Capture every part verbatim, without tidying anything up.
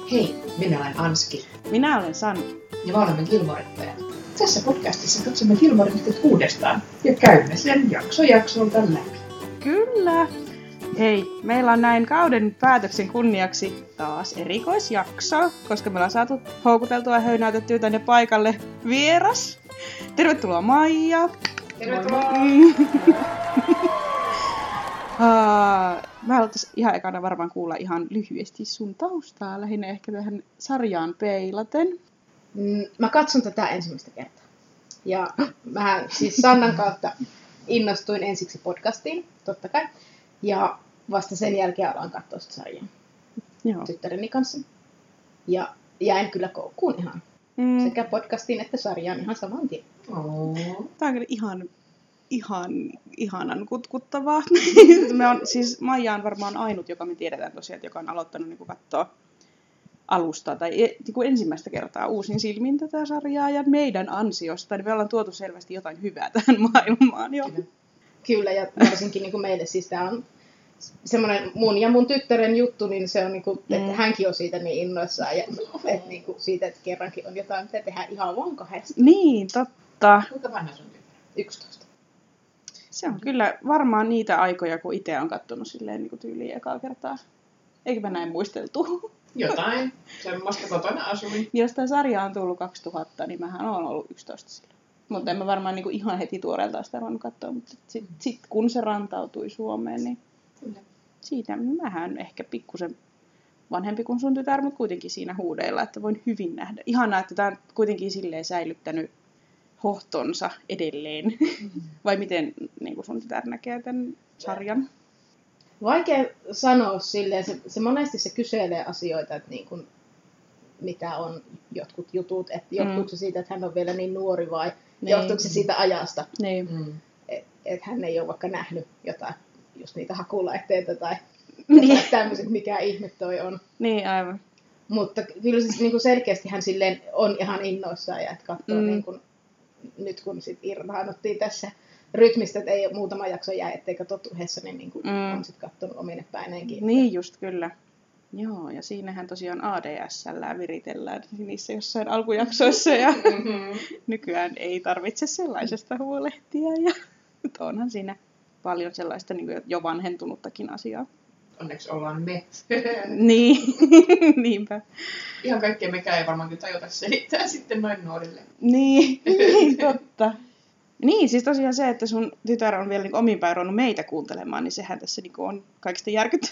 Hei, minä olen Anski. Minä olen Sanna. Ja me olemme Gilmorittajat. Tässä podcastissa katsomme Gilmorit uudestaan ja käymme sen jakso jaksolta läpi. Kyllä. Hei, meillä on näin kauden päätöksen kunniaksi taas erikoisjakso, koska me ollaan saatu houkuteltua ja höynäytettyä tänne paikalle vieras. Tervetuloa Maija. Tervetuloa. Uh, mä haluaisin ihan ekana varmaan kuulla ihan lyhyesti sun taustaa, lähinnä ehkä tähän sarjaan peilaten. Mm, mä katson tätä ensimmäistä kertaa. Ja mä siis Sannan kautta innostuin ensiksi podcastiin, totta kai. Ja vasta sen jälkeen alan katsoa sitä sarjaa Joo. tyttäreni kanssa. Ja jäin kyllä koukkuun ihan. Mm. Sekä podcastiin että sarjaan ihan saman tien. Oh. Tää on kyllä ihan, ihan, ihanan kutkuttavaa. Me on, siis Maija on varmaan ainut, joka me tiedetään tosiaan, joka on aloittanut niin katsoa alusta tai niin kuin ensimmäistä kertaa uusin silmin tätä sarjaa ja meidän ansiosta. Niin me ollaan tuotu selvästi jotain hyvää tähän maailmaan jo. Kyllä, Kyllä ja varsinkin niin kuin meille siis tää on semmoinen mun ja mun tyttären juttu, niin se on niin kuin, että mm. hänkin on siitä niin innoissaan ja että niin kuin siitä, että kerrankin on jotain, mitä tehdään ihan vaan kahdesta. Niin, totta. Kuinka vanha sun tyttö? yksitoista. Se on kyllä varmaan niitä aikoja, kun itse on katsonut silleen niin kuin tyyliin ekaa kertaa. Eikö mä näin muisteltu? Jotain. Semmoista kotona asuin. Jos tämä sarja on tullut kaksituhatta, niin mähän olen ollut yksitoista silloin. Mutta en mä varmaan niin kuin ihan heti tuoreeltaan sitä ruvennut katsoa, mutta sitten sit, kun se rantautui Suomeen, niin Kyllä. siitä mähän ehkä pikkusen vanhempi kuin sun tytär, mutta kuitenkin siinä huudeilla, että voin hyvin nähdä. Ihanaa, että tämä on kuitenkin silleen säilyttänyt hohtonsa edelleen. Mm-hmm. Vai miten niin kuin sun tytär näkee tämän sarjan? Vaikea sanoa silleen, se, se monesti se kyselee asioita, että niin kuin, mitä on jotkut jutut, että johtuuko se siitä, että hän on vielä niin nuori vai niin. Johtuuko se siitä ajasta, niin. Mm. että et hän ei ole vaikka nähnyt jotain, just niitä hakulaitteita tai Niin. tämmöiset, mikä ihme toi on. Niin, aivan. Mutta kyllä siis niin kuin selkeästi hän silleen on ihan innoissaan ja että katsoo, Mm. niin kuin, nyt kun sit irtaannuttiin tässä rytmistä, että ei muutama jakso jää, ettei katso tuhessa, niin, niin kuin Mm. on sitten katsonut omine päineenkin. Niin just kyllä. Joo, ja siinähän tosiaan A D S L viritellään niissä jossain alkujaksoissa ja Mm-hmm. nykyään ei tarvitse sellaisesta huolehtia. Ja onhan siinä paljon sellaista niin kuin jo vanhentunuttakin asiaa. Onneksi ollaan me. Niin, niinpä. Ihan kaikkea mekään ei varmaan kyllä tajuta selittää sitten noin nuorille. Niin, niin, totta. Niin, siis tosiaan se, että sun tytär on vielä niin omin päin ruvennut meitä kuuntelemaan, niin sehän tässä niin on kaikista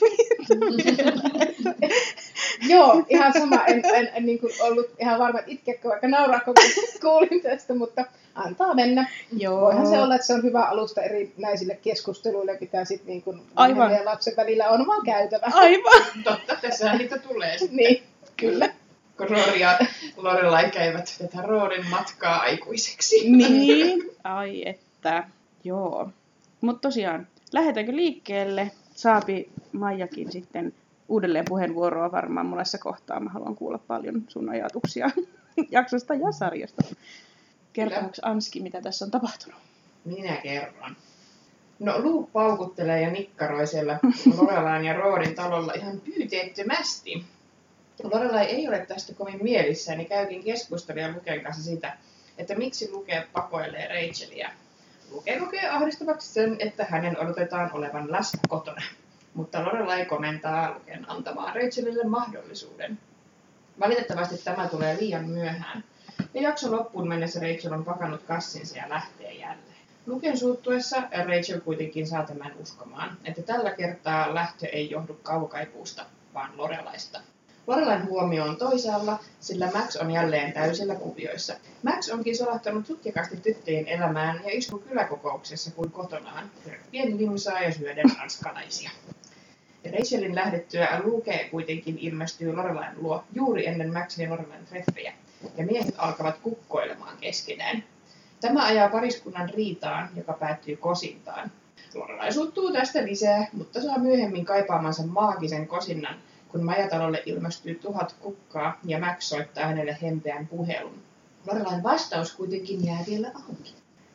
järkyttävintä. Joo, ihan sama. En, en, en niin kuin ollut ihan varma, että itkeäkö vaikka nauraa, kun kuulin tästä, mutta antaa mennä. Joo. Voihan se olla, että se on hyvä alusta erinäisille keskusteluille, mitä sitten niin kuin Aivan. ja lapsen välillä on vaan käytävä. Aivan. Totta, tässähän niitä tulee sitten. Niin, kyllä. Kun Roori ja Lorelai käyvät tätä Roorin matkaa aikuiseksi. Niin, ai että. Joo. Mutta tosiaan, lähdetäänkö liikkeelle? Saapi Maijakin sitten uudelleen puheenvuoroa varmaan monessa kohtaa. Mä haluan kuulla paljon sun ajatuksia jaksosta ja sarjasta. Kertooko Anski, mitä tässä on tapahtunut? Minä kerron. No, Luke paukuttelee ja nikkaroi siellä Lorelain ja Roorin talolla ihan pyyteettömästi. Lorelai ei ole tästä kovin mielissään, niin käykin keskustelua Luken kanssa sitä, että miksi Luke pakoilee Rachelia. Luke kokee ahdistavaksi sen, että hänen odotetaan olevan läsnä kotona. Mutta Lorelai komentaa Luken antamaan Rachelille mahdollisuuden. Valitettavasti tämä tulee liian myöhään. Ja jakson loppuun mennessä Rachel on pakannut kassinsa ja lähtee jälleen. Luken suuttuessa Rachel kuitenkin saa tämän uskomaan, että tällä kertaa lähtö ei johdu kaukaipuusta, vaan Lorelaista. Lorelain huomio on toisaalla, sillä Max on jälleen täysillä kuvioissa. Max onkin solahtanut sutjakasti tyttöjen elämään ja istuu kyläkokouksessa kuin kotonaan, hörppien limsaa ja syöden ranskalaisia. Rachelin lähdettyä Luke kuitenkin ilmestyy Lorelain luo juuri ennen Maxin ja Lorelain treffejä, ja miehet alkavat kukkoilemaan keskenään. Tämä ajaa pariskunnan riitaan, joka päättyy kosintaan. Lorelai suuttuu tästä lisää, mutta saa myöhemmin kaipaamansa maagisen kosinnan, kun majatalolle ilmestyy tuhat kukkaa ja Max soittaa hänelle hempeän puhelun. Lorelain vastaus kuitenkin jää vielä auki.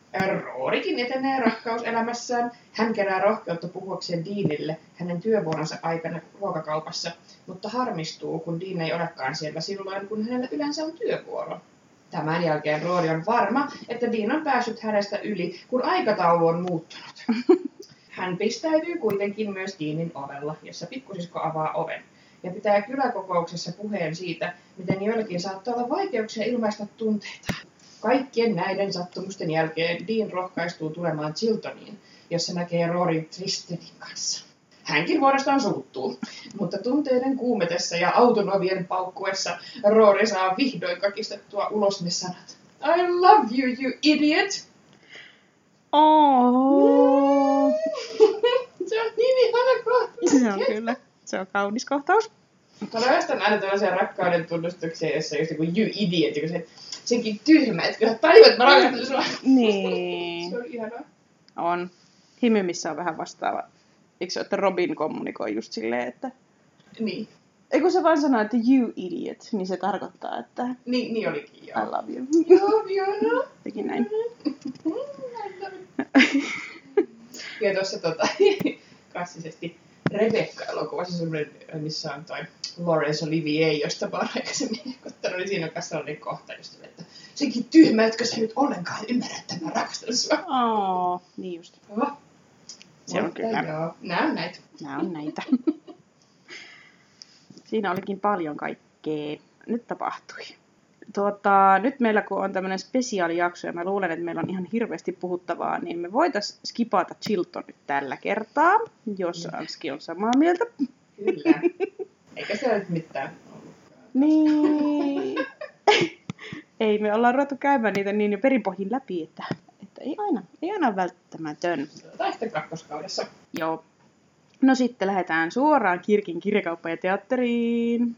Roorikin etenee rakkauselämässään. Hän kerää rohkeutta puhuakseen Deanille hänen työvuoronsa aikana ruokakaupassa, mutta harmistuu, kun Dean ei olekaan siellä silloin, kun hänellä yleensä on työvuoro. Tämän jälkeen Rory on varma, että Dean on päässyt hänestä yli, kun aikataulu on muuttunut. Hän pistäytyy kuitenkin myös Deanin ovella, jossa pikkusisko avaa oven, ja pitää kyläkokouksessa puheen siitä, miten joillakin saattaa olla vaikeuksia ilmaista tunteita. Kaikkien näiden sattumusten jälkeen Dean rohkaistuu tulemaan Chiltoniin, jossa näkee Rorin Tristanin kanssa. Hänkin vuorostaan suuttuu, mutta tunteiden kuumetessa ja auton ovien paukkuessa Rory saa vihdoin kakistettua ulos ne sanat. I love you, you idiot! Oh. Se on niin ihana kohtaus. Se on kyllä. Se on kaunis kohtaus. Mä rakastan aina tällaisia rakkauden tunnustuksia, jossa on just joku you idiot, joku se, senkin tyhmä, että kyllä tajuat, että mä rakastan sua. Niin. Se on ihanaa. On. Himymissä on vähän vastaava. Eikö se ole, että Robin kommunikoi just silleen, että... Niin. Eikö se vaan sanoa, että you idiot, niin se tarkoittaa, että... Niin, niin olikin, joo. I love you. Joo, joo. Tekin näin. Ja tuossa tota, klassisesti Rebecca-elokuvassa semmoinen, missä on toi Laurence Olivier, josta mä oon aikaisemmin ehkottanut, niin siinä on kanssa sellainen kohta, just, että senkin tyhmä, etkö sä nyt ollenkaan ymmärrä, että mä rakastan sua. Oh, niin just. Oh. Se on kyllä. Joo, nää on näitä. Nää on näitä. Siinä olikin paljon kaikkea. Nyt tapahtui. Tuota, nyt meillä kun on tämmöinen spesiaalijakso ja mä luulen, että meillä on ihan hirveästi puhuttavaa, niin me voitais skipata Chilton nyt tällä kertaa, jos Anski on samaa mieltä. Kyllä. Eikä se ole mitään ollutkaan. Niin. Ei, me ollaan ruvettu käymään niitä niin jo perinpohjin läpi, että, että ei aina, ei aina välttämätön. Tai sitten kakkoskaudessa. Joo. No sitten lähdetään suoraan Kirkin kirjakauppaan ja teatteriin.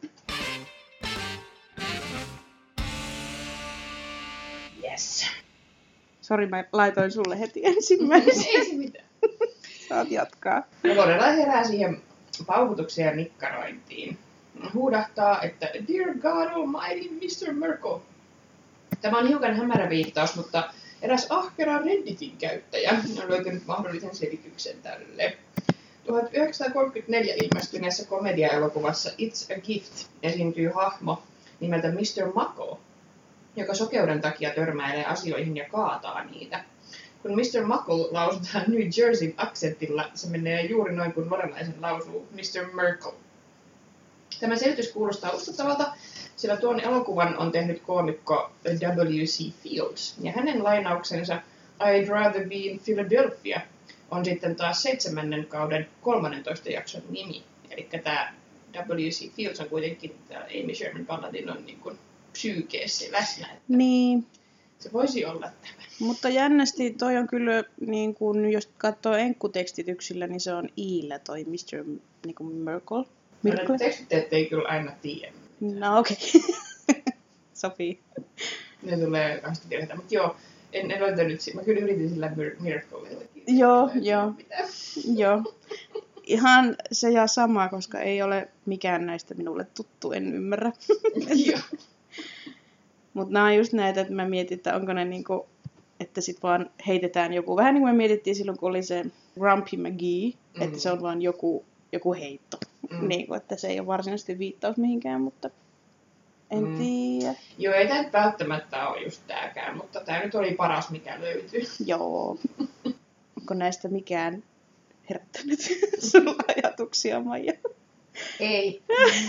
Yes. Sori, mä laitoin sulle heti ensimmäisenä. Ei se mitään. Saat jatkaa. No todella herää siihen paukutukseen ja nikkarointiin. Huudahtaa, että Dear God Almighty, mister Merkel. Tämä on hiukan hämärä viittaus, mutta eräs ahkera Redditin käyttäjä on löytänyt mahdollisen selityksen tälle. tuhatyhdeksänsataakolmekymmentäneljä ilmestyneessä komediaelokuvassa It's a Gift esiintyy hahmo nimeltä mister Mako, joka sokeuden takia törmäilee asioihin ja kaataa niitä. Kun mister Muckle lausutaan New Jerseyn aksentilla, se menee juuri noin kuin Lorelaisen lausuu mister Merkel. Tämä selitys kuulostaa uskottavalta, sillä tuon elokuvan on tehnyt koomikko W C Fields, ja hänen lainauksensa I'd rather be in Philadelphia on sitten taas seitsemännen kauden kolmannentoista jakson nimi. Eli tämä W C Fields on kuitenkin, tämä Amy Sherman Paladin on niin kuin psyykeessä läsnä. Niin. Se voisi olla tämä. Mutta jännästi toi on kyllä, niin kun, jos katsoo enkkutekstityksillä, niin se on iillä toi mister Niin kuin Merkel. No, tekstitteet ei kyllä aina tiedä. No okei. Okay. Sopii. Ne tulee kahdesta virheitä, mutta joo, en, en löytänyt, mä kyllä yritin sillä Miracleillekin. Joo, joo. Joo. Ihan se ja sama, koska ei ole mikään näistä minulle tuttu, en ymmärrä. Joo. Mutta nämä on just näitä, että mä mietin, että onko ne niinku, että sit vaan heitetään joku, vähän niin kuin me mietittiin silloin, kun oli se Grumpy McGee, mm. että se on vaan joku, joku heitto. Mm. Niin kuin, että se ei ole varsinaisesti viittaus mihinkään, mutta en mm. tiedä. Joo, ei tämä välttämättä ole just tääkään, mutta tämä nyt oli paras, mikä löytyy. Joo. Onko näistä mikään herättänyt sulla ajatuksia, Maija? Ei.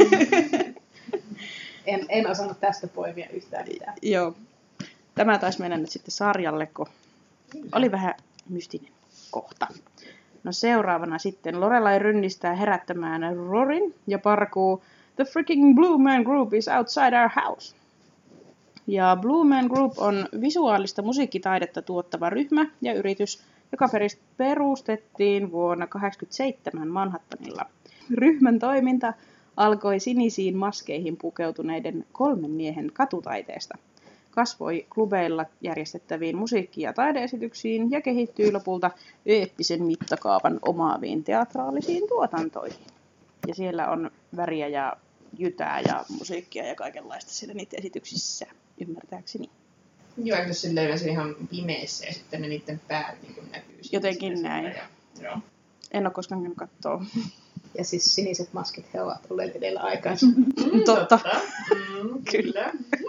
En, en osannut tästä poimia yhtään mitään. Joo. Tämä taisi mennä nyt sitten sarjalle, kun oli vähän mystinen kohta. No seuraavana sitten Lorelai rynnistää herättämään Rorin ja parkuu The freaking Blue Man Group is outside our house. Ja Blue Man Group on visuaalista musiikkitaidetta tuottava ryhmä ja yritys, joka perustettiin vuonna tuhatyhdeksänsataakahdeksankymmentäseitsemän Manhattanilla. Ryhmän toiminta alkoi sinisiin maskeihin pukeutuneiden kolmen miehen katutaiteesta, kasvoi klubeilla järjestettäviin musiikki- ja taideesityksiin ja kehittyi lopulta eeppisen mittakaavan omaaviin teatraalisiin tuotantoihin. Ja siellä on väriä ja jytää ja musiikkia ja kaikenlaista siellä niiden esityksissä, ymmärtääkseni. Joo, eikö silleen yleensä ihan pimeässä ja sitten ne niiden päät niin kuin näkyy. Jotenkin näin. Ja, joo. En ole koskaan käynyt kattoo. Ja siis siniset maskit he ovat olleet edellä aikaansa. Mm, Totta. Mm, kyllä.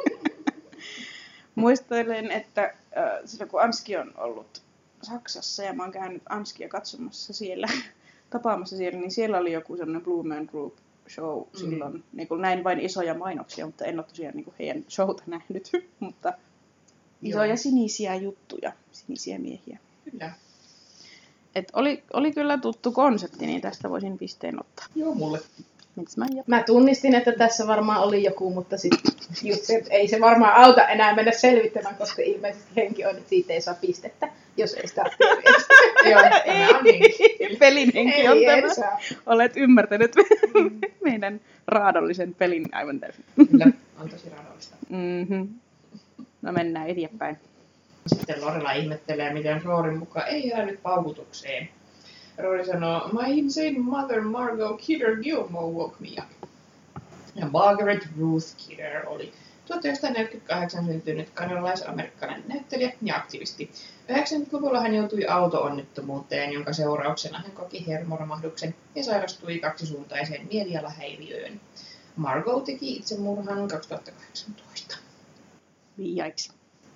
Muistelen, että äh, silloin kun Anski on ollut Saksassa ja mä oon käynyt Anskia katsomassa siellä, tapaamassa siellä, niin siellä oli joku semmoinen Blue Man Group show mm. silloin. Niin kuin näin vain isoja mainoksia, mutta en ole tosiaan niin kuin heidän showta nähnyt. Mutta isoja Joo. sinisiä juttuja, sinisiä miehiä. Kyllä. Et oli, oli kyllä tuttu konsepti, niin tästä voisin pisteen ottaa. Joo, mulle. Mites mä, mä tunnistin, että tässä varmaan oli joku, mutta sitten just se, ei se varmaan auta enää mennä selvittämään, koska ilmeisesti henki on, että siitä ei saa pistettä, jos ei sitä ole. Joo, tämä on henki. Pelin henki ei, on ei tämä. saa. Olet ymmärtänyt meidän raadollisen pelin aivan täysin. Kyllä, on tosi raadollista. Mm-hmm. No mennään eteenpäin. Sitten Lorela ihmettelee, miten Roorin mukaan ei jää nyt paukutukseen. Rory sanoo, my insane mother Margot Kidder Gilmore woke me up. Ja Margaret Ruth Kidder oli tuhatyhdeksänsataaneljäkymmentäkahdeksan syntynyt kanadalais-amerikkalainen näyttelijä ja aktivisti. yhdeksänkymmentäluvulla hän joutui auto-onnettomuuteen, jonka seurauksena hän koki hermoromahduksen ja sairastui kaksisuuntaiseen mielialahäiriöön. Margot teki itsemurhan kaksituhattakahdeksantoista. Jaiks.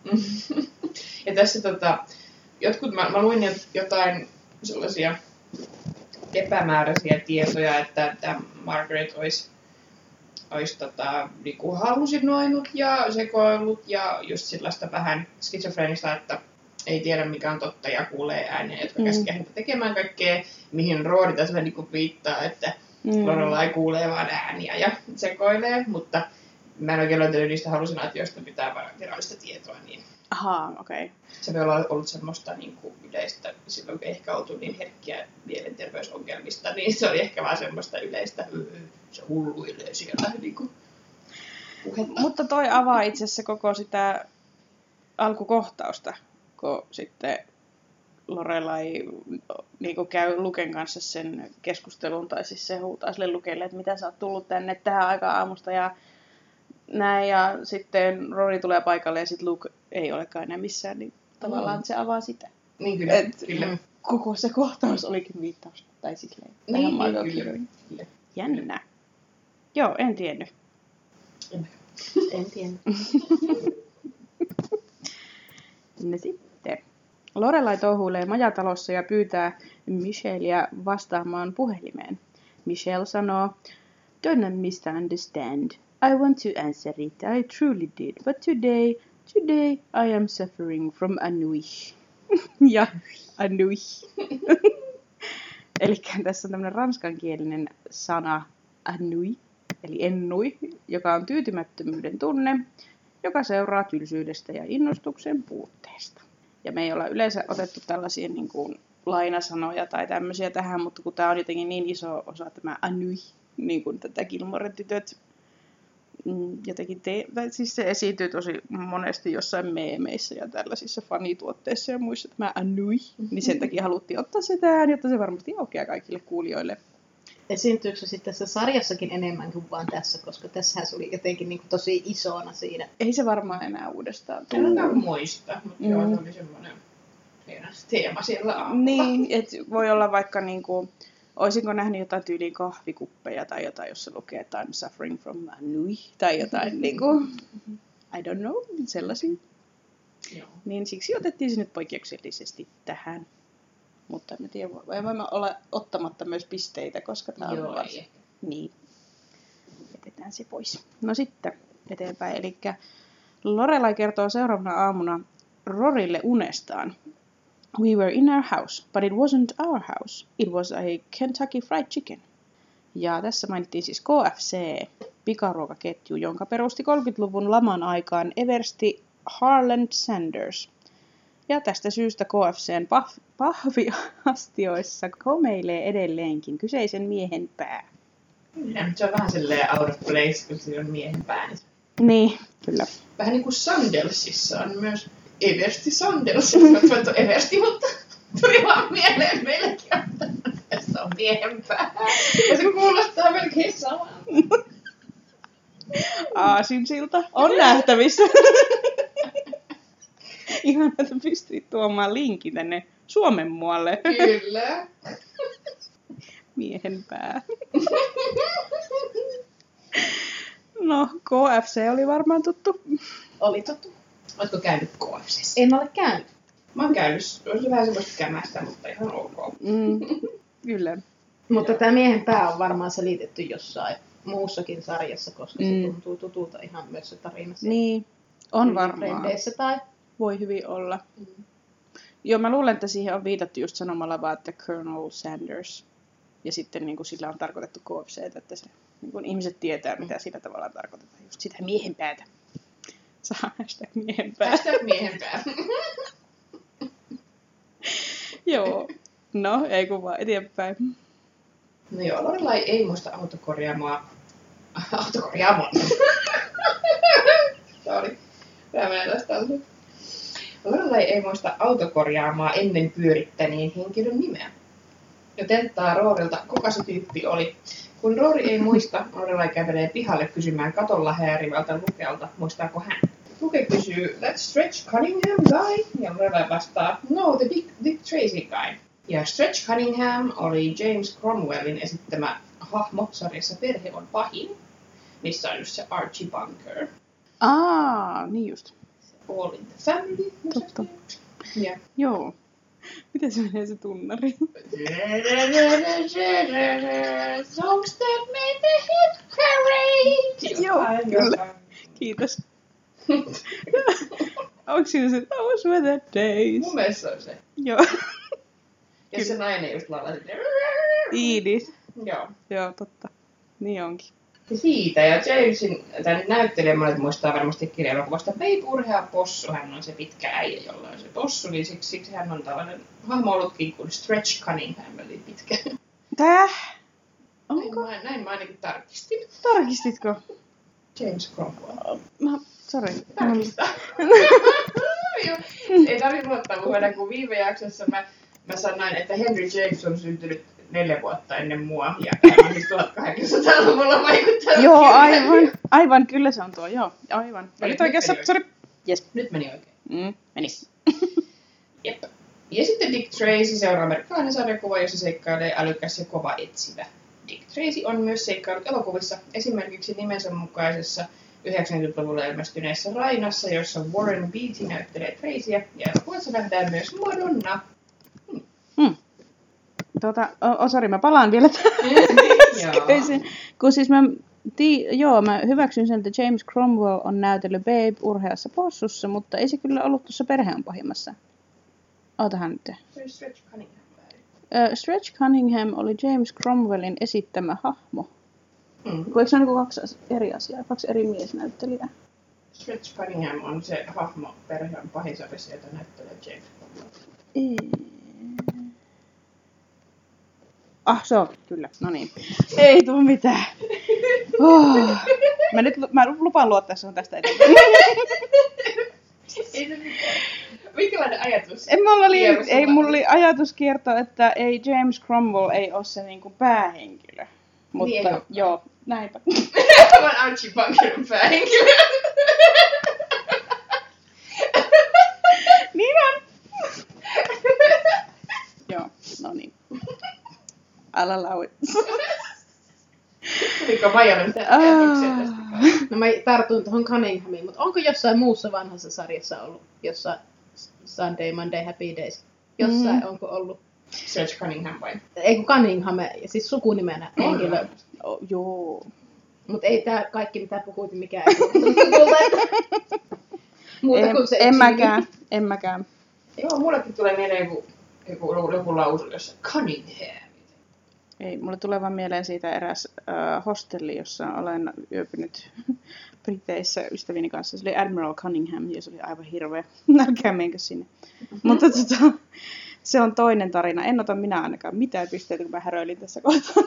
Ja tässä tota, jotkut, mä, mä luin jotain sellaisia epämääräisiä tietoja, että, että Margaret olisi, olisi tota, niinku hallusinoinut ja sekoillut ja just sellaista vähän skitsofreenista, että ei tiedä mikä on totta ja kuulee ääniä, jotka mm. käskee häntä tekemään kaikkea, mihin Rory tässä vähän niinku viittaa, että mm. Lorelai kuulee vaan ääniä ja sekoilee, mutta mä en oikein löytänyt niistä hallusinaatioista mitään virallista tietoa, niin ahaa, okei. Okay. Se voi olla ollut semmoista niin kuin yleistä, silloin kun ehkä oltu niin herkkiä mielenterveysongelmista, niin se oli ehkä vaan semmoista yleistä, se hulluilee siellä niin kuin puhetta. Mutta toi avaa itse asiassa koko sitä alkukohtausta, kun sitten Lorelai niin kuin käy Luken kanssa sen keskustelun, tai siis se huutaa sille Lukelle, että mitä sä oot tullut tänne tähän aikaan aamusta ja näin, ja sitten Rory tulee paikalle ja sitten Luke ei olekaan enää missään, niin tavallaan mm. se avaa sitä. Niin kyllä, Et kyllä. Koko se kohtaus olikin viittaus, tai silleen. Niin, niin kyllä, kyllä. Jännä. Joo, en tiennyt. En, en tiennyt. No sitten. Lorelai touhuilee majatalossa ja pyytää Michellea vastaamaan puhelimeen. Michelle sanoo, don't misunderstand. I want to answer it. I truly did. But today, today I am suffering from ennui. ja ennui. Eli tässä on tämmöinen ranskankielinen sana ennui, eli ennui, joka on tyytymättömyyden tunne, joka seuraa tylsyydestä ja innostuksen puutteesta. Ja me ei olla yleensä otettu tällaisia niin kuin lainasanoja tai tämmöisiä tähän, mutta kun tämä on jotenkin niin iso osa tämä ennui, niin kuin tätä Gilmoren tytöt jotenkin te- tai siis se esiintyy tosi monesti jossain meemeissä ja tällaisissa fanituotteissa ja muissa tämä ennui, niin sen takia haluttiin ottaa se tähän, jotta se varmasti aukeaa kaikille kuulijoille. Esiintyykö se sitten tässä sarjassakin enemmän kuin vaan tässä, koska tässähän se oli jotenkin niin kuin tosi isona siinä. Ei se varmaan enää uudestaan tullut. En ole muista, mutta mm. joo, se oli semmoinen teema siellä aamulla. Niin, että voi olla vaikka niinku, olisinko nähnyt jotain tyyliin kahvikuppeja tai jotain, jossa lukee, että I'm suffering from ennui tai jotain niinku, I don't know, sellaisia. Joo. Niin siksi otettiin se nyt poikkeuksellisesti tähän. Mutta en tiedä, voimme olla ottamatta myös pisteitä, koska tämä on varsin. Niin. Jätetään se pois. No sitten eteenpäin. Eli Lorelai kertoo seuraavana aamuna Rorylle unestaan. We were in our house, but it wasn't our house. It was a Kentucky Fried Chicken. Ja tässä mainittiin siis K F C, pikaruokaketju, jonka perusti kolmekymmentäluvun laman aikaan eversti Harland Sanders. Ja tästä syystä K F C:n pah- pahviastioissa komeilee edelleenkin kyseisen miehen pää. Kyllä, se on vähän silleen out of place, kun se on miehen pää. Niin, kyllä. Vähän niin kuin Sandelsissa on myös Eversti Sandels. Mä tuon Eversti, mutta tuli vaan mieleen meillekin, että tässä on miehen pää. Ja se kuulostaa melkein samalta. Aasinsilta on nähtävissä. Ihan, että pystyt tuomaan linkin tänne Suomen mualle. Kyllä. Miehen pää. No, K F C oli varmaan tuttu. Oli totu. Oletko käynyt K F C:ssä? En ole käynyt. Mä oon käynyt. Olisi vähän semmoista kämästä, mutta ihan ok. Mm, kyllä. Mutta tämä miehen pää on varmaan selitetty jossain muussakin sarjassa, koska Mm. se tuntuu tutulta ihan myös se tarina. siellä Niin, on varmaan. Frendeissä tai... Voi hyvin olla. Mm. Joo, mä luulen, että siihen on viitattu just sanomalla vaan, että Colonel Sanders. Ja sitten niin kuin sillä on tarkoitettu K F C, että se, niin kuin ihmiset tietää, mitä sillä tavalla tarkoitetaan. Just sitä miehen päätä. Saa hashtag miehen pää. Hashtag miehen pää. Joo. No, ei kun vaan eteenpäin. No joo, Lorelai ei muista autokorjaamoa. Autokorjaamoa. Sori. Tää menee tästä alkuun. Lorelai ei muista autokorjaamaa ennen pyörittäneen henkilön nimeä. Ja tenttaa Roorilta, kuka se tyyppi oli. Kun Roori ei muista, Lorelai kävelee pihalle kysymään katolla häärivältä Lukealta, muistaako hän. Luke kysyy, that Stretch Cunningham guy? Ja Lorelai vastaa, no, the Dick, Dick Tracy guy. Ja Stretch Cunningham oli James Cromwellin esittämä hahmo sarjassa Perhe on pahin, missä on just se Archie Bunker. Aa, niin just. All in the family. Totta. Ja. Joo. Miten se menee se tunnari? Songs that made the hit parade. Joo, kyllä. Kiitos. Onko siinä se Those were the days? Mun mielestä se on se. Joo. Ja se nainen just laulaa. Iidis. Joo. Joo, totta. Niin onkin. Ja siitä, ja Jamesin, tämän näyttelijän monet muistaa varmasti kirjailukuvasta Babe Urhea Possu. Hän on se pitkä äijä, jolla on se possu, niin siksi, siksi hän on tällainen hahmo ollutkin kuin Stretch Cunningham, eli pitkä. Täh? Näin Onko? mä, näin mä ainakin tarkistin. Tarkistitko? James Cromwell. Mä, sorry. Tarkista. Joo. Ei tarvitse luottaa puheena, kun viime jaksossa mä, mä sanoin, että Henry James on syntynyt neljä vuotta ennen mua, ja hän on siis tuhatkahdeksansataaluvulla vaikuttanut. Joo, aivan. Aivan, kyllä se on tuo, joo. Aivan. Olit oikeassa, meni sori. Jes. Nyt meni oikein. Mm, menis. Jep. Ja sitten Dick Tracy, se on amerikkalainen sarjakuva, jossa seikkailee älykäs ja kova etsivä. Dick Tracy on myös seikkailut elokuvissa, esimerkiksi nimensä mukaisessa yhdeksänkymmentäluvulla ilmestyneessä Rainassa, jossa Warren Beatty näyttelee Tracyä, ja elokuvassa nähdään myös Madonna. Hmm. Tota, oh, oh, sorry, mä palaan vielä tähän. Kun siis mä, tii, joo, mä hyväksyn sen, että James Cromwell on näytellyt Babe Urheassa possussa, mutta ei se kyllä ollut tuossa Perhe on pahimmassa. Ootahan nyt. Se on Stretch Cunningham. Uh, Stretch Cunningham oli James Cromwellin esittämä hahmo. Mm. Eikö se ole niin kaksi eri asiaa, kaksi eri miesnäyttelijää? Stretch Cunningham on se hahmo Perhe on pahin sarjassa, jota näyttelee James Cromwell. Ei. Ah, se on, kyllä. No niin. Ei tuu mitään. Oh. Mä nyt mä lupaan luottaa sun tästä eteenpäin. Ei se mitään. Minkälainen ajatus? Ei, mulla oli, Kierros ei, sulla? mulla oli ajatuskierto, että ei James Cromwell ei ole se niinku päähenkilö. Mutta Niin ei ole. joo, näinpä. Mä oon Archie Bunkerin päähenkilö. Niin on. Joo, no niin. Älä lauit. Tuliko Maijalle mitään ajatuksia tästä? No mä tartuin tuohon Cunninghamiin, mutta onko jossain muussa vanhassa sarjassa ollut? Jossain Sunday, Monday, Happy Days. Jossain mm. onko ollut? Stretch Cunningham vai? Ei kun Cunningham, siis sukunimenä henkilö. Oh, joo. Mutta ei tää kaikki mitä puhuit, mikään ei tullut. Muuta En, kuin se en yksi mäkään, nimi. en mäkään. Joo, mullekin tulee mieleen joku, joku, joku lausu, jossa Cunningham. Ei, mulle tulee vaan mieleen siitä eräs äh, hostelli, jossa olen yöpynyt Briteissä ystävini kanssa. Se oli Admiral Cunningham ja se oli aivan hirveä. Älkää menkö sinne. Mm-hmm. Mutta tota, se on toinen tarina. En ota minä ainakaan mitään pisteitä, kun mä häröilin tässä kohtaa.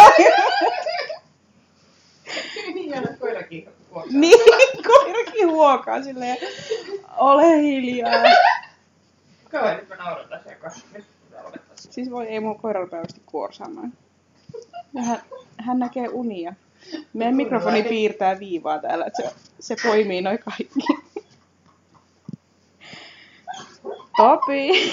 Niin, aina koirakin huokaa. Niin, koirakin huokaa silleen. Ole hiljaa. Kauan nyt mä naurataan siellä, koska nyt aloitettaisiin. Siis voi, ei mun koiralla päivästi kuorsaamaan. Hän, hän näkee unia. Meidän mikrofoni piirtää viivaa täällä, että se, se poimii noi kaikki. Topi.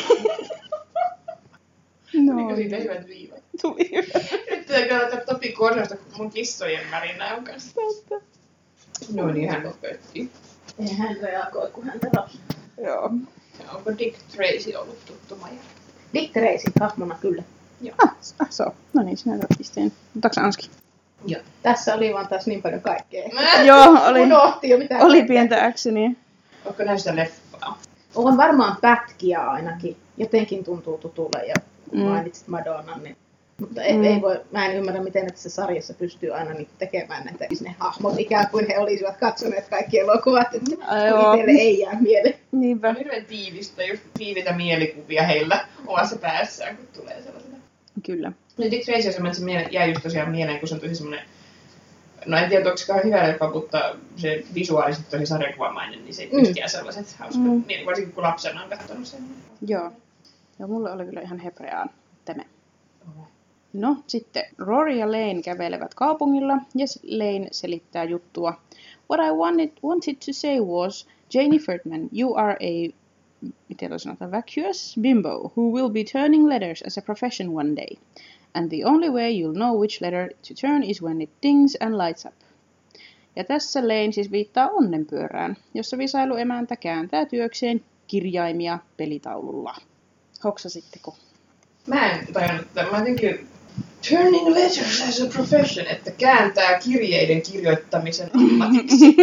No. Tuliko siitä hyvät viivat? Tuli hyvä. Nyt täytyy laittaa Topi Korsosta, kun mun kissojen märinä on kanssa. Totta. No niin, hän lopetti. Ei hän reagoi, kun häntä lapsi. Joo. Ja onko Dick Tracy ollut tuttu Maija? Dick Tracy hahmona kyllä. Joo. Ah, ah so. No niin, sinä saat pisteen. Otatko Anski? Joo. Tässä oli vaan taas niin paljon kaikkea. Joo, oli, Unohti jo mitä. oli pientä actionia. Onko näistä leffaa? On varmaan pätkiä ainakin. Jotenkin tuntuu tutulle ja kun Mm. mainitsit Madonnan, niin mutta ei, Mm. ei voi, mä en ymmärrä, miten tässä sarjassa pystyy aina niin tekemään näitä ne hahmot ikään kuin he olisivat katsoneet kaikki elokuvat, että Ai joo. itselle ei jää mieleen. Niinpä. On hirveän tiivistä, just tiivitä mielikuvia heillä omassa päässään, kun tulee sellaisena. Kyllä. No Dick Tracy on semmoinen, että se miele- jää just tosiaan mieleen, kun se on tosi semmoinen, no en tiedä, onko se kauhean hyvä leffa, mutta se visuaalisesti tosi sarjakuvamainen, niin se Mm. just jää sellaiset hauskat, Mm. niin varsinkin kun lapsena on katsonut sen. Joo. Ja mulle oli kyllä ihan hebreaan tämä. No, sitten Rory ja Lane kävelevät kaupungilla ja Lane selittää juttua. What I wanted, wanted to say was, Janie Ferdman, you are a, miten sanotaan, vacuous bimbo who will be turning letters as a profession one day. And the only way you'll know which letter to turn is when it dings and lights up. Ja tässä Lane siis viittaa onnenpyörään, jossa visailuemäntä kääntää työkseen kirjaimia pelitaululla. Hoksasitteko? Mä en tajunnut, että mä jotenkin turning letters as a profession, että kääntää kirjeiden kirjoittamisen ammatiksi.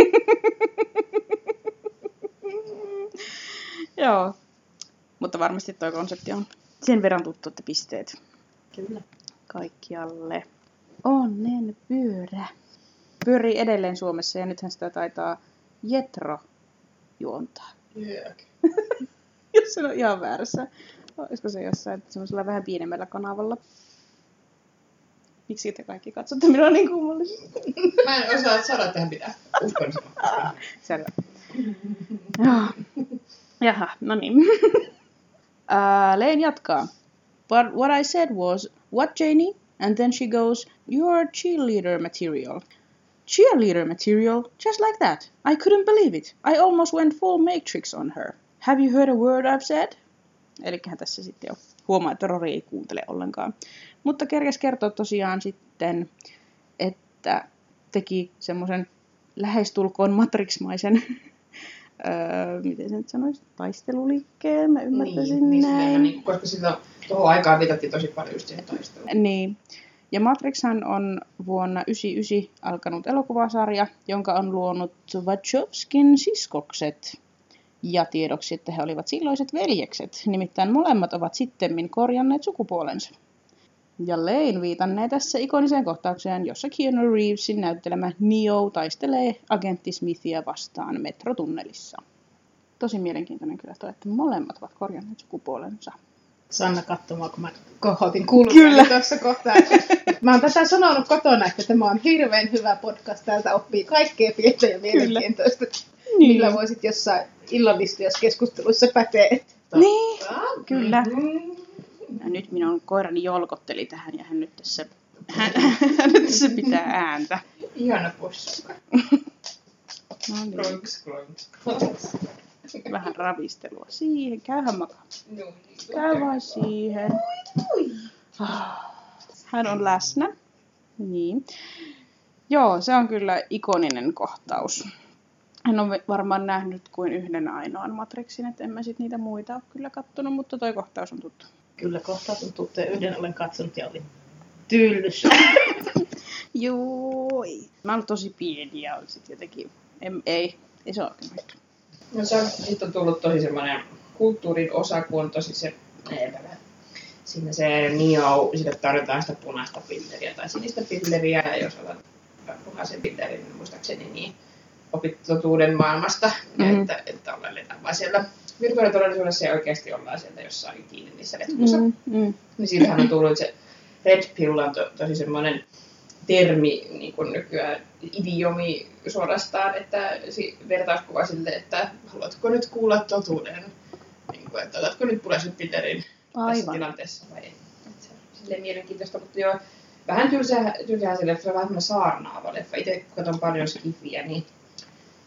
Joo. Mutta varmasti tuo konsepti on sen verran tuttu, että pisteet Kyllä. kaikkialle. Onnen pyörä. Pyörii edelleen Suomessa ja nythän sitä taitaa Jetro juontaa. Jök. Jos se on ihan väärässä. Olisiko se jossain semmoisella vähän pienemmällä kanavalla? Miksi te kaikki katsotte minua niin kummallisesti? Mä en osaa sanoa, että hän pitää. Uskon sanoa. Selvä. Joo. Jaha, no niin. uh, Lane jatkaa. But what I said was, what Janie? And then she goes, you're cheerleader material. Cheerleader material? Just like that. I couldn't believe it. I almost went full Matrix on her. Have you heard a word I've said? Elikköhän tässä sitten jo huomaa, että Rory ei kuuntele ollenkaan. Mutta kerkes kertoo tosiaan sitten, että teki semmoisen lähestulkoon Matrix-maisen, öö, miten se nyt sanoisi, taisteluliikkeen, mä ymmärtäisin niin, niin, näin. silleen, niin, koska sitä tuohon aikaan viitattiin tosi paljon just siihen taisteluun. Niin. Ja Matrixhan on vuonna yhdeksänkymmentäyhdeksän alkanut elokuvasarja, jonka on luonut Wachowskin siskokset. Ja tiedoksi, että he olivat silloiset veljekset, nimittäin molemmat ovat sittemmin korjanneet sukupuolensa. Ja Lane viitannee tässä ikoniseen kohtaukseen, jossa Keanu Reevesin näyttelemä Neo taistelee agentti Smithia vastaan metrotunnelissa. Tosi mielenkiintoinen kyllä toi, että molemmat ovat korjanneet sukupuolensa. Sanna katsomaan, kun mä kohotin kulmia Kyllä. tuossa kohtaa. Mä oon tätä sanonut kotona, että tämä on hirveän hyvä podcast. Täältä oppii kaikkea pientä ja mielenkiintoista. Niin. Millä voisit jossain illallistujaskeskusteluissa päteä. Niin, kyllä. Mm. Ja nyt minun koirani jolkotteli tähän ja hän nyt tässä, hän, hän nyt tässä pitää ääntä. Ihana possukka. No niin, Kroinks, kroinks, kroinks. vähän ravistelua siihen. Käyhän makaa. No, Käy vaan siihen. Hän on läsnä. Niin. Joo, se on kyllä ikoninen kohtaus. Hän on varmaan nähnyt kuin yhden ainoan Matrixin, että en mä sit niitä muita ole kyllä kattonut, mutta toi kohtaus on tuttu. Kyllä kohtaus on tuttu ja yhden olen katsonut ja olin tylsä. Joo. Mä oon tosi pieni ja sit jotenkin, en, ei, ei se ole oikein mitään. No se on, siitä on tullut tosi semmoinen kulttuurin osa, kun on tosi se, eepä, siinä se Neo, sille tarjotaan sitä punaista pilleriä tai sinistä pilleriä, ja jos otat punaisen pillerin, niin muistaakseni niin opit totuuden maailmasta, Mm. että, että ollaan letään vaan siellä virtuaalitodellisuudessa ja oikeasti ollaan sieltä jossain kiinni niissä letkuissa. Mm, mm. Niin siitähän on tullut se red pill on to, tosi semmoinen termi niin kuin nykyään idiomi suorastaan, että si- vertauskuva sille, että haluatko nyt kuulla totuuden, niin kuin, että otatko nyt punaisen pillerin tässä Aivan. tilanteessa vai ei. Että se on silleen mielenkiintoista, mutta joo, vähän tylsää, tylsää sille, että se on vähän semmoinen saarnaava leffa. Itse kun katson paljon skifiä, niin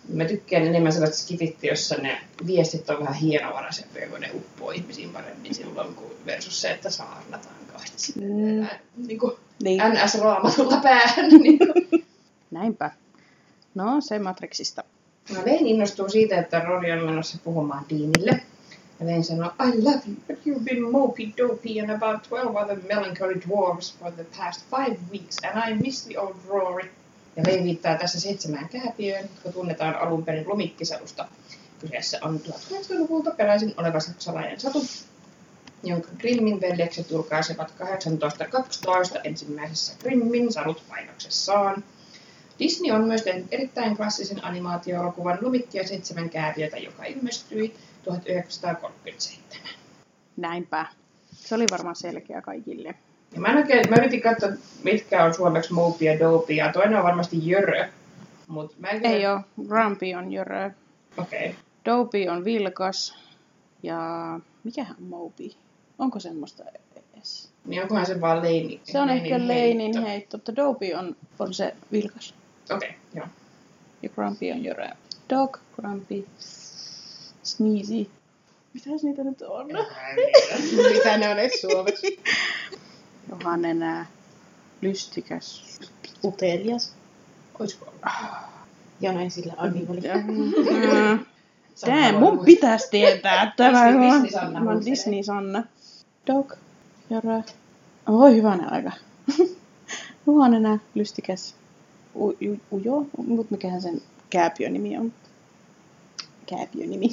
Mä tykkään enemmän sellaista skifit, jossa ne viestit on vähän hienovaraisempia, kun ne uppoo ihmisiin paremmin silloin, kuin versus se, että saarnataan kahdesti mm. niin kuin niin. N S-raamatulla päähän. Niin Näinpä. No, se Matrixista. No, Lane innostuu siitä, että Rory on menossa puhumaan Deanille. Ja Lane sanoo, I love you, but you've been mopey dopey and about twelve other melancholy dwarves for the past five weeks, and I miss the old Rory. Ja Lane viittaa tässä seitsemään kääpiöön, jotka tunnetaan alun perin Lumikkisadusta. Kyseessä on tuhatkahdeksansataaluvulta peräisin oleva saksalainen satu, jonka Grimmin veljekset julkaisevat kahdeksantoista kaksitoista ensimmäisessä Grimmin sadut painoksessaan. Disney on myös tehnyt erittäin klassisen animaatio-elokuvan Lumikki ja seitsemän kääpiötä, joka ilmestyi tuhatyhdeksänsataakolmekymmentäseitsemän. Näinpä. Se oli varmaan selkeä kaikille. Ja mä, en oikein, mä yritin katsoa, mitkä on suomeksi Mopey ja Dopey, ja toinen on varmasti Jörö. Mut mä en Ei oo, Grumpy on Jörö. Okei. Okay. Dopey on vilkas, ja mikähän on Mopey? Onko semmoista edes? Niin onkohan se vaan Lanein Se on ehkä Lanein heitto, mutta Dopey on, on se vilkas. Okei, okay, joo. Ja Grumpy on Jörö. Dog, Grumpy, Sneezy. Mitäs niitä nyt on? Mitä ne on edes suomeksi? Johannenää, lystikäs, utelias. Oisko ollut? Ja näin sillä on niin väliä. Damn, mun pitäisi tietää tämä. Disney Sanna. Mä oon Disney Sanna. Dog, Jörö. Oi hyvänen aika. Johannenää, lystikäs, u, u, ujo. Mut mikähän sen kääpiön nimi on? Kääpiön nimi.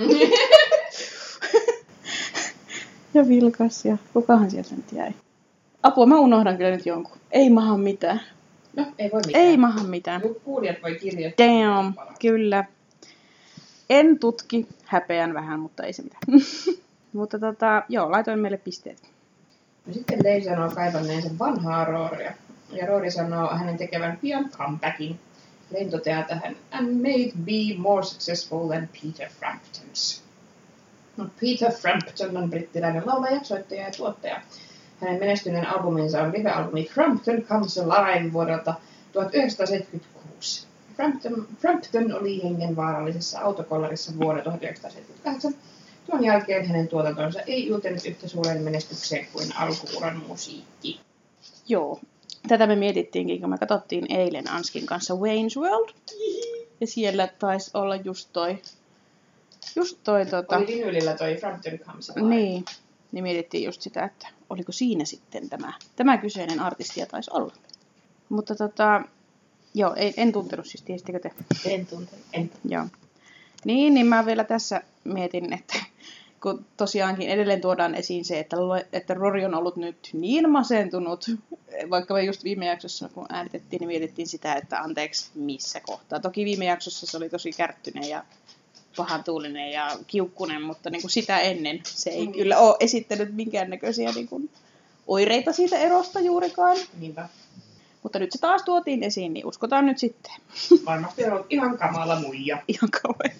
Ja vilkas ja kukahan sieltä nyt jäi? Apua, mä unohdan kyllä nyt jonkun. Ei maha mitään. No, ei voi mitään. Ei maha mitään. Kuulijat voi kirjoittaa. Damn, kyllä. En tutki, häpeän vähän, mutta ei se mitään. Mutta tota, joo, laitoin meille pisteet. No sitten Lane sanoo kaivanneensa vanhaa Rooria. Ja Rory sanoo hänen tekevän pian comebackin. Lane toteaa tähän, and may be more successful than Peter Frampton's. No, Peter Frampton on brittiläinen laulaja, soittaja ja tuottaja. Hänen menestyneen albuminsa on live-albumi Frampton Comes Alive vuodelta tuhatyhdeksänsataaseitsemänkymmentäkuusi. Frampton, Frampton oli hengenvaarallisessa autokollarissa vuonna tuhatyhdeksänsataaseitsemänkymmentäkahdeksan. Tuon jälkeen hänen tuotantonsa ei yltänyt yhtä suuren menestykseen kuin alkuuran musiikki. Joo, tätä me mietittiinkin, kun me katsottiin eilen Anskin kanssa Wayne's World. Ja siellä taisi olla just toi... Just toi tota... Oli vinylillä toi Frampton Comes Alive. Niin, niin mietittiin just sitä, että oliko siinä sitten tämä, tämä kyseinen artistia taisi olla. Mutta tota, joo, ei, en tuntenut siis, tiesittekö te? En tuntenut. En tuntenut. Joo. Niin, niin mä vielä tässä mietin, että kun tosiaankin edelleen tuodaan esiin se, että, että Rory on ollut nyt niin masentunut, vaikka me just viime jaksossa, kun äänitettiin, niin mietittiin sitä, että anteeksi, missä kohtaa. Toki viime jaksossa se oli tosi kärttyinen ja pahantuulinen ja kiukkunen, mutta niin kuin sitä ennen se ei mm. kyllä ole esittänyt minkäännäköisiä niin kuin oireita siitä erosta juurikaan. Niinpä. Mutta nyt se taas tuotiin esiin, niin uskotaan nyt sitten. Varmasti on ollut ihan kamala muija. Ihan kauhean.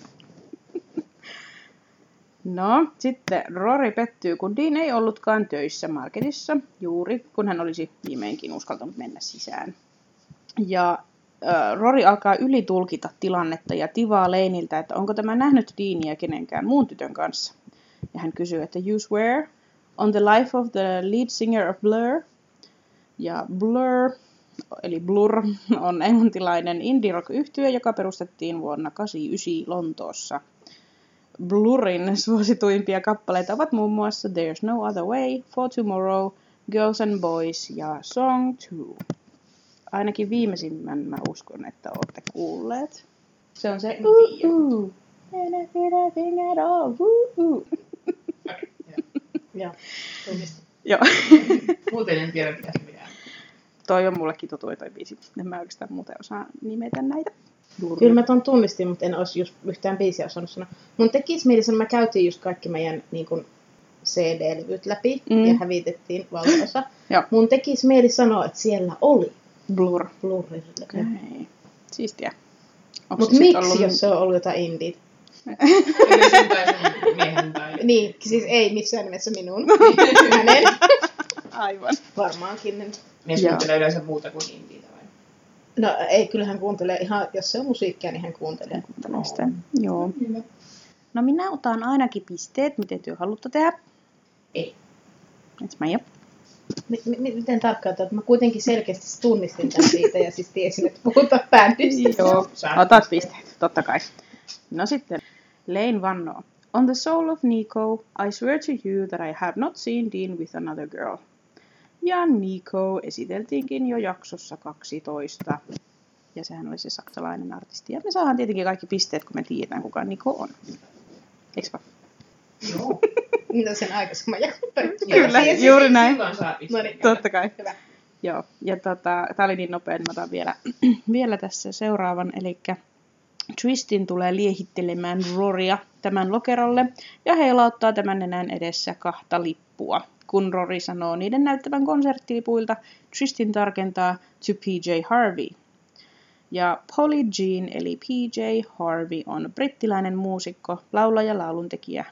No, sitten Rory pettyy, kun Dean ei ollutkaan töissä marketissa juuri, kun hän olisi viimeinkin uskaltanut mennä sisään. Ja äh, Rory alkaa ylitulkita tilannetta ja tivaa Laneiltä, että onko tämä nähnyt Deania kenenkään muun tytön kanssa. Ja hän kysyy, että you swear on the life of the lead singer of Blur. Ja Blur, eli Blur, on englantilainen indie rock-yhtye, joka perustettiin vuonna kahdeksankymmentäyhdeksän Lontoossa. Blurin suosituimpia kappaleita ovat muun muassa There's No Other Way, For Tomorrow, Girls and Boys ja Song two. Ainakin viimeisimmän mä uskon, että olette kuulleet. Se on se uh-uh. Anything at all, uh-uh. Joo, Joo. Muuten en tiedä, mitä se pitää. Toi on mullekin tutu toi biisi. En mä oikeastaan muuten osaa nimetä näitä. Kyllä mä ton tunnistin, mutta en olisi just yhtään biisiä osannut sanoa. Mun tekisi mieli sanoa, mä käytiin just kaikki meidän niin kun, C D-levyt läpi mm. ja hävitettiin valtaosa. Mun tekisi mieli sanoa, että siellä oli Blur. Blurille. Okay. Siistiä. Mutta miksi, ollut... jos se on ollut jotain indie? Eli sun tai sun miehen tai... Niin, siis ei missään nimessä minun. Hänen. Aivan. Varmaankin. Mies kuuntelee yleensä muuta kuin indie vai? No ei, kyllä hän kuuntelee ihan, jos se on musiikkia, niin hän kuuntelee. Kuuntelee sitä. Joo. No minä otan ainakin pisteet, miten työ haluatte tehdä. Ei. Entäs Maija? M- m- miten tarkkaan, että mä kuitenkin selkeästi tunnistin tämän siitä ja siis tiesin, että puhutaan bändistä. Joo, otat pisteet, totta kai. No sitten, Lane vannoo. On the soul of Nico, I swear to you that I have not seen Dean with another girl. Ja Nico esiteltiinkin jo jaksossa kaksitoista. Ja sehän oli se saksalainen artisti. Ja me saadaan tietenkin kaikki pisteet, kun me tiedetään, kuka Nico on. Eiks vaan? Joo. Mitä sen aikaisemman jakson perusteella? Kyllä, Siis- juuri näin. Silloin saa pisteet. No niin, Totta kai. Hyvä. Joo, ja tota, tää oli niin nopea, niin mä otan vielä, vielä tässä seuraavan. Eli Tristin tulee liehittelemään Roria tämän lokerolle ja heilauttaa tämän nenän edessä kahta lippua. Kun Rory sanoo niiden näyttävän konserttilipuilta, Tristin tarkentaa to P J Harvey. Ja Polly Jean eli P J Harvey on brittiläinen muusikko, laulaja, lauluntekijä,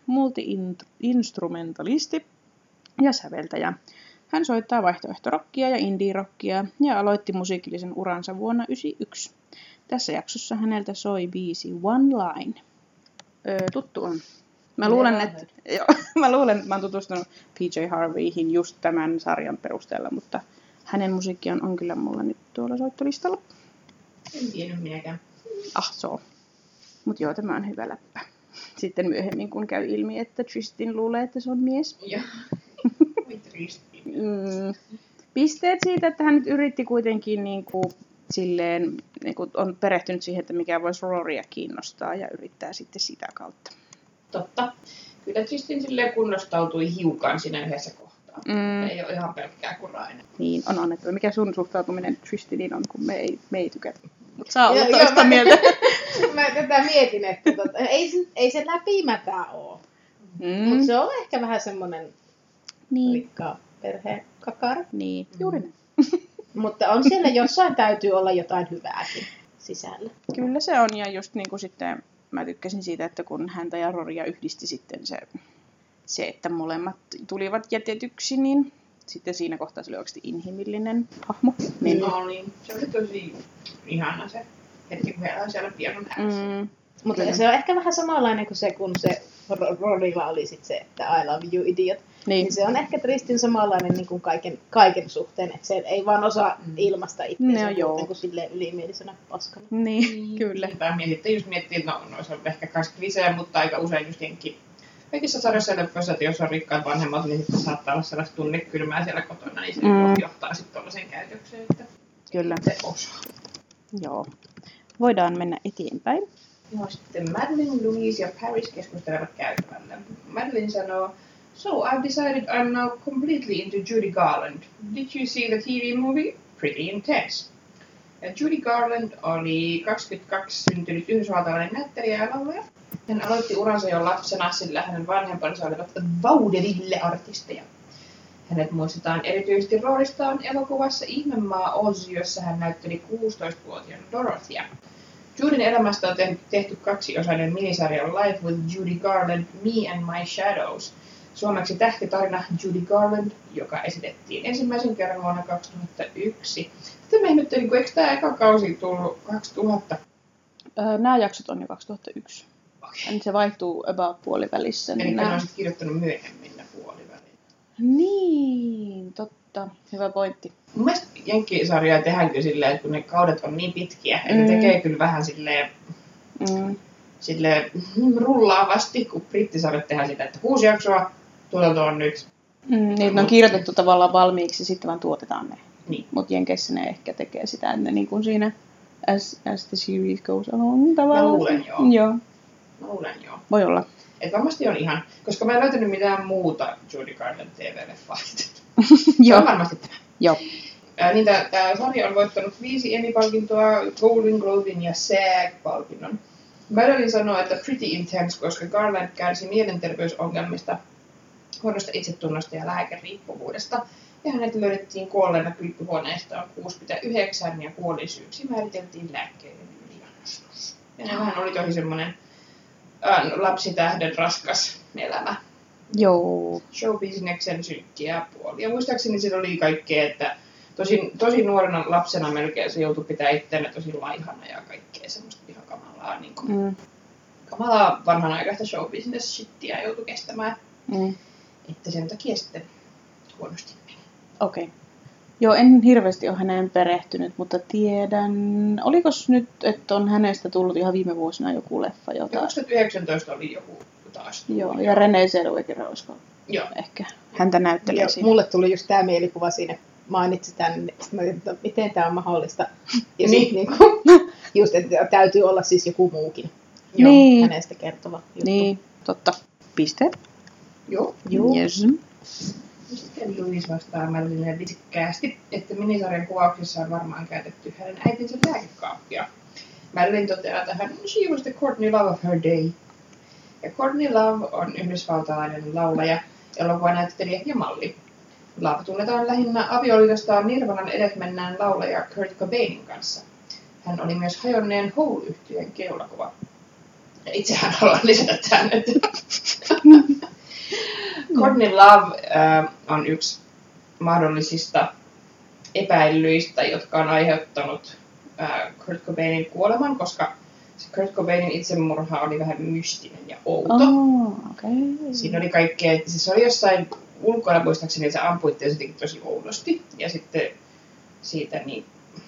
multi-instrumentalisti ja säveltäjä. Hän soittaa vaihtoehtorockia ja indie-rockia ja aloitti musiikillisen uransa vuonna yhdeksänkymmentäyksi. Tässä jaksossa häneltä soi biisi One Line. Öö, tuttu on. Mä luulen, että, joo, mä luulen, että mä oon tutustunut P J Harveyhin just tämän sarjan perusteella, mutta hänen musiikkiaan on kyllä mulla nyt tuolla soittolistalla. En tiennyt minäkään. Ah, so. Mut joo, tämä on hyvä läppä. Sitten myöhemmin, kun käy ilmi, että Tristin luulee, että se on mies. Joo. Oi Tristin. Mm, pisteet siitä, että hän nyt yritti kuitenkin niin kuin, silleen, niin kuin on perehtynyt siihen, että mikä voisi Rorya kiinnostaa ja yrittää sitten sitä kautta. Totta. Kyllä Tristin silleen kunnostautui hiukan siinä yhdessä kohtaa. Mm. Ei ole ihan pelkkää kurainen. Niin, on annettava. Mikä sun suhtautuminen Tristiniin on, kun me ei, me ei tykätä? Mut saa olla Joo, toista joo, mä- mieltä. Mä tätä mietin, että tota, ei, se- ei se läpimätä oo. Mm. Mutta se on ehkä vähän semmonen Niin, rikkaa perheen kakara. niin, juuri näin. Mutta on siellä jossain täytyy olla jotain hyvääkin sisällä. Kyllä se on, ja just niin kuin sitten mä tykkäsin siitä, että kun häntä ja Rorya yhdisti sitten se, se, että molemmat tulivat jätetyksi, niin sitten siinä kohtaa se oli oikeasti inhimillinen hahmo. Niin. No niin. Se oli tosi ihana se hetki, kun he elää siellä pianon ääressä. Mm, Mutta Kyllä. se on ehkä vähän samanlainen kuin se, kun se Ro- Rorylla oli sit se, että I love you idiot. niin. Niin se on ehkä Tristin samanlainen niin kuin kaiken, kaiken suhteen, että se ei vaan osaa ilmaista No itseänsä joo. muuten kuin silleen ylimielisenä paskana. Niin, kyllä. Tai mietin, just miettii, että no, no se on ehkä kans klisee, mutta aika usein just jenkin kaikissa sarjoissa ja leffoissa, että jos on rikkaat vanhemmat, niin sitten saattaa olla sellaista tunnekylmää siellä kotona, niin se Mm. mm. johtaa sitten tuollaiseen käytökseen, että Kyllä. se osaa. Joo. Voidaan mennä eteenpäin. No sitten Madeline, Louise ja Paris keskustelevat käytävällä. Madeline sanoo, So I've decided I'm now completely into Judy Garland. Did you see the T V movie? Pretty intense. Ja Judy Garland oli kaksikymmentäkaksi syntynyt yhdysvaltalainen näyttelijä ja laulaja. Hän aloitti uransa jo lapsena, sillä hänen vanhempansa olivat vaudeville-artisteja. Hänet muistetaan erityisesti roolistaan elokuvassa Ihmemaa Oz, jossa hän näytteli kuusitoistavuotiaana Dorothea. Judyn elämästä on tehty, tehty kaksiosainen minisarja Life with Judy Garland, Me and My Shadows. Suomeksi tähtitarina Judy Garland, joka esitettiin ensimmäisen kerran vuonna kaksituhattayksi. Sitten mä ihmettelin, kun eikö tämä eka kausi tullut kaksituhatta? Öö, nämä jaksot on jo kaksituhattayksi. Okei. Se vaihtuu about puolivälissä. Eli Niin, ne nää- on sitten kirjoittanut myöhemmin ne puoliväliin. niin, totta. Hyvä pointti. Mun mielestä jenkkisarjaa tehdään kyllä silleen, että kun ne kaudet on niin pitkiä, että Mm. ne tekee kyllä vähän silleen, Mm. silleen rullaavasti, kun brittisarjat tehdään sitä, että kuusi jaksoa, tuotanto on nyt. Mm, niin, ne on kirjoitettu tavallaan valmiiksi, sitten vaan tuotetaan ne. Niin. Mutta Jenkeissä ne ehkä tekee sitä, että ne niin kuin siinä as, as the series goes along tavallaan. Mä luulen, joo. Joo, Mä luulen joo. voi olla. Et varmasti on ihan, koska mä en löytänyt mitään muuta Judy Garland T V-leffaa. Se Joo, on varmasti tämä. joo. Ää, niin tää, tää sarja on voittanut viisi Emmy-palkintoa, Golden Globin ja SAG-palkinnon. Madeline sanoo, että pretty intense, koska Garland kärsi mielenterveysongelmista, huonosta itsetunnosta ja lääkeriippuvuudesta. Ja hänet löydettiin kuolleena kylpyhuoneestaan kuusikymmentäyhdeksän ja kuolinsyyksi määriteltiin lääkkeiden yliannostus. Ja hän oli tosi semmoinen äh, lapsitähden raskas elämä. Joo. Showbusineksen synkkiä puolia. Muistaakseni siinä oli kaikkea, että tosi, tosi nuorena lapsena melkein se joutui pitää itseämme tosi laihana ja kaikkea semmoista ihan kamalaa, niin kuin, mm. kamalaa vanhanaikaista show-business shittiä joutui kestämään. Mm. Että sen takia sitten huonosti meni. Okei. Okay. Joo, en hirveästi ole häneen perehtynyt, mutta tiedän, olikos nyt, että on hänestä tullut ihan viime vuosina joku leffa jotain? kaksituhattayhdeksäntoista oli joku taas. Joo, ja Renée Zellweger olisiko Joo. ehkä häntä näyttelee siinä. Mulle tuli just tämä mielikuva siinä, mainitsi tämän, että miten tämä on mahdollista. Ja niin. sitten niinku, just, että täytyy olla siis joku muukin Joo. Niin. hänestä kertova juttu. Niin, totta. Piste. Joo. Joo. Yes. Sitten Louise vastaa Madelinelle vitsikkäästi, että minisarjan kuvauksissa on varmaan käytetty hänen äitinsä lääkekaappia. Madeline toteaa tähän, she was the Courtney Love of her day. Ja Courtney Love on yhdysvaltalainen laulaja, elokuvanäyttelijä ja malli. Love tunnetaan lähinnä avioliitostaan Nirvanan edesmennään laulaja Kurt Cobainin kanssa. Hän oli myös hajonneen Hole-yhtyeen keulakuva. Ja itsehän haluan lisätä tämän, että Courtney Love äh, on yksi mahdollisista epäilyistä, jotka on aiheuttanut äh, Kurt Cobainin kuoleman, koska Kurt Cobainin itsemurha oli vähän mystinen ja outo. Oh, okay. Siinä oli kaikkea, että se oli jossain ulkoilla muistaakseni, että se ampuitte jotenkin tosi oudosti. Ja sitten siitä niin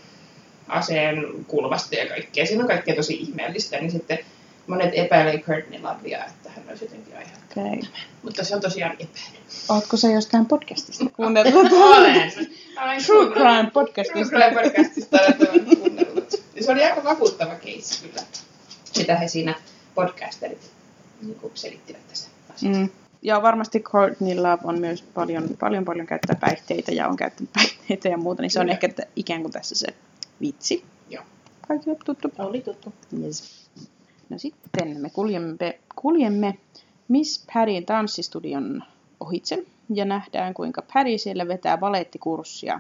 aseen kulmasta ja kaikkea. Siinä on kaikkea tosi ihmeellistä, niin sitten monet epäilee Courtney Lovea, että hän olisi jotenkin aiheuttanut okay. tämän. Mutta se on tosiaan epäily. Ootko sä jostain podcastista kuunnellut? Olen. Olen True Crime podcastista. True Crime podcastista olen tämän kuunnellut. Ja se oli aika vakuuttava case kyllä, mitä he siinä podcasterit niin selittivät tässä asiassa. Mm. Ja varmasti Courtney Love on myös paljon, paljon, paljon käyttää päihteitä ja on käyttänyt päihteitä ja muuta, niin se on kyllä. Ehkä ikään kuin tässä se vitsi. Joo. Kaikille tuttu. Oli tuttu. Yes. No sitten me kuljemme, kuljemme Miss Paddyn tanssistudion ohitse ja nähdään, kuinka Paddy siellä vetää balettikurssia.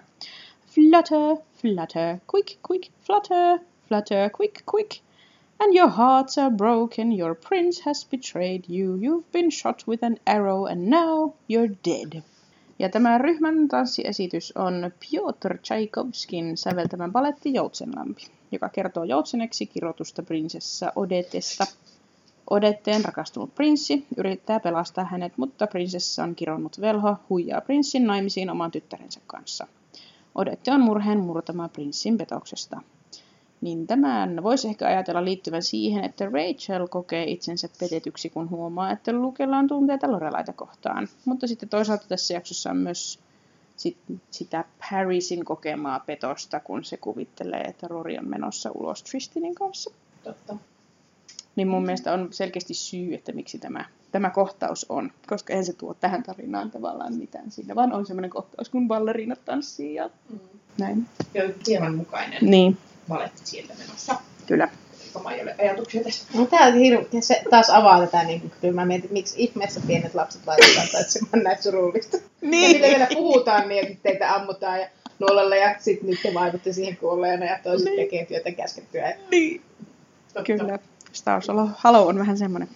Flutter, flutter, quick, quick, flutter, flutter, quick, quick. And your hearts are broken, your prince has betrayed you, you've been shot with an arrow and now you're dead. Ja tämä ryhmän tanssiesitys on Piotr Tchaikovskin säveltämän baletti Joutsenlampi, joka kertoo joutseneksi kirotusta prinsessa Odetesta. Odetteen rakastunut prinssi yrittää pelastaa hänet, mutta prinsessa on kironnut velho, huijaa prinssin naimisiin oman tyttärensä kanssa. Odette on murheen murtama prinssin petoksesta. Niin tämän voisi ehkä ajatella liittyvän siihen, että Rachel kokee itsensä petetyksi, kun huomaa, että Lukella on tunteita Lorelaita kohtaan. Mutta sitten toisaalta tässä jaksossa on myös sit, sitä Parisin kokemaa petosta, kun se kuvittelee, että Rory on menossa ulos Tristanin kanssa. Totta. Niin mun mielestä on selkeästi syy, että miksi tämä, tämä kohtaus on. Koska eihän se tuo tähän tarinaan tavallaan mitään siinä, vaan on semmoinen kohtaus, kun balleriinat tanssii ja mm. näin. Ja teeman mukainen. Niin. Valetti sieltä menossa. Kyllä. Oliko Maijalle ajatuksia tästä? No tää hirveä, se taas avaa tätä, niin kyllä mä mietin, miksi ihmeessä pienet lapset laitetaan taitsemaan näitä surullista. Niin. Ja millä vielä puhutaan niin, että teitä ammutaan ja nuolella ja sit nyt te vaikutte siihen kuolleena ja toiset niin. tekee työtä käskettyä. Niin. Totta. Kyllä. Stars Halo on vähän semmoinen.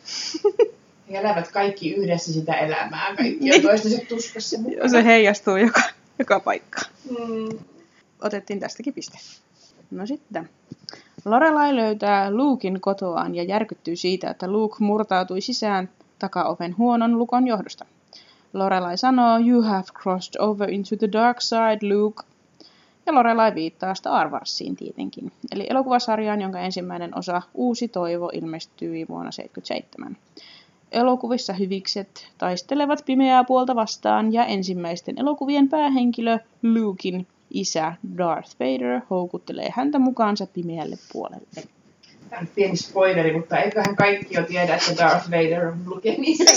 He elävät kaikki yhdessä sitä elämää. Kaikki on toistensa tuskassa mukana. Se heijastuu joka, joka paikkaan. Mm. Otettiin tästäkin piste. No sitten. Lorelai löytää Luken kotoaan ja järkyttyy siitä, että Luke murtautui sisään takaoven huonon lukon johdosta. Lorelai sanoo, "You have crossed over into the dark side, Luke." Ja Lorelai viittaa Star Warsiin tietenkin, eli elokuvasarjaan, jonka ensimmäinen osa Uusi toivo ilmestyi vuonna tuhatyhdeksänsataaseitsemänkymmentäseitsemän. Elokuvissa hyvikset taistelevat pimeää puolta vastaan ja ensimmäisten elokuvien päähenkilö Luken isä Darth Vader houkuttelee häntä mukaansa pimeälle puolelle. Tämä on pieni spoileri, mutta eiköhän kaikki jo tiedä, että Darth Vader on Luken isä.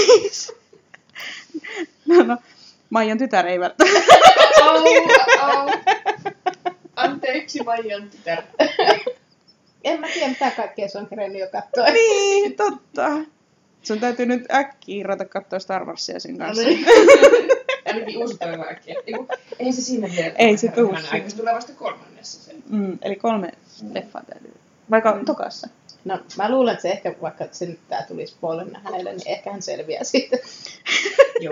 no, no, Maijan tytär ei välttämättä. Oh, oh. Anteeksi, Maijan tytär. En mä tiedä, mitä kaikkea se on kerennyt jo katsoa. Niin, totta. Sun täytyy nyt äkkiä ruveta katsoa Star Warsia sen kanssa. No niin. Ainakin uusi toivo äkkiä. Ei se siinä vielä. Ei se tuu. Aika se tulee vasta kolmannessa sen. Mm, eli kolme leffaa täytyy. Vaikka mm. tokassa. No mä luulen, että se ehkä, vaikka se nyt tää tuli spoilerina hänelle, niin ehkä hän selviää siitä. Joo.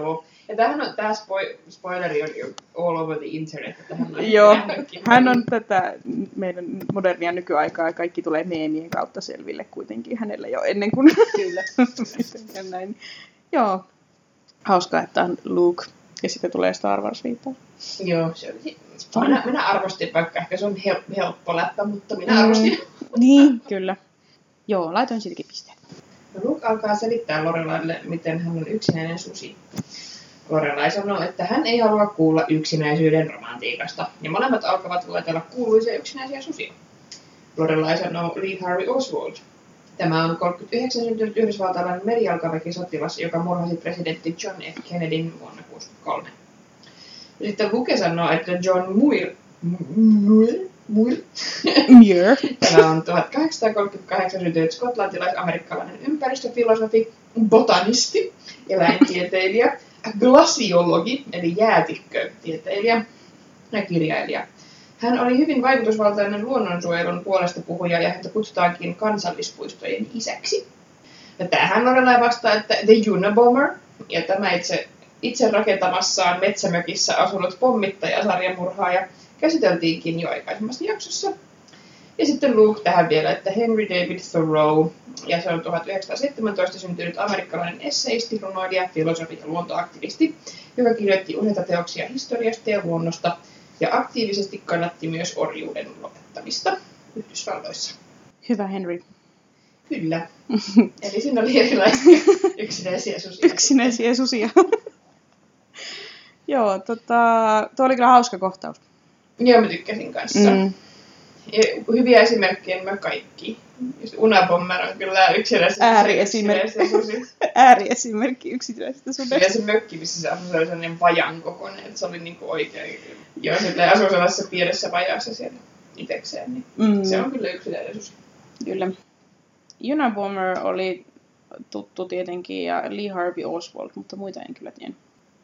Ja tämähän on, tää spo- spoileri on jo all over the internet, että hän on Joo, nähnytkin. hän on tätä meidän modernia nykyaikaa ja kaikki tulee meemien kautta selville kuitenkin hänellä jo ennen kuin Kyllä. näin. Joo, hauskaa, että on Luke ja sitten tulee Star Wars viittaus. Joo, se oli. Minä, minä arvostin, vaikka ehkä se on hel- helppo läppä, mutta minä Mm. arvostin. Niin, kyllä. Joo, laitoin siitäkin pisteet. No, Luke alkaa selittää Lorelaille, miten hän on yksinäinen susi. Lorelai sanoo, että hän ei halua kuulla yksinäisyyden romantiikasta, ja molemmat alkavat luetella kuuluisia yksinäisiä susia. Lorelai sanoo Lee Harvey Oswald. Tämä on kolmekymmentäyhdeksän syntynyt yhdysvaltalainen merijalkaväkisotilas, joka murhasi presidentti John F. Kennedyn vuonna kuusikymmentäkolme. Ja sitten Luke sanoo, että John Muir, Muir, Muir. Muir. Tämä on tuhatkahdeksansataakolmekymmentäkahdeksan syntynyt skotlantilais-amerikkalainen ympäristöfilosofi, botanisti, eläintieteilijä, glasiologi eli jäätikkötieteilijä ja kirjailija. Hän oli hyvin vaikutusvaltainen luonnonsuojelun puolesta puhuja ja häntä kutsutaankin kansallispuistojen isäksi. Ja tähän Lorelai vastaa, että The Unabomber ja tämä itse, itse rakentamassaan metsämökissä asunut pommittaja-sarjamurhaaja käsiteltiinkin jo aikaisemmassa jaksossa. Ja sitten Luke tähän vielä, että Henry David Thoreau, ja se on tuhatyhdeksänsataaseitsemäntoista syntynyt amerikkalainen esseisti, runoilija, filosofi ja luontoaktivisti, joka kirjoitti useita teoksia historiasta ja luonnosta ja aktiivisesti kannatti myös orjuuden lopettamista Yhdysvalloissa. Hyvä Henry. Kyllä. Eli siinä oli erilaisia yksinäisiä susia. Yksinäisiä susia. Joo, tota, tuo oli kyllä hauska kohtaus. Joo, mä tykkäsin kanssa. Mm. Ja hyviä esimerkkejä mä kaikki. Just Unabomber on kyllä yksinäisiä Ääriesimerkki. susi. Ääriesimerkki yksinäisestä sudesta. Ja se mökki, missä se asui, se oli sellainen vajan kokoinen, että se oli niinku oikein. Joo, sitten asui sellaisessa pienessä vajassa siellä itekseen, niin Mm. se on kyllä yksinäinen susi. Kyllä. Unabomber oli tuttu tietenkin ja Lee Harvey Oswald, mutta muita en kyllä tiedä.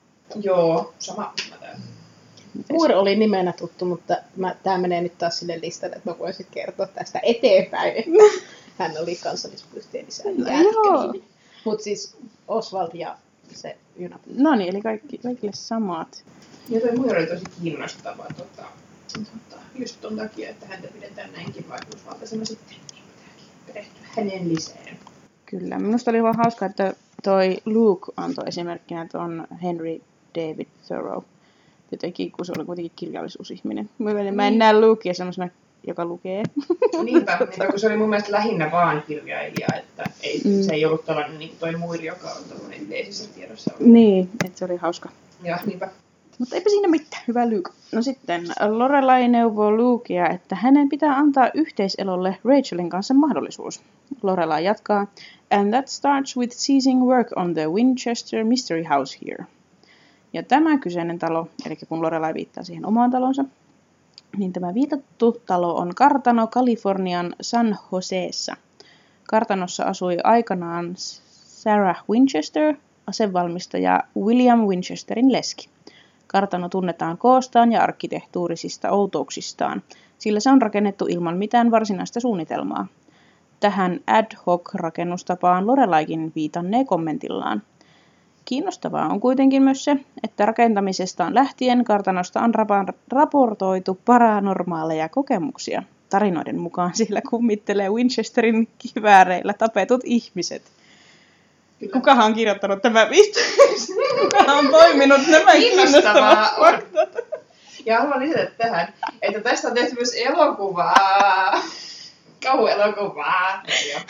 Joo, sama. Mä tämän. Muir oli nimenä tuttu, mutta mä, tää menee nyt taas sille listalle, että mä voisin kertoa tästä eteenpäin. Hän oli kansallispuistojen isä. joo. Mutta siis Oswald ja se Unabomber. No niin, eli kaikki, kaikille samat. Ja toi Muir oli tosi kiinnostavaa, tota, tota, just ton takia, että häntä pidetään näinkin vaikutusvaltaisena sitten, niin pitääkin perehtyä hänen lisään. Kyllä. Minusta oli vaan hauska, että toi Luke antoi esimerkkinä tuon Henry David Thoreau. Jotenkin, kun se oli kuitenkin kirjallisuusihminen. Mä en näe Lukea semmoisena, joka lukee. Niinpä, niinpä, kun se oli mun mielestä lähinnä vaan kirjailija, että ei, mm. se ei ollut tällainen niin kuin toi Muir, joka on tällainen yleisessä tiedossa. Niin, että se oli hauska. Ja niinpä. Mutta eipä siinä mitään. Hyvä Luke. No sitten Lorelai neuvoo Lukea, että hänen pitää antaa yhteiselolle Rachelin kanssa mahdollisuus. Lorelai jatkaa, and that starts with ceasing work on the Winchester Mystery House here. Ja tämä kyseinen talo, eli kun Lorelai viittaa siihen omaan talonsa, niin tämä viitattu talo on kartano Kalifornian San Joseessa. Kartanossa asui aikanaan Sarah Winchester, asevalmistaja William Winchesterin leski. Kartano tunnetaan koostaan ja arkkitehtuurisista outouksistaan, sillä se on rakennettu ilman mitään varsinaista suunnitelmaa. Tähän ad hoc rakennustapaan Lorelaikin viitannee kommentillaan. Kiinnostavaa on kuitenkin myös se, että rakentamisestaan lähtien kartanosta on raportoitu paranormaaleja kokemuksia. Tarinoiden mukaan siellä kummittelee Winchesterin kivääreillä tapetut ihmiset. Kyllä. Kukahan on kirjoittanut tämän viittauksen? Kukahan on toiminut nämä kiinnostavat faktat? Ja haluan lisätä tähän, että tästä on tehty myös elokuvaa. Kauhuelokuvaa.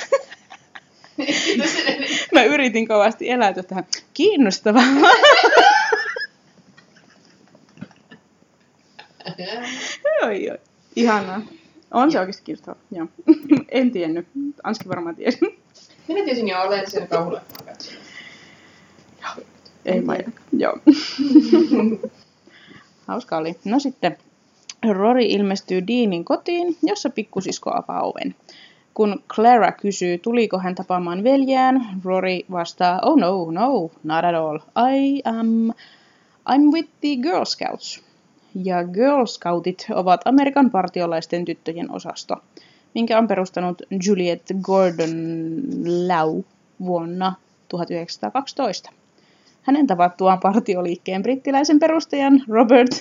Mä yritin kovasti eläytyä tähän. Kiinnostavaa. Oi, oi. Ihanaa. On se oikeasti kiinnostavaa. Joo. En tiennyt. Anski varmaan tiesi. Minä tiesin jo, olen sen kauhuelokuvaa katsonut. Joo. Ei mä Joo. Hauska oli. No sitten Rory ilmestyy Deanin kotiin, jossa pikkusisko avaa oven. Kun Clara kysyy, tuliko hän tapaamaan veljään, Rory vastaa, oh no, no, not at all. I am, I'm with the Girl Scouts. Ja Girl Scoutit ovat Amerikan partiolaisten tyttöjen osasto, minkä on perustanut Juliet Gordon Low vuonna tuhatyhdeksänsataakaksitoista. hänen tavattuaan partioliikkeen brittiläisen perustajan Robert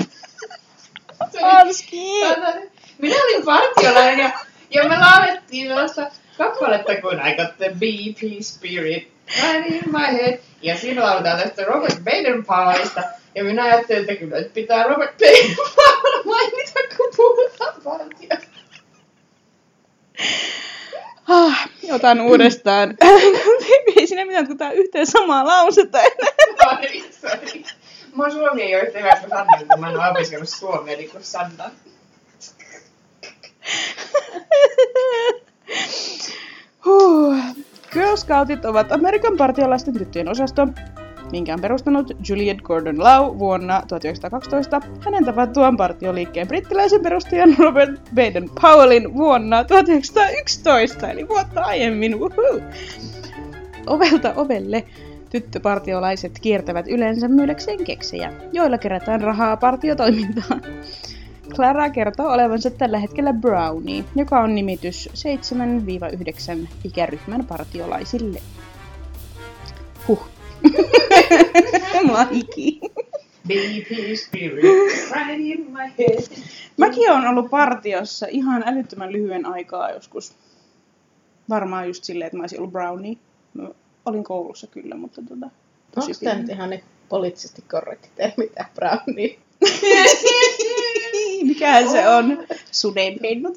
Anskin. Minä olin partiolainen ja, ja me laulettiin sellaista kappaletta kuin I got the B P spirit right in my head. Ja siinä lauletaan tästä Robert Baden-Powellista. Ja minä ajattelin, että kyllä että pitää Robert Baden-Powell mainita, kun puhutaan partiosta. Ah, otan uudestaan. Ei siinä mitään, kun tää on yhteen samaa lausetta. Sorry, sorry. Mä suomi ei ole yhtä hyvä kuin Sanna, kun mä en ole opiskellut suomea, niin kuin Sanna. Huh. Girl Scoutit ovat Amerikan partiolaisten tyttöjen osasto, minkä on perustanut Juliet Gordon Low vuonna tuhatyhdeksänsataakaksitoista hänen tavattuaan partioliikkeen brittiläisen perustajan Robert Baden-Powellin vuonna tuhatyhdeksänsataayksitoista, eli vuotta aiemmin. Woohoo. Ovelta ovelle tyttöpartiolaiset kiertävät yleensä myydäkseen keksejä, joilla kerätään rahaa partiotoimintaan. Clara kertoo olevansa tällä hetkellä brownie, joka on nimitys seitsemän yhdeksän ikäryhmän partiolaisille. Huh. Mulla on hiki. B P spirit right in my head. Mäkin oon ollut partiossa ihan älyttömän lyhyen aikaa joskus. Varmaan just silleen, että mä olisin ollut brownie. Mä olin koulussa kyllä, mutta tota... Onko tämä nyt ihan niin poliittisesti korrekti termi, tää brownie? Mikähän se on? Sudenpennut.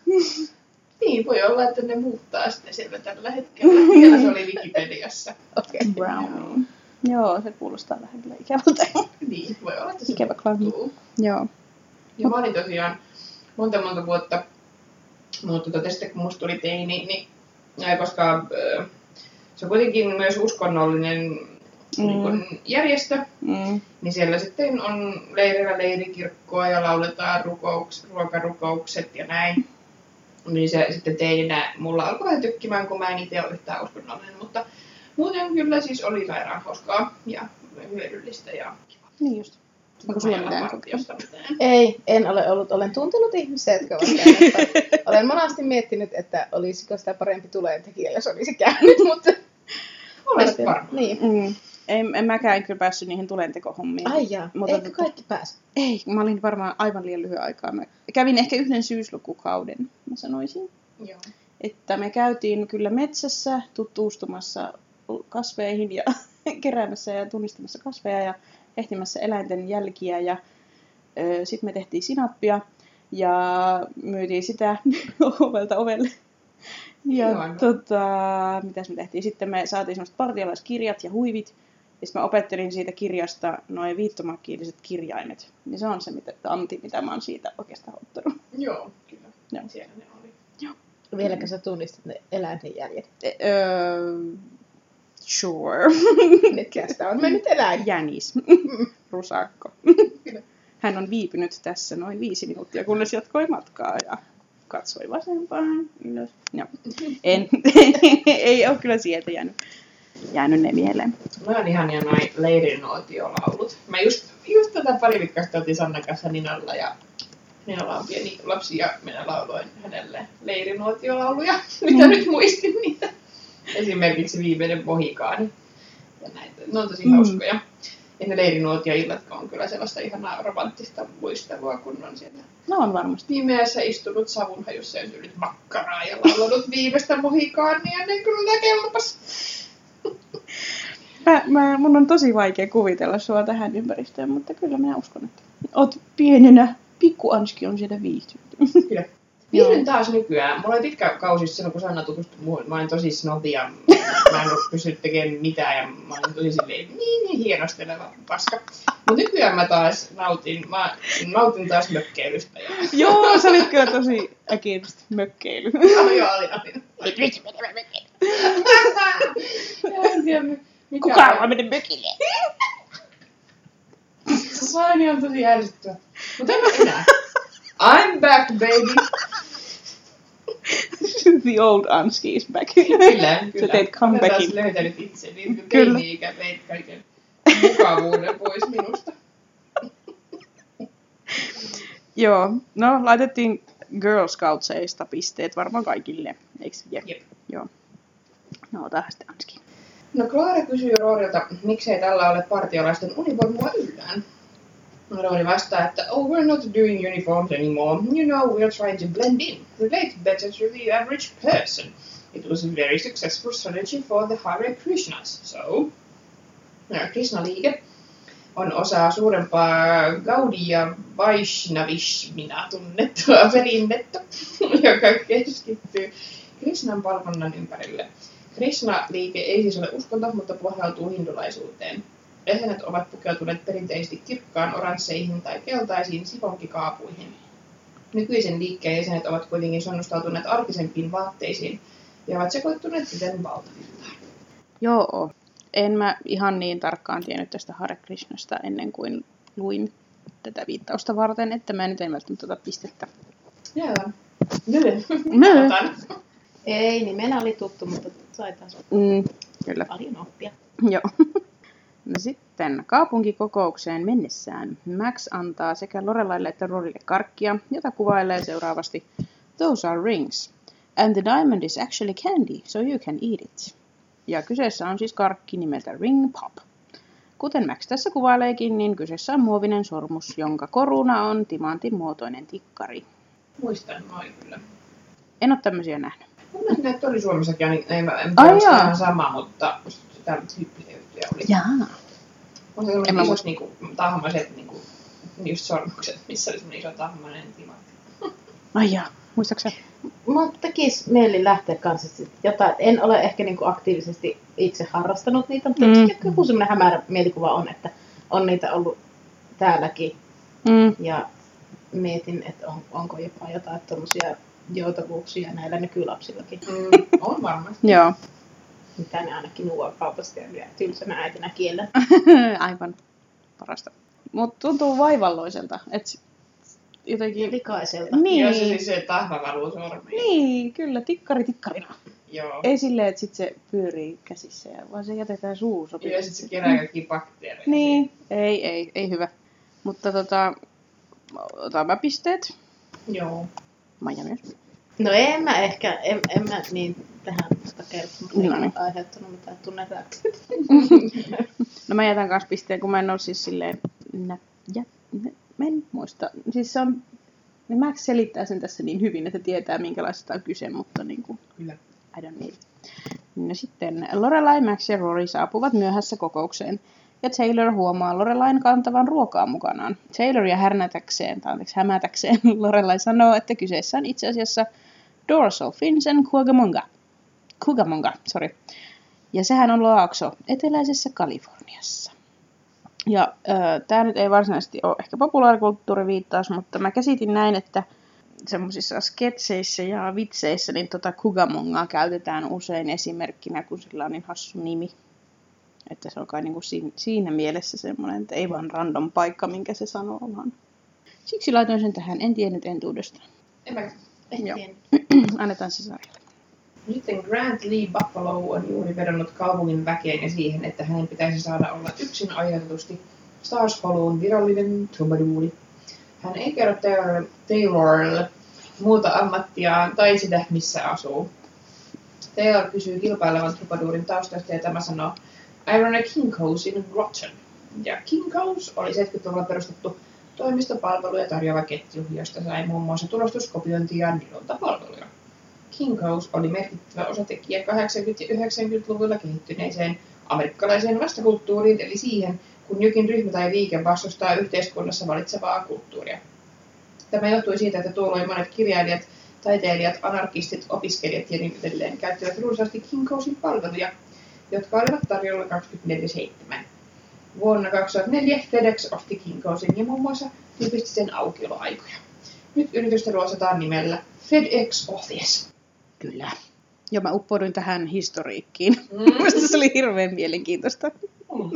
Niin, voi olla, että ne muuttaa sitten siellä tällä hetkellä. Vielä se oli Wikipediassa. Okei. Okay. Brownie. Joo, se kuulostaa vähän kyllä ikävältä. Niin, voi olla, että se ikävä muuttuu. Joo. Ja mä olin tosiaan monta monta vuotta, mutta tota, sitten kun musta tuli teini, niin koska äh, se on kuitenkin myös uskonnollinen mm. niin kun järjestö, mm. niin siellä sitten on leirillä leirikirkkoa ja lauletaan rukouks, ruokarukoukset ja näin. Niin se sitten teininä mulla alkoi vähän tykkimään, kun mä en itse ole yhtään uskonnollinen, mutta muuten kyllä siis oli sairaan hauskaa ja hyödyllistä ja kiva. Niin just. Onko sulla mitään kokemusta? Ei, en ole ollut. Olen tuntenut ihmisiä, jotka ovat käyneet. Olen monasti miettinyt, että olisiko sitä parempi tuleentekijä, jos olisi käynyt, mutta... Olisit varmaan. Niin. Mm. En, en mäkään kyllä päässyt niihin tulentekohommiin. Ai jaa, mutta eikö kaikki pääse? Ei, mä olin varmaan aivan liian lyhyen aikaa. Mä kävin ehkä yhden syyslukukauden, mä sanoisin. Joo. Että me käytiin kyllä metsässä tutustumassa kasveihin ja keräämässä ja tunnistamassa kasveja ja ehtimässä eläinten jälkiä. Ja sitten me tehtiin sinappia ja myytiin sitä ovelta ovelle. Ja Joo, tota, mitäs me tehtiin? Sitten me saatiin semmoiset partiolaiskirjat ja huivit. Ja sitten mä opettelin siitä kirjasta noin viittomakieliset kirjaimet. Ja se on se mitä, anti, mitä mä oon siitä oikeastaan ottanut. Joo, kyllä. Joo. Siellä ne oli. Joo. Vieläkö sä tunnistat ne eläinten jäljet? Öö, sure. Tästä on mennyt eläin. Jänis. Rusakko. Hän on viipynyt tässä noin viisi minuuttia, kunnes jatkoi matkaa ja katsoi vasempaan ylös. No, en. Ei ole kyllä sieltä jäänyt, jäänyt ne mieleen. Mä on ihania noin leirinuotiolaulut. Mä just, just tätä pari viikkoa otin Sannan kanssa Ninalla ja Ninalla on pieni lapsi ja minä lauloin hänelle leirinuotiolauluja, mitä nyt muistin niitä. Esimerkiksi Viimeinen mohikaani. Ja näitä. Ne on tosi mm. hauskoja. Ja ne leirinuotioillat on kyllä sellaista ihanaa romanttista muistelua, kun on sieltä No on varmasti. pimeässä istunut savunhajussa ja syönyt makkaraa ja laulanut viimeistä mohikaania, niin kyllä kelpas. Mä, mä, mun on tosi vaikea kuvitella sua tähän ympäristöön, mutta kyllä minä uskon, että oot pienenä. Pikku Anski on siellä viihtynyt. Kyllä. Viihdyn taas nykyään. Mulla oli pitkä kausi silloin, kun Sanna tutustui muuhun. Mä olin tosi snobi ja mä en ole pystynyt tekemään mitään ja mä olin tosi silleen niin, niin hienosteleva paska. Mut nykyään mä taas nautin, mä nautin taas mökkeilystä. Ja... Joo, sä olit kyllä tosi against mökkeily. Oh, joo, olin, olin. Nyt menemme mökille. En tiedä, mikä Kuka haluaa mennä mökille? Mä olin ihan tosi ärsyttävä. Mutta en ole enää. I'm back, baby. The old Anski is back. Kyllä, kyllä. Sä teit comebackin. Olen taas löytänyt itseni. Kyllä. Kyllä. Teini-ikä veit kaiken mukavuuden pois minusta. Joo, no laitettiin Girl Scoutseista pisteet varmaan kaikille, eikö? Jep. Jep. Joo. No otahan sitten Anski. No Clara kysyy Roorilta, miksei tällä ole partiolaisten univormua yllään. Rory vastaa, että oh, we're not doing uniforms anymore. You know, we're trying to blend in, relate better to the average person. It was a very successful strategy for the Hare Krishnas. So, Krishna-liike on osa suurempaa Gaudiya Vaishnavishmina tunnettua perinnettä, joka keskittyy Krishnan palvonnan ympärille. Krishna-liike ei siis ole uskonto, mutta pohjautuu hindulaisuuteen. Jäsenet ovat pukeutuneet perinteisesti kirkkaan oransseihin tai keltaisiin siponkikaapuihin. Nykyisen liikkeen jäsenet ovat kuitenkin sonnustautuneet arkisempiin vaatteisiin ja ovat sekoittuneet siten valtavirtaan. Joo, en mä ihan niin tarkkaan tiennyt tästä Hare Krishnasta ennen kuin luin tätä viittausta varten, että mä nyt en välttämättä tuota pistettä. Joo. Nyt. Nö. Ei, nimenä oli tuttu, mutta sai taas Mm, kyllä. paljon oppia. Joo. No sitten kaupunkikokoukseen mennessään Max antaa sekä Lorelaille että Rorylle karkkia, jota kuvailee seuraavasti Those are rings. And the diamond is actually candy, so you can eat it. Ja kyseessä on siis karkki nimeltä Ring Pop. Kuten Max tässä kuvaileekin, niin kyseessä on muovinen sormus, jonka koruna on timantin muotoinen tikkari. Muistan noin kyllä. En ole tämmöisiä nähnyt. Mun mielestä näitä oli Suomessakin, niin ei, en Ai tiedä, onko jaa. ihan sama, mutta tämän tyyppisiä juttuja oli. Jaa. On se semmoinen isot niinku, tahmaiset niinku, just sormukset, missä oli semmoinen iso tahmainen timantti. Ai jaa, muistaaksä? Mun tekisi mieli lähteä kanssa sit jotain. En ole ehkä niinku aktiivisesti itse harrastanut niitä, mutta Mm. mm. joku semmoinen hämärä mielikuva on, että on niitä ollut täälläkin. Mm. Ja mietin, että on, onko jopa jotain tommosia joutavuuksia näillä nykylapsillakin. Mm, on varmasti. Joo. Mitä ne ainakin nuo kaupasta ja tylsänä äitinä kiellä. Aivan parasta. Mutta tuntuu vaivalloiselta, että jotenkin... Likaiselta. Niin. Joo, se siis se tahma valuu sormiin. Niin, kyllä, tikkari tikkarina. Joo. Ei silleen, että sit se pyörii käsissä, ja vaan se jätetään suun Ja sopivasti. sit se kerää kaikkia bakteereja. Niin, ei, ei, ei hyvä. Mutta tota, otan mä pisteet. Joo. Maija myös. No en mä ehkä, en, en mä niin tähän takertu, mutta No ei niin. aiheuttanut mitään tunnereaktioita. No mä jätän kanssa pisteen, kun mä en ole siis silleen... Nä, jä, nä, mä en muista. Siis se on... Niin Max selittää sen tässä niin hyvin, että tietää minkälaisesta on kyse, mutta niinku... Kyllä. I don't need. No sitten Lorelai, Max ja Rory saapuvat myöhässä kokoukseen. Ja Taylor huomaa Lorelain kantavan ruokaa mukanaan. Tayloria härnätäkseen, tai anteeksi hämätäkseen, Lorelai sanoo, että kyseessä on itse asiassa dorsal fins and Cucamonga. Cucamonga, sorry. Ja sehän on laakso eteläisessä Kaliforniassa. Ja äh, tämä nyt ei varsinaisesti ole ehkä populaarikulttuuriviittaus, mutta mä käsitin näin, että semmoisissa sketseissä ja vitseissä niin tota Cucamongaa käytetään usein esimerkkinä, kun sillä on niin hassu nimi. Että se on kai niinku siinä, siinä mielessä semmoinen, että ei vaan random paikka, minkä se sanoo, vaan siksi laitoin sen tähän. En tiennyt entuudestaan. En mä Joo. Ehtiin. Annetaan se sarjalle. Sitten Grant Lee Buffalo on juuri vedonnut kaupungin väkeen ja siihen, että hänen pitäisi saada olla yksin ajatetusti Stars Hollow'n virallinen troubadouri. Hän ei kerro Taylor- Taylorille muuta ammattiaan tai sitä, missä asuu. Taylor kysyy kilpailevan troubadourin taustasta ja tämä sanoo, I run a Kinko's in Groton. Ja Kinko's oli seitsemänkymmentäluvulla perustettu toimistopalveluja tarjoava ketju, josta sai muun muassa tulostuskopiointia ja nilontapalveluja. Kinko's oli merkittävä osatekijä kahdeksankymmentä- ja yhdeksänkymmentäluvuilla kehittyneeseen amerikkalaiseen vastakulttuuriin, eli siihen, kun jokin ryhmä tai liike vastustaa yhteiskunnassa valitsevaa kulttuuria. Tämä johtui siitä, että tuolloin monet kirjailijat, taiteilijat, anarkistit, opiskelijat ja niin edelleen käyttivät runsaasti Kinko'sin palveluja, jotka olivat tarjolla kaksikymmentäneljä seitsemän. Vuonna kaksituhattaneljä FedEx osti Kinko'sin ja muun muassa typisti sen aukioloaikoja. Nyt yritystä ruosataan nimellä FedEx Office. Kyllä. Ja mä uppouduin tähän historiikkiin. Mm. Mielestäni se oli hirveän mielenkiintoista. Mm.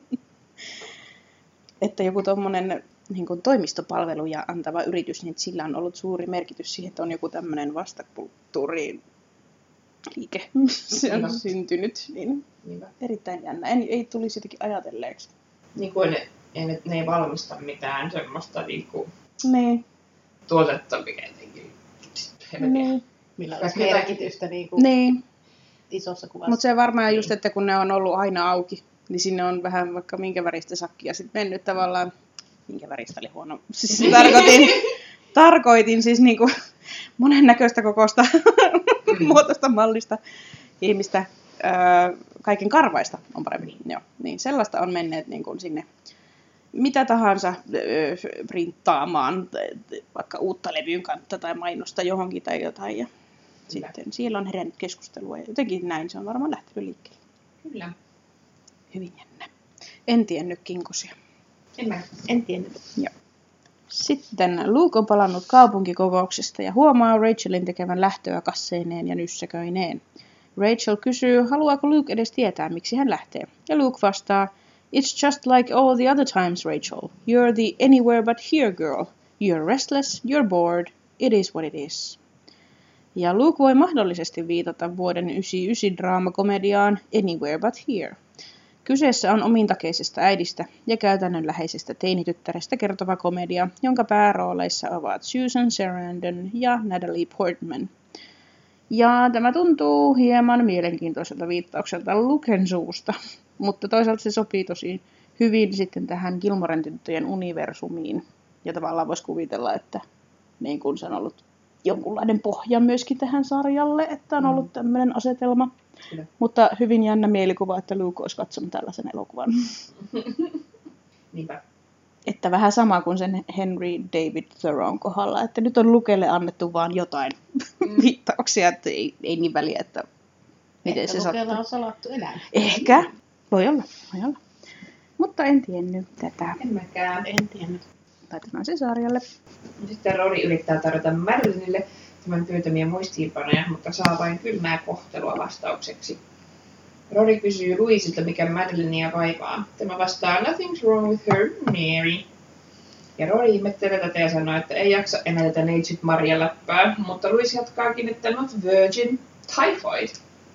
Että joku tommonen niin kuin toimistopalveluja antava yritys, niin sillä on ollut suuri merkitys siihen, että on joku tämmöinen vastakulttuuriin liike. Se on Niinpä. syntynyt. Niin Niinpä. erittäin jännä. En, ei tulisi jotenkin ajatelleeksi. Niin kuin ne, ne, ne ei valmista mitään semmoista niinku Niin. tuotetta, mikä jotenkin hemmetin. Niin. Millä Koska olisi jotakin- merkitystä. Niin kuin, Niin. isossa kuvassa. Mutta se varmaan niin. Just, että kun ne on ollut aina auki, niin sinne on vähän vaikka minkä väristä sakkia sitten mennyt tavallaan. Minkä väristä oli huono? Siis tarkoitin, tarkoitin siis niinku monennäköistä kokoista mm. muotoista mallista ihmistä. Öö, kaiken karvaista on paremmin. Joo. Niin sellaista on menneet niin kuin sinne mitä tahansa öö, printtaamaan, vaikka uutta levyn kantta tai mainosta johonkin tai jotain. Ja Kyllä. sitten siellä on herännyt keskustelua ja jotenkin näin se on varmaan lähtenyt liikkeelle. Kyllä. Hyvin jännä. En tiennyt kinkosia. En mä. En tiennyt. Joo. Sitten Luke on palannut kaupunkikokouksesta ja huomaa Rachelin tekevän lähtöä kasseineen ja nyssäköineen. Rachel kysyy, haluaako Luke edes tietää, miksi hän lähtee. Ja Luke vastaa, it's just like all the other times, Rachel. You're the anywhere but here girl. You're restless, you're bored, it is what it is. Ja Luke voi mahdollisesti viitata vuoden yhdeksänkymmentäyhdeksän draamakomediaan Anywhere but here. Kyseessä on omintakeisesta äidistä ja käytännönläheisestä teinityttärestä kertova komedia, jonka päärooleissa ovat Susan Sarandon ja Natalie Portman. Ja tämä tuntuu hieman mielenkiintoiselta viittaukselta Luken suusta, mutta toisaalta se sopii tosi hyvin sitten tähän Gilmoren tyttöjen universumiin. Ja tavallaan voisi kuvitella, että niin kuin se on ollut jonkunlainen pohja myöskin tähän sarjalle, että on ollut tämmöinen asetelma. Kyllä. Mutta hyvin jännä mielikuva, että Luke olisi katsonut tällaisen elokuvan. Niinpä. Että vähän sama kuin sen Henry David Thoreaun kohdalla, että nyt on Lukelle annettu vaan jotain mm. viittauksia, että ei, ei niin väliä, että miten Ehkä se sattuu. Lukella on salattu elämä. Ehkä. Voi olla, voi olla. Mutta en tiennyt tätä. En mäkään. En tiennyt. Laitetaan se sarjalle. Sitten Rory yrittää tarjota Madelinelle tämän pyytämiä muistiinpanoja, mutta saa vain kylmää kohtelua vastaukseksi. Rory kysyy Louisilta, mikä Madelinia vaivaa. Tämä vastaa, nothing's wrong with her, Mary. Ja Rory ihmettelee tätä ja sanoo, että ei jaksa enää tätä neitsyt Maria-läppää, mutta Louis jatkaakin, että not virgin, typhoid.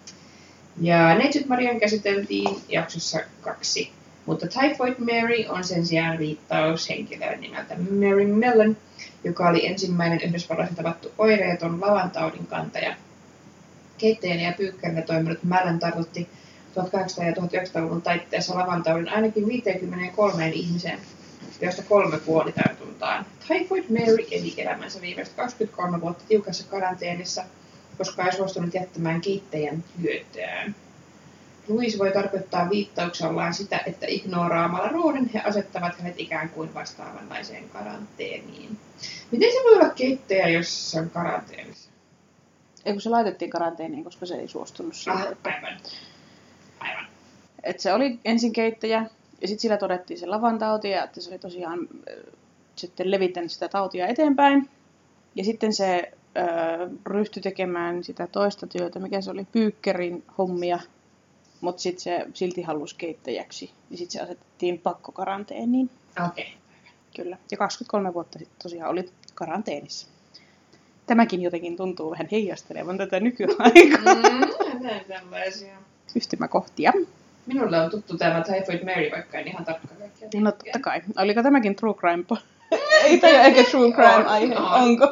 Ja neitsyt Marian käsiteltiin jaksossa kaksi, mutta Typhoid Mary on sen sijaan viittaus henkilöön nimeltä Mary Mellon, joka oli ensimmäinen Yhdysvalloissa tavattu oireeton lavantaudin kantaja. Keittäjänä ja pyykkärinä toiminut Mellon tartutti tuhatkahdeksansataa- ja tuhatyhdeksänsataaluvun taitteessa lavantaudin ainakin viisikymmentäkolme ihmiseen, joista kolme kuoli tartuntaan. Typhoid Mary eli elämänsä viimeiset kaksikymmentäkolme vuotta tiukassa karanteenissa, koska ei suostunut jättämään keittäjän työtään. Louis voi tarkoittaa viittauksellaan sitä, että ignoraamalla Roden he asettavat hänet ikään kuin vastaavanlaiseen karanteeniin. Miten se voi olla keittäjä, jos se on karanteenissa? Ei kun se laitettiin karanteeniin, koska se ei suostunut siihen. Ah, aivan. Aivan. Et se oli ensin keittäjä ja sitten sillä todettiin se lavantauti ja että se oli tosiaan äh, sitten levittänyt sitä tautia eteenpäin. Ja sitten se äh, ryhtyi tekemään sitä toista työtä, mikä se oli pyykkärin hommia. Mutta sitten se silti halusi keittäjäksi. Ja sitten se asetettiin pakkokaranteeniin. Okei. Okay. Kyllä. Ja kaksikymmentäkolme vuotta sitten tosiaan oli karanteenissa. Tämäkin jotenkin tuntuu vähän heijastelevan tätä nykyaikaa. Mm, näin tällaisia. Yhtymäkohtia. Minulle on tuttu tämä Typhoid Mary, vaikka en ihan tarkka kaikkia. No totta kai. Oliko tämäkin True Crime? Ei tämä eikä True Crime aihe, on, onko?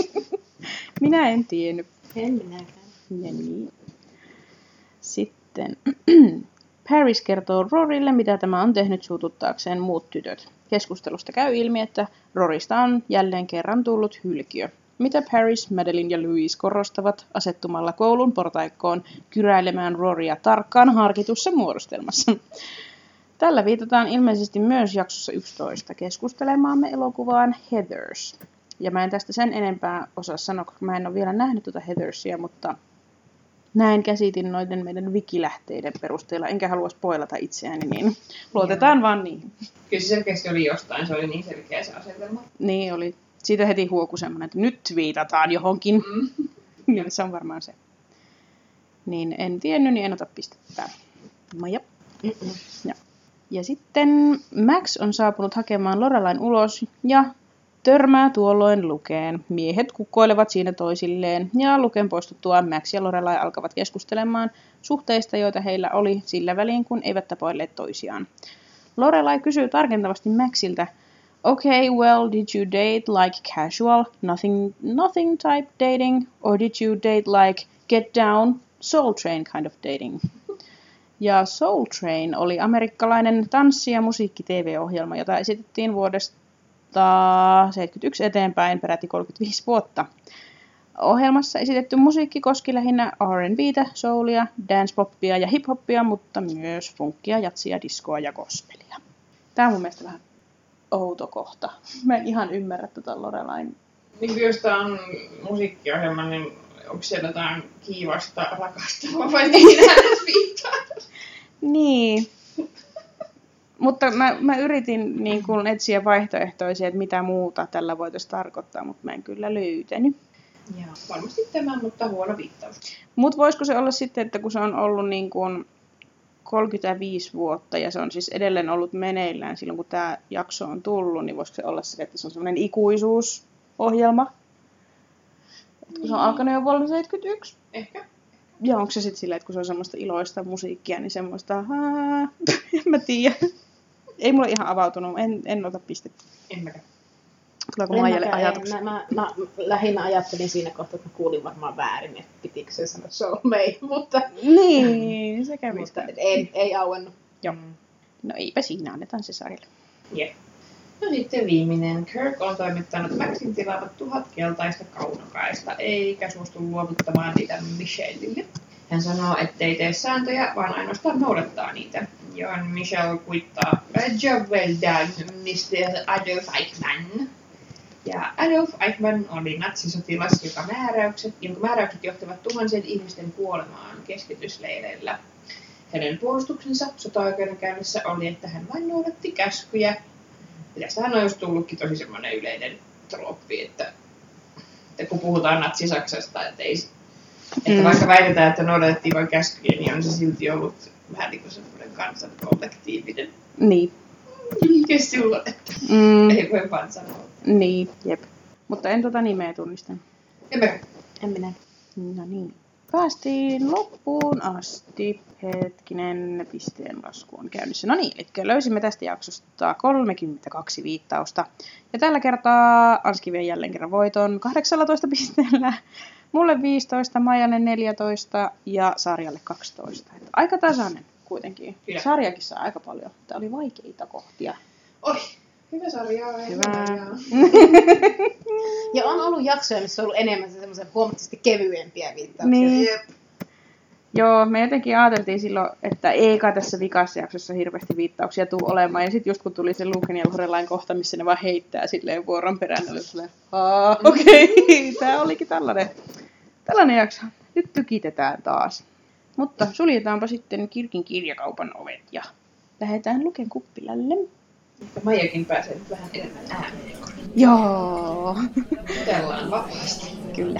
Minä en tiennyt. En minäkään. Ja niin. Sitten Paris kertoo Rorylle, mitä tämä on tehnyt suututtaakseen muut tytöt. Keskustelusta käy ilmi, että Rorysta on jälleen kerran tullut hylkiö. Mitä Paris, Madeline ja Louise korostavat asettumalla koulun portaikkoon kyräilemään Rorya tarkkaan harkitussa muodostelmassa. Tällä viitataan ilmeisesti myös jaksossa yksitoista keskustelemaamme elokuvaan Heathers. Ja mä en tästä sen enempää osaa sanoa, koska mä en ole vielä nähnyt tuota Heathersia, mutta näin käsitin noiden meidän wikilähteiden perusteella, enkä halua spoilata itseäni, niin luotetaan Joo. vaan niihin. Kyllä se selkeästi oli jostain, se oli niin selkeä se asetelma. Niin oli. Siitä heti huoku semmoinen, että nyt viitataan johonkin. Mm. Niin se on varmaan se. Niin en tiennyt, niin en ota pistettä. Maja. Ja. ja sitten Max on saapunut hakemaan Lorelain ulos ja törmää tuolloin Lukeen. Miehet kukkoilevat siinä toisilleen ja Luken poistuttua Max ja Lorelai alkavat keskustelemaan suhteista, joita heillä oli sillä väliin, kun eivät tapoilleet toisiaan. Lorelai kysyy tarkentavasti Maxilta, okay, well, did you date like casual, nothing, nothing type dating, or did you date like get down, Soul Train Kind of Dating. Ja Soul Train oli amerikkalainen tanssi- ja musiikki-T V-ohjelma, jota esitettiin vuodesta seitsemänkymmentäyksi eteenpäin peräti kolmekymmentäviisi vuotta. Ohjelmassa esitetty musiikki koski lähinnä R and B:tä, soulia, dancepoppia ja hiphoppia, mutta myös funkia, jatsia, diskoa ja gospelia. Tää on mun mielestä vähän outo kohta. Mä en ihan ymmärrä tota Lorelain. Niin jos tää on musiikkiohjelma, niin onko siellä jotain kiivasta rakastavaa vai mihin hän viittaa? Niin. Mutta mä, mä yritin niin kun etsiä vaihtoehtoisia, että mitä muuta tällä voitaisiin tarkoittaa, mutta mä en kyllä löytänyt. Joo, varmasti tämä, mutta huono viittaus. Mutta voisiko se olla sitten, että kun se on ollut niin kuin kolmekymmentäviisi vuotta ja se on siis edelleen ollut meneillään silloin, kun tämä jakso on tullut, niin voisiko se olla se, että se on semmoinen ikuisuusohjelma? Että kun se on alkanut jo vuonna seitsemänkymmentäyksi. Ehkä. Ja onko se sitten silleen, että kun se on semmoista iloista musiikkia, niin semmoista, haa, en mä tiedä. Ei mulle ihan avautunut, en, en ota pistettä. En mäkään. Tuleeko Maijalle ajatuksia? Mä, mä, mä lähinnä ajattelin siinä kohtaa, että mä kuulin varmaan väärin, että pitikö se sanoa soulmate, mutta... Niin, se kävi. Mutta ei, ei auennut. Joo. No eipä siinä, annetaan se Sarille. Jep. No sitten viimeinen. Kirk on toimittanut Maxin tilaavat tuhat keltaista kaunokaista, eikä suostu luovuttamaan niitä Michellelle. Hän sanoo, ettei tee sääntöjä, vaan ainoastaan noudattaa niitä. Johon Michelle kuittaa, job well done, mister Adolf Eichmann. Ja Adolf Eichmann oli natsisotilas, joka määräykset, jonka määräykset johtavat tuhansien ihmisten kuolemaan keskitysleireillä. Hänen puolustuksensa sotaoikeudenkäynnissä oli, että hän vain noudatti käskyjä. Ja tästähän on just tullutkin tosi semmoinen yleinen trooppi, että, että kun puhutaan natsi-Saksasta, että, ei, että mm. vaikka väitetään, että noudatettiin vain käskyjä, niin on se silti ollut vähän niin kuin semmoinen kansankollektiivinen niin. liike silloin, että mm. ei voi vaan sanoa. Niin, jep. Mutta en tota nimeä tunnista. En mä. En minä. No niin. Päästiin loppuun asti. Hetkinen, pisteen lasku on käynnissä. No niin, eli löysimme tästä jaksosta kolmekymmentäkaksi viittausta. Ja tällä kertaa Anski vei jälleen kerran voiton kahdeksallatoista pisteellä. Mulle viisitoista, Maijalle neljätoista ja Sarjalle kaksitoista. Että aika tasainen kuitenkin. Kyllä. Sarjakin saa aika paljon. Tämä oli vaikeita kohtia. Oi, hyvä sarja. Hyvä. Ja on ollut jaksoja, missä on ollut enemmän semmoisia huomattavasti kevyempiä viittauksia. Niin. Joo, me jotenkin ajateltiin silloin, että ei kai tässä vikassa jaksossa hirveästi viittauksia tule olemaan. Ja sitten just kun tuli se Luken ja Lorelain kohta, missä ne vaan heittää silleen vuoron perään, oli silleen, aa, okei, okay, tää olikin tällainen, tällainen jakso. Nyt tykitetään taas. Mutta suljetaanpa sitten Kirkin kirjakaupan ovet ja lähdetään Luken kuppilalle. Maijakin pääsee nyt vähän enemmän ääneen. Joo. Jutellaan vapaasti. Kyllä.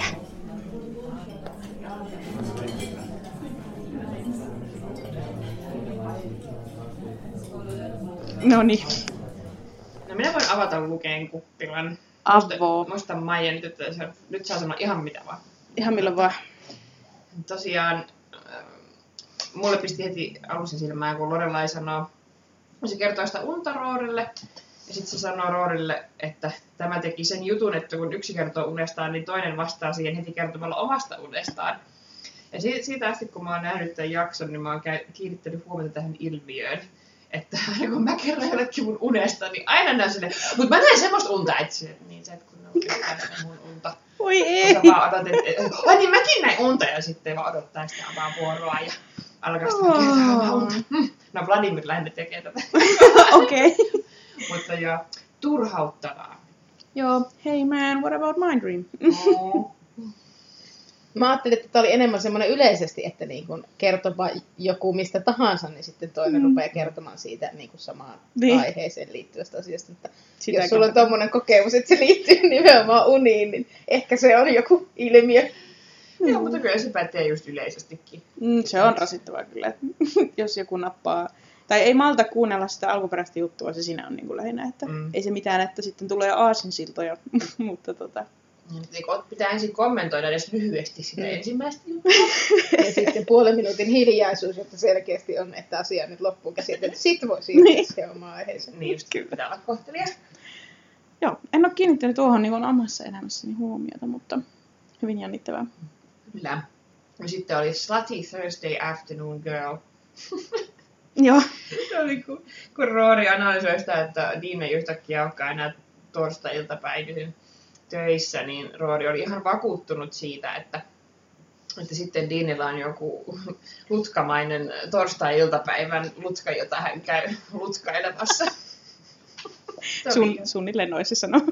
Noniin. No minä voin avata Luken kuppilan. Avoo. Muista Maija nyt, että se, nyt saa sanoa ihan mitä vaan. Ihan milloin vaan. Tosiaan, äh, mulle pisti heti alussa silmään, kun Lorelai sanoo, se kertoo sitä unta Roorille. Ja sitten se sanoo Roorille, että tämä teki sen jutun, että kun yksi kertoo unestaan, niin toinen vastaa siihen heti kertomalla omasta unestaan. Ja siitä asti, kun mä oon nähnyt tämän jakson, niin mä oon kiinnittänyt huomiota tähän ilmiöön. Että aina kun mä kerron jollekin mun unesta, niin aina näen silleen, mutta mä näen semmoista unta, että se, niin sä et kun näin mun unta. Oi ei! Kun sä vaan odotat, että ai niin mäkin näin unta, ja sitten vaan odottaa sitä vaan vuoroa ja alkaa sitä oh. kertoa unta. No Vladimir lähinnä tekee tätä. Okei. Okay. Mutta joo, turhauttavaa. Joo, hey man, what about my dream? Oh. Mä ajattelin, että tämä oli enemmän semmoinen yleisesti, että niin kun kertova joku mistä tahansa, niin sitten toinen mm. rupeaa kertomaan siitä niin kuin samaan niin. aiheeseen liittyvästä asiasta. Että sitä jos sulla on tommoinen kokemus, että se liittyy nimenomaan uniin, niin ehkä se on joku ilmiö. Mm. Joo, mutta kyllä se pätee just yleisestikin. Mm, se on rasittavaa kyllä, jos joku nappaa. Tai ei malta kuunnella sitä alkuperäistä juttua, se siinä on niin kuin lähinnä, että mm. ei se mitään, että sitten tulee aasinsiltoja, mutta tota... Pitää ensin kommentoida edes lyhyesti sitä mm. ensimmäistä juttua. Ja sitten puolen minuutin hiljaisuus, jotta selkeästi on, että asia on nyt loppuun käsitelty. Sitten voi siirtyä niin. se omaa aiheeseen. Niin just kyllä pitää olla kohtelias. Joo, en ole kiinnittänyt tuohon niin omassa elämässäni huomiota, mutta hyvin jännittävää. Kyllä. Ja sitten oli Slutty Thursday Afternoon Girl. Joo. Se oli kun, kun Rory analysoi sitä, että Dean ei yhtäkkiä olekaan enää torstai-iltapäivisin töissä, niin Rory oli ihan vakuuttunut siitä, että, että sitten Deanilla on joku lutkamainen torstai-iltapäivän lutka, jota hän käy lutkailemassa. Sun, suunnilleen noin se sanoo.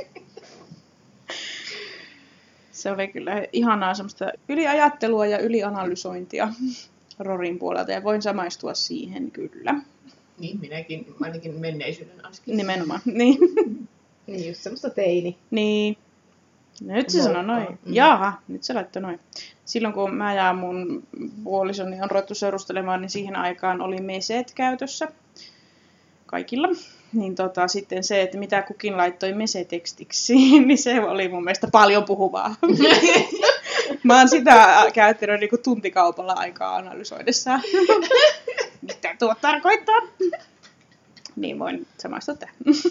Se oli kyllä ihanaa semmoista yliajattelua ja ylianalysointia Rorin puolelta, ja voin samaistua siihen kyllä. Niin, minäkin, ainakin menneisyyden askin. Nimenomaan, niin. Niin, just semmoista teini. Niin. Nyt se sanoi noin. Mm. Jaha, nyt se laittoi noin. Silloin kun mä ja mun puolisoni on ruvettu seurustelemaan, niin siihen aikaan oli meseet käytössä kaikilla. Niin tota, sitten se, että mitä kukin laittoi mesetekstiksi, niin se oli mun mielestä paljon puhuvaa. Mä oon sitä käyttänyt niin kuin tuntikaupalla aikaa analysoidessaan. Mitä tuo tarkoittaa? Niin voin samaistua tähän.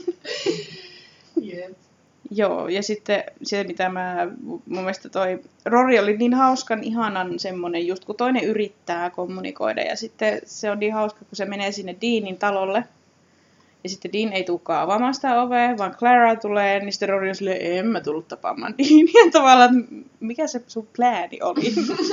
Yep. Joo, ja sitten se, mitä mä, mun mielestä toi Rory oli niin hauskan, ihanan semmonen, just kun toinen yrittää kommunikoida, ja sitten se on niin hauska, kun se menee sinne Deanin talolle, ja sitten Dean ei tulekaan avaamaan sitä ovea, vaan Clara tulee, niin sitten Rory on silleen, en mä tullut tapaamaan Deania, tavallaan, että mikä se sun plääni oli?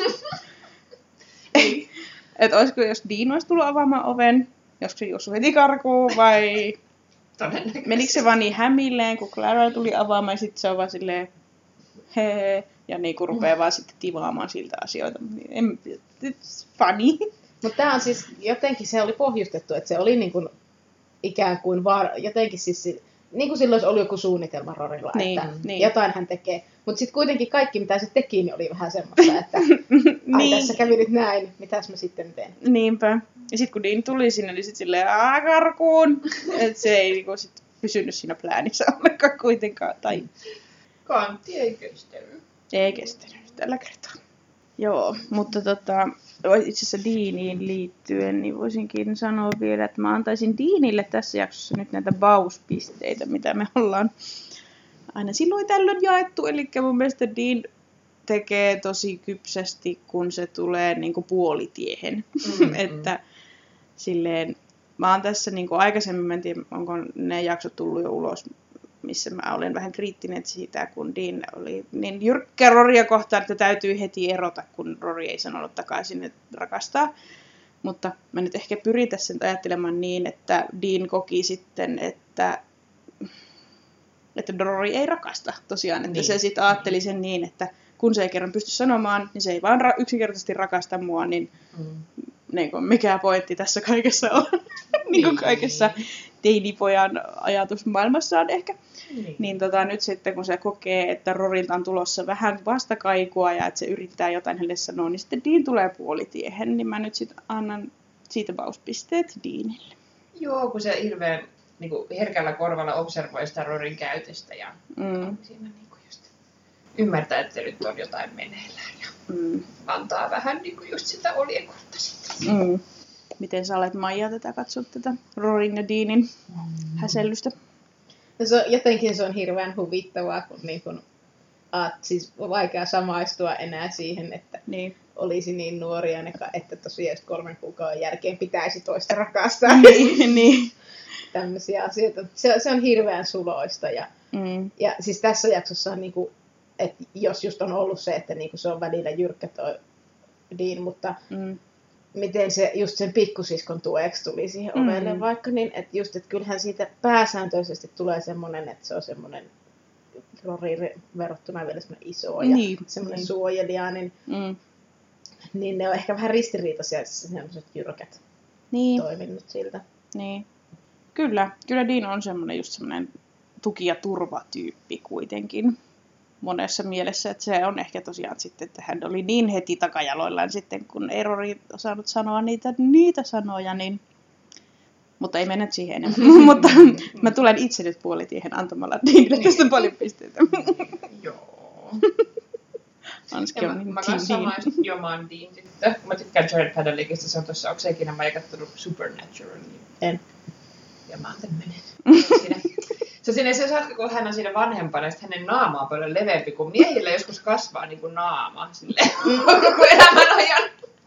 Että olisiko, jos Dean olisi tullut avaamaan oven, joskus se Jussu heti karkuun, vai menikö se vaan niin hämilleen, kun Clara tuli avaamaan, ja sitten se on vaan silleen, hee, ja niin kuin rupeaa vaan sitten tivaamaan siltä asioita. It's funny. Mutta tämä on siis, jotenkin se oli pohjustettu, että se oli niin kuin ikään kuin vaan, jotenkin siis, niin kuin silloin olisi ollut joku suunnitelma Rorilla, niin, että niin. jotain hän tekee. Mutta sitten kuitenkin kaikki, mitä se teki, niin oli vähän semmoista, että ai niin. tässä kävi nyt näin, mitäs mä sitten teen. Niinpä. Ja sitten kun Dean tuli sinne, niin sitten silleen, aah, karkuun. Että se ei niinku sit pysynyt siinä pläänissä ollenkaan kuitenkaan. Tai Kantti ei kestänyt. ei kestänyt tällä kertaa. Joo, mutta tota, itse asiassa Deaniin liittyen, niin voisinkin sanoa vielä, että mä antaisin Deanille tässä jaksossa nyt näitä bauspisteitä, mitä me ollaan aina silloin tällöin jaettu. Eli mun mielestä Dean tekee tosi kypsästi, kun se tulee niin kuin puolitiehen. Mm-hmm. Että silleen, mä oon tässä niin kuin aikaisemmin, en tiedä, onko ne jaksot tullut jo ulos, missä mä olen vähän kriittinen siitä, kun Dean oli niin jyrkkä Roria kohtaan, että täytyy heti erota, kun Rory ei sanonut takaisin, että rakastaa. Mutta mä nyt ehkä pyrin tässä ajattelemaan niin, että Dean koki sitten, että, että Rory ei rakasta tosiaan. Että niin. Se sitten ajatteli sen niin, että kun se ei kerran pysty sanomaan, niin se ei vaan ra- yksinkertaisesti rakasta mua, niin, mm. niin kuin mikä pointti tässä kaikessa on. niin kuin kaikessa teinipojan ajatusmaailmassaan ehkä. Niin. Niin tota, nyt sitten kun se kokee, että Rorilta on tulossa vähän vastakaikua ja että se yrittää jotain hänelle sanoa, niin sitten Dean tulee puolitiehen, niin mä nyt sitten annan siitä bauspisteet Deanille. Joo, kun se hirveän niin kuin herkällä korvalla observoi sitä Rorin käytöstä ja mm. siinä niin kuin just ymmärtää, että nyt on jotain meneillään ja mm. antaa vähän niin kuin just sitä oljenkortta sitten. Mm. Miten sä olet, Maija, tätä katsot tätä Rorin ja Deanin mm. häsellystä? No se on, jotenkin se on hirveän huvittavaa, kun, niin kun aat, siis on vaikea samaistua enää siihen, että niin. olisi niin nuoria, että tosiaan kolmen kuukauden jälkeen pitäisi toista rakastaa. niin, niin. Tämmöisiä asioita. Se, se on hirveän suloista. Ja, mm. ja siis tässä jaksossa on, niin kuin, että jos just on ollut se, että niin kuin se on välillä jyrkkä toi Dean, mutta mm. miten se just sen pikkusiskon tueksi tuli siihen mm. ovelle vaikka, niin että just, että kyllähän siitä pääsääntöisesti tulee semmoinen, että se on semmoinen Rory verrattuna vielä semmoinen iso ja niin. semmoinen niin. suojelija, niin, mm. niin ne on ehkä vähän ristiriitaisia semmoiset jyrkät niin. toiminnot siltä. Niin. Kyllä, kyllä Dean on semmoinen just semmoinen tuki- ja turvatyyppi kuitenkin monessa mielessä, että se on ehkä tosiaan sitten, että hän oli niin heti takajaloillaan sitten, kun ei Rory osannut sanoa niitä, niitä sanoja, niin mutta ei mennä siihen enemmän. Mutta mä tulen itse nyt puolitiehen antamalla Deanille tästä paljon pisteitä. Joo. Anski on niin Team Dean. Mä kanssa samaistun jomaan Dean sitten. Mä tykkään Jared Padalecista, se on tuossa, onko se ikinä mä ei kattonut Supernatural? Niin... En. Ja mä oon tämmönen. Siinä Se on siinä se satka, kun hän on siinä vanhempana, että hänen naama on paljon leveämpi, kuin miehillä joskus kasvaa niin kuin naama. Silleen, koko elämän ajan.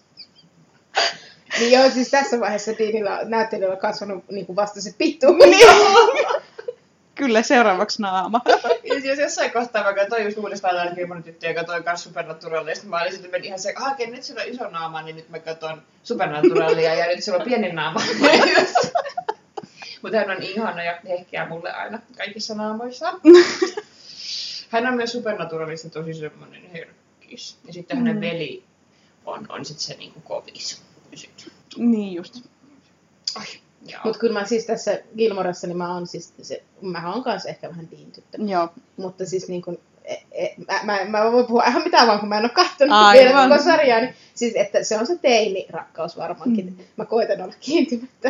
Niin joo, siis tässä vaiheessa Deanilla näyttelijällä on kasvanut niin kuin vasta se pittu. Kyllä, seuraavaksi naama. Ja siis jossain kohtaa mä katsoin just uudestaan ainakin ilman tyttöjä, katsoin kanssa Supernaturalia, ja sitten mä olin sitten meni ihan se, että okei, nyt sulla on iso naama, niin nyt mä katson Supernaturalia, ja nyt sulla on pieni naama. Mutta hän on ihana ja hehkeä mulle aina kaikissa naamoissaan. Hän on myös Supernaturalissa tosi semmoinen herkkis. Ja sitten hänen veli on, on sitten se niinku kovis. Niin just. Ai. Mutta kyllä mä siis tässä Gilmoressa, niin mä oon siis, se, mä oon kanssa ehkä vähän Dean-tyttö. Joo. Mutta siis niin kuin, e, e, mä, mä, mä voin puhua ihan mitään vaan, kun mä en oo katsonut vielä koko sarjaa. Niin, siis että se on se teini-rakkaus varmaankin. Mm. Mä koitan olla kiintymättä.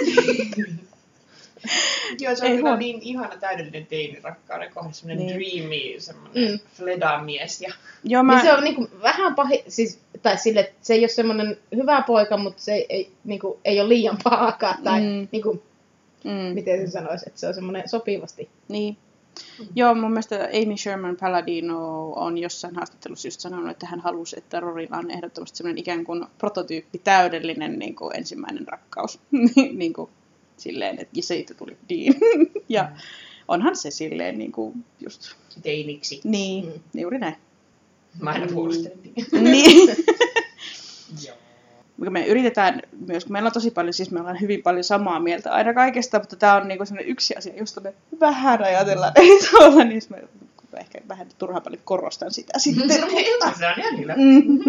Joo, se on Ei kyllä huom. niin ihana täydellinen teini-rakkauden kohde, semmoinen niin. dreamy, semmoinen mm. Fleda-mies. Ja... Joo, mä... niin se on niinku vähän pahi, siis, tai sille, että se ei ole semmoinen hyvä poika, mutta se ei, niinku, ei ole liian pahakaan, tai mm. niinku, mm. miten se sanoisi, että se on semmoinen sopivasti. Niin. Mm. Joo, mun mielestä Amy Sherman Palladino on jossain haastattelussa just sanonut, että hän halusi, että Rorilla on ehdottomasti semmoinen ikään kuin prototyyppi, täydellinen niin kuin ensimmäinen rakkaus. niin kuin silleen, että siitä tuli Dean. ja mm. onhan se silleen niin kuin just... Teiniksi. Niin, mm. juuri näin. Mä aina puolustelen niin. Joo. Me yritetään myös, kun meillä on tosi paljon, siis me ollaan hyvin paljon samaa mieltä aina kaikesta, mutta tää on niinku sellainen yksi asia, josta me vähän ajatellaan eri tavalla, niin mä ehkä vähän turhaan paljon korostan sitä sitten. Se on ihan hyvä.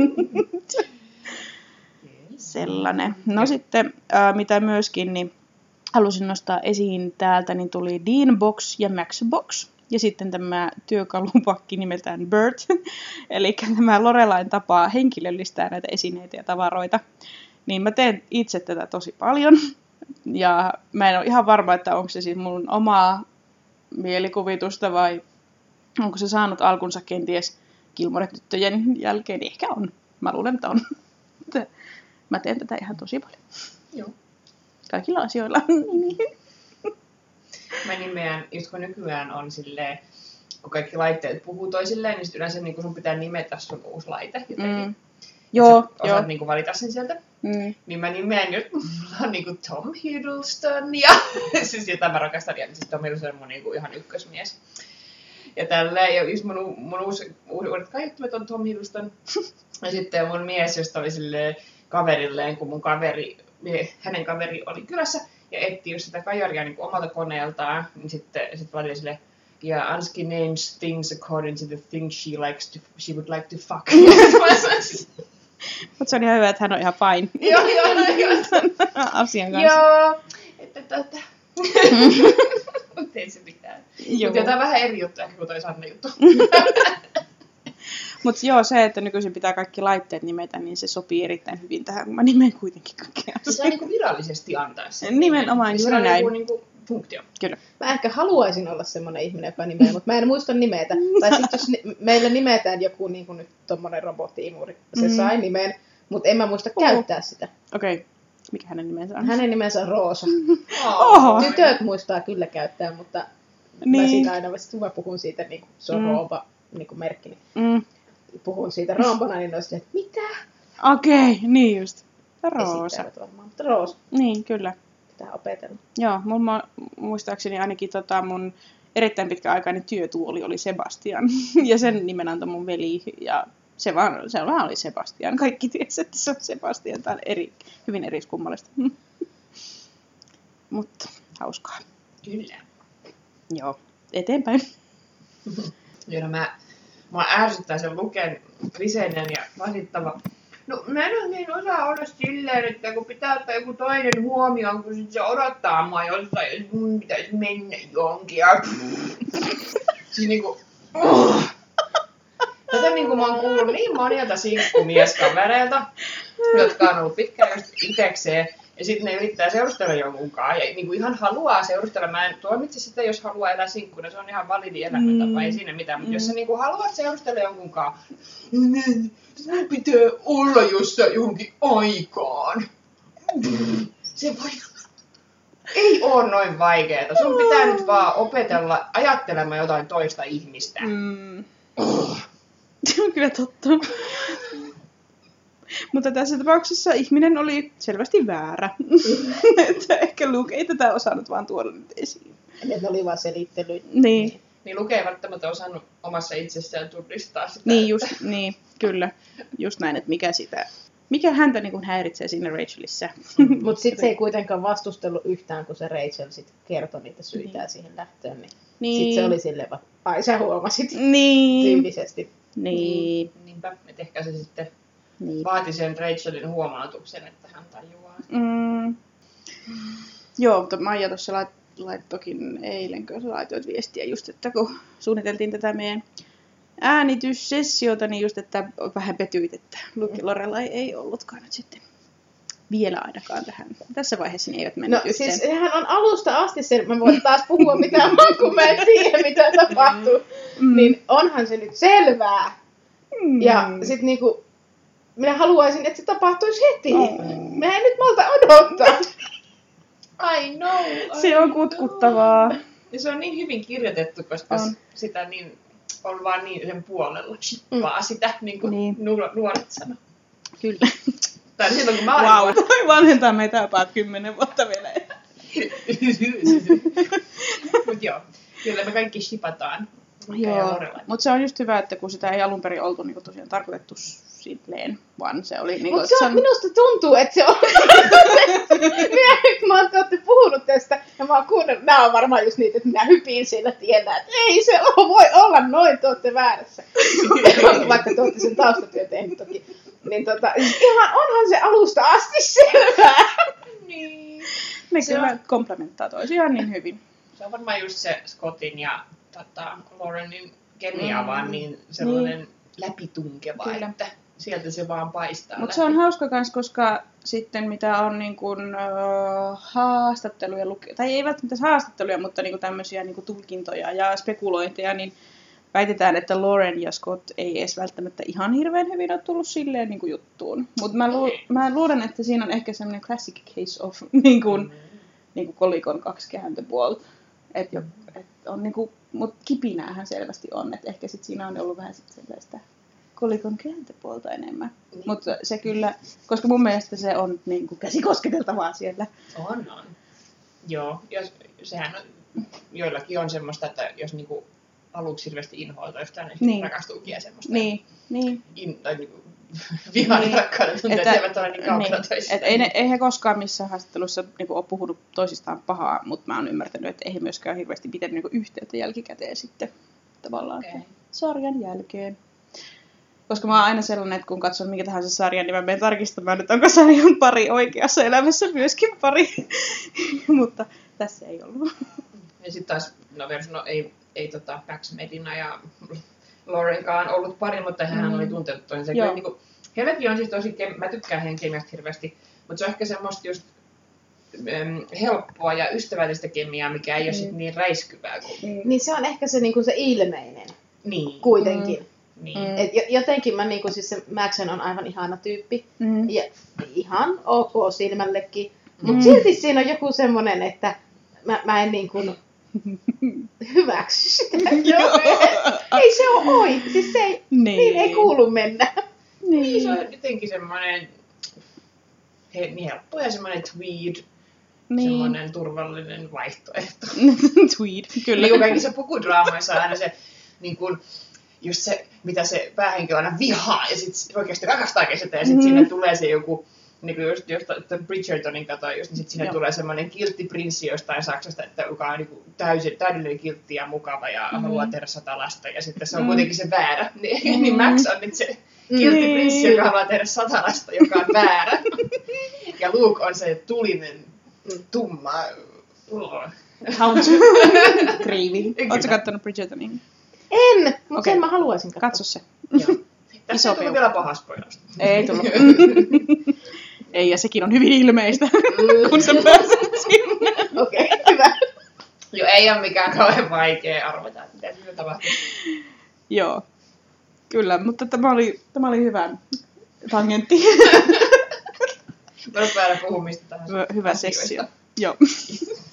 Sellainen. No sitten, äh, mitä myöskin, niin halusin nostaa esiin täältä, niin tuli Dean Box ja Max Box. Ja sitten tämä työkalupakki nimeltään Bert. Eli tämä Lorelain tapaa henkilöllistää näitä esineitä ja tavaroita. Niin mä teen itse tätä tosi paljon. Ja mä en ole ihan varma, että onko se siis mun omaa mielikuvitusta vai onko se saanut alkunsa kenties Gilmore-tyttöjen jälkeen. Ehkä on. Mä luulen, että on. Mä teen tätä ihan tosi paljon. Joo. Kaikilla asioilla. Mä nimeän, just kun nykyään on silleen, kun kaikki laitteet puhuu toisilleen, niin sitten yleensä niin sun pitää nimetä sun uusi laite jotenkin. Mm. Joo, osaat joo. Niin valita sen sieltä. Mm. Niin mä nimeän nyt, mulla on niin kuin Tom Hiddleston ja siis jota mä rakastan, ja siis Tom Hiddleston on mun niin kuin ihan ykkösmies. Ja tälleen, ja just mun, mun uusi, uudet kaiuttimet on Tom Hiddleston. Ja sitten mun mies, josta oli silleen kaverilleen, kun mun kaveri, hänen kaveri oli kylässä, ja etti just sitä kajaria niin omalta koneeltaan, niin sitten sit valili silleen, yeah, Anski names things according to the things she likes to, she would like to fuck. Mutta se on ihan hyvä, että hän on ihan fine. Joo, joo, joo. Asian kanssa. Joo, että tätä. Mutta ei se mitään. Mutta jotain vähän eri juttu ehkä kuin toi Sanne juttu. Mutta joo, se, että nykyisin pitää kaikki laitteet nimetä, niin se sopii erittäin hyvin tähän, kun mä nimen kuitenkin kaikkea. Se on niinku virallisesti antaa sen. Nimenomaan, juuri näin. Se on niinku funktio. Kyllä. Mä ehkä haluaisin olla semmoinen ihminen, joka nimeää, mutta mä en muista nimetä. Tai sitten jos ni- meillä nimetään joku niin kuin nyt tommonen robotti-imuri, se mm. sai nimen, mutta en mä muista Oho. käyttää sitä. Okei. Okay. Mikä hänen nimensä on? Hänen nimensä on Roosa. Oho. Tytöt muistaa kyllä käyttää, mutta niin. mä siitä aina, kun mä puhun siitä, niin kuin se on mm. Roopa niin kuin merkki, niin mm. puhun siitä Roopana, niin on silleen, että mitä? Okei, okay, niin just. Roosa. Varmaan, mutta Roosa. Niin, kyllä. Pitää opetella. Joo, mun muistaakseni ainakin tota mun erittäin pitkäaikainen työtuoli oli Sebastian. Ja sen nimen antoi mun veli. Ja se vaan, se vaan oli Sebastian. Kaikki tiesi, että se on Sebastian. Tämä on eri, hyvin eriskummallista. Mutta hauskaa. Kyllä. Joo, eteenpäin. Joo, no mä, mä ärsyttää sen luken kriseinen ja rasittava. No mä en ole niin osaa olla silleen, että kun pitää ottaa joku toinen huomioon, kun sit se odottaa mua jossain, ja mun pitäisi mennä jonkin. Ja... siis niinku... Oh. Tätä niinku mä oon kuullut niin monilta sinkkumieskavereilta, jotka on ollut pitkään just itekseen. Ja sitten ne yrittää seurustella jonkunkaan ja niinku ihan haluaa seurustella. Mä en tuomitse sitä, jos haluaa elää sinkkuna. Se on ihan validi elämäntapa, mm. ei siinä mitään. Mutta mm. jos sä niinku haluat seurustella jonkunkaan, niin sun pitää olla jossain johonkin aikaan. Se voi... Ei oo noin vaikeeta. Sun pitää nyt vaan opetella ajattelemaan jotain toista ihmistä. Mm. Se on kyllä totta. Mutta tässä tapauksessa ihminen oli selvästi väärä. Että ehkä Luke ei tätä osannut vaan tuoda nyt esiin. Ne oli vaan selittely. Niin. Niin Luke ei välttämättä osannut omassa itsessään tunnistaa sitä. Niin, just, niin, kyllä. Just näin, että mikä sitä... Mikä häntä niin kuin häiritsee siinä Rachelissa? Mutta sitten se ei kuitenkaan vastustellut yhtään, kun se Rachel sit kertoi niitä syitä Niin. siihen lähtöön. Niin Niin. sitten se oli silleen, että ai sä huomasit Niin. tyylisesti. Niin. Niinpä, että ehkä se sitten Niin. vaati sen Rachelin huomautuksen, että hän tajuaa. Mm. Joo, mutta Maija tuossa lait, laittokin eilen, kun sä laitoit viestiä just, että kun suunniteltiin tätä meidän äänityssessiota, niin just, että vähän petyit, että Lorelai ei ollutkaan nyt sitten vielä ainakaan tähän. Tässä vaiheessa niin eivät menneet No yhteen. siis hän on alusta asti se, mä voin taas puhua mitään vaan, kun mä en tiedä mitä tapahtuu. Mm. Niin onhan se nyt selvää. Mm. Ja sit niinku, minä haluaisin, että se tapahtuisi heti. Mm. Mä en nyt malta odottaa. I know, I Se on kutkuttavaa. Ja se on niin hyvin kirjoitettu, koska On. sitä niin, on vaan niin sen puolella. Shippaa sitä, niin kuin Niin. nuor- nuoret sanoo. Kyllä. Tai silloin kun mä olin Vau, wow. Toi vanhentaa meitä about kymmenen vuotta vielä. Mut joo, kyllä me kaikki shipataan. Joo, mutta se on just hyvä, että kun sitä ei alun perin oltu niinku tosiaan tarkoitettu silleen, vaan se oli niinku... Mutta se on, minusta tuntuu, että se on... minä, kun mä oon, te ootte puhunut tästä, ja mä oon kuunnellut, nämä on varmaan just niitä, että minä hypin siellä tiellä, että ei se ole, voi olla noin, te ootte väärässä. Vaikka te ootte sen taustatyö tehnyt toki. Niin tota, ihan onhan se alusta asti selvää. Niin. Ne Se kyllä on- komplementtaa toisiaan niin hyvin. Se on varmaan just se Scottin ja tota, Laurenin kemia Mm. vaan niin sellainen niin. läpitunkeva, Kyllä. että sieltä se vaan paistaa. Mutta se on hauska kans, koska sitten mitä on niin kun, uh, haastatteluja, luke- tai ei välttämättä haastatteluja, mutta niin tämmöisiä niin tulkintoja ja spekulointeja, niin väitetään, että Lauren ja Scott ei edes välttämättä ihan hirveän hyvin ole tullut silleen niin kuin juttuun. Mutta mä, lu- mä luulen, että siinä on ehkä semmoinen classic case of niin kuin, Mm. niin kuin kolikon kaksi kääntöpuolta. Et jo, et on niin kuin, mut kipinäähän selvästi on, että ehkä sit siinä on ollut vähän sit sellaista kolikon kääntöpuolta enemmän. Niin. Mutta se kyllä, koska mun mielestä se on niin kuin käsikosketeltavaa siellä. On, on. Joo, jos, sehän on, joillakin on semmoista, että jos niinku aluksi hirveästi inhoaa toistaan, niin, Niin. niin. rakastuukin ja semmoista. Niin, niin. In, tai niinku, vihan Niin. ja rakkauden tunteet Että- eivät ole niin kaukana niin. toisistaan. Et ei, ne, ei he koskaan missään haastattelussa niinku ole puhunut toisistaan pahaa, mutta mä oon ymmärtänyt, että ei he myöskään hirveästi pitänyt niinku yhteyttä jälkikäteen sitten tavallaan Okei. sarjan jälkeen. Koska mä oon aina sellainen, että kun katson mikä tahansa sarjan, niin mä menen tarkistamaan, että onko sarjan pari oikeassa elämässä myöskin pari. Mutta tässä ei ollut. Ja sitten taas, no, vers, no ei, ei tota, Pax Medina ja Laurenkaan ollut pari, mutta hän Mm. oli tuntenut toisensa. Joo. Kyllä, niinku, heillekin on siis tosi, kem- mä tykkään heidän kemiasta hirveästi, mutta se on ehkä semmoista just äm, helppoa ja ystävällistä kemiaa, mikä ei ole sit niin räiskyvää kuin... Niin se on ehkä se, niinku se ilmeinen Niin. kuitenkin. niin. Mm. Et jo- jotenkin mä niinku, siis se Maxen on aivan ihana tyyppi. Mm. Ja ihan ok silmällekin. Mutta Mm. silti siinä on joku semmonen, että mä, mä en niin kuin hyväksy sitä. Ei se ole oi. Siis se ei, Niin. niin ei kuulu mennä. Niin, se on jotenkin semmoinen he, niin helppo ja semmoinen tweed, Niin. semmoinen turvallinen vaihtoehto. Tweed, kyllä. Niin kuin kaikissa pukudraamoissa on aina se, niin kuin, just se, mitä se päähenkilö aina vihaa ja sitten oikeasti rakastaakin sitä ja sitten Mhm. sinne tulee se joku, niin kuin just, just että Bridgertonin katsoin, just, niin sitten sinne Joo. tulee semmoinen kiltti prinssi jostain Saksasta, että joka on niin kuin täysin, täydellinen kiltti ja mukava ja Mhm. haluaa tehdä sata lasta ja sitten se on Mhm. kuitenkin se väärä. Niin, Mhm. niin Max on nyt se kiltti Niin. prinssi, joka haluaa tehdä sata lasta, joka on väärä. Ja Luke on se tulinen, tumma... Hound. Kriivi. Kyllä. Ootko kattonut Bridgertonin? En, mutta Okei. sen mä haluaisin katsoa. Katso se. Joo. Tässä Iso ei tullut peukku. vielä paha spoilausta. Ei tullut. Ei, ja sekin on hyvin ilmeistä, kun sä pääset sinne. Okei, okay, hyvä. Joo, ei ole mikään kauhean vaikea arvata, että mitä siinä tapahtuu. Joo. Kyllä, mutta tämä oli, tämä oli hyvä tangentti. Voit päällä puhumista tahansa. Hyvä asioista. sessio. Joo.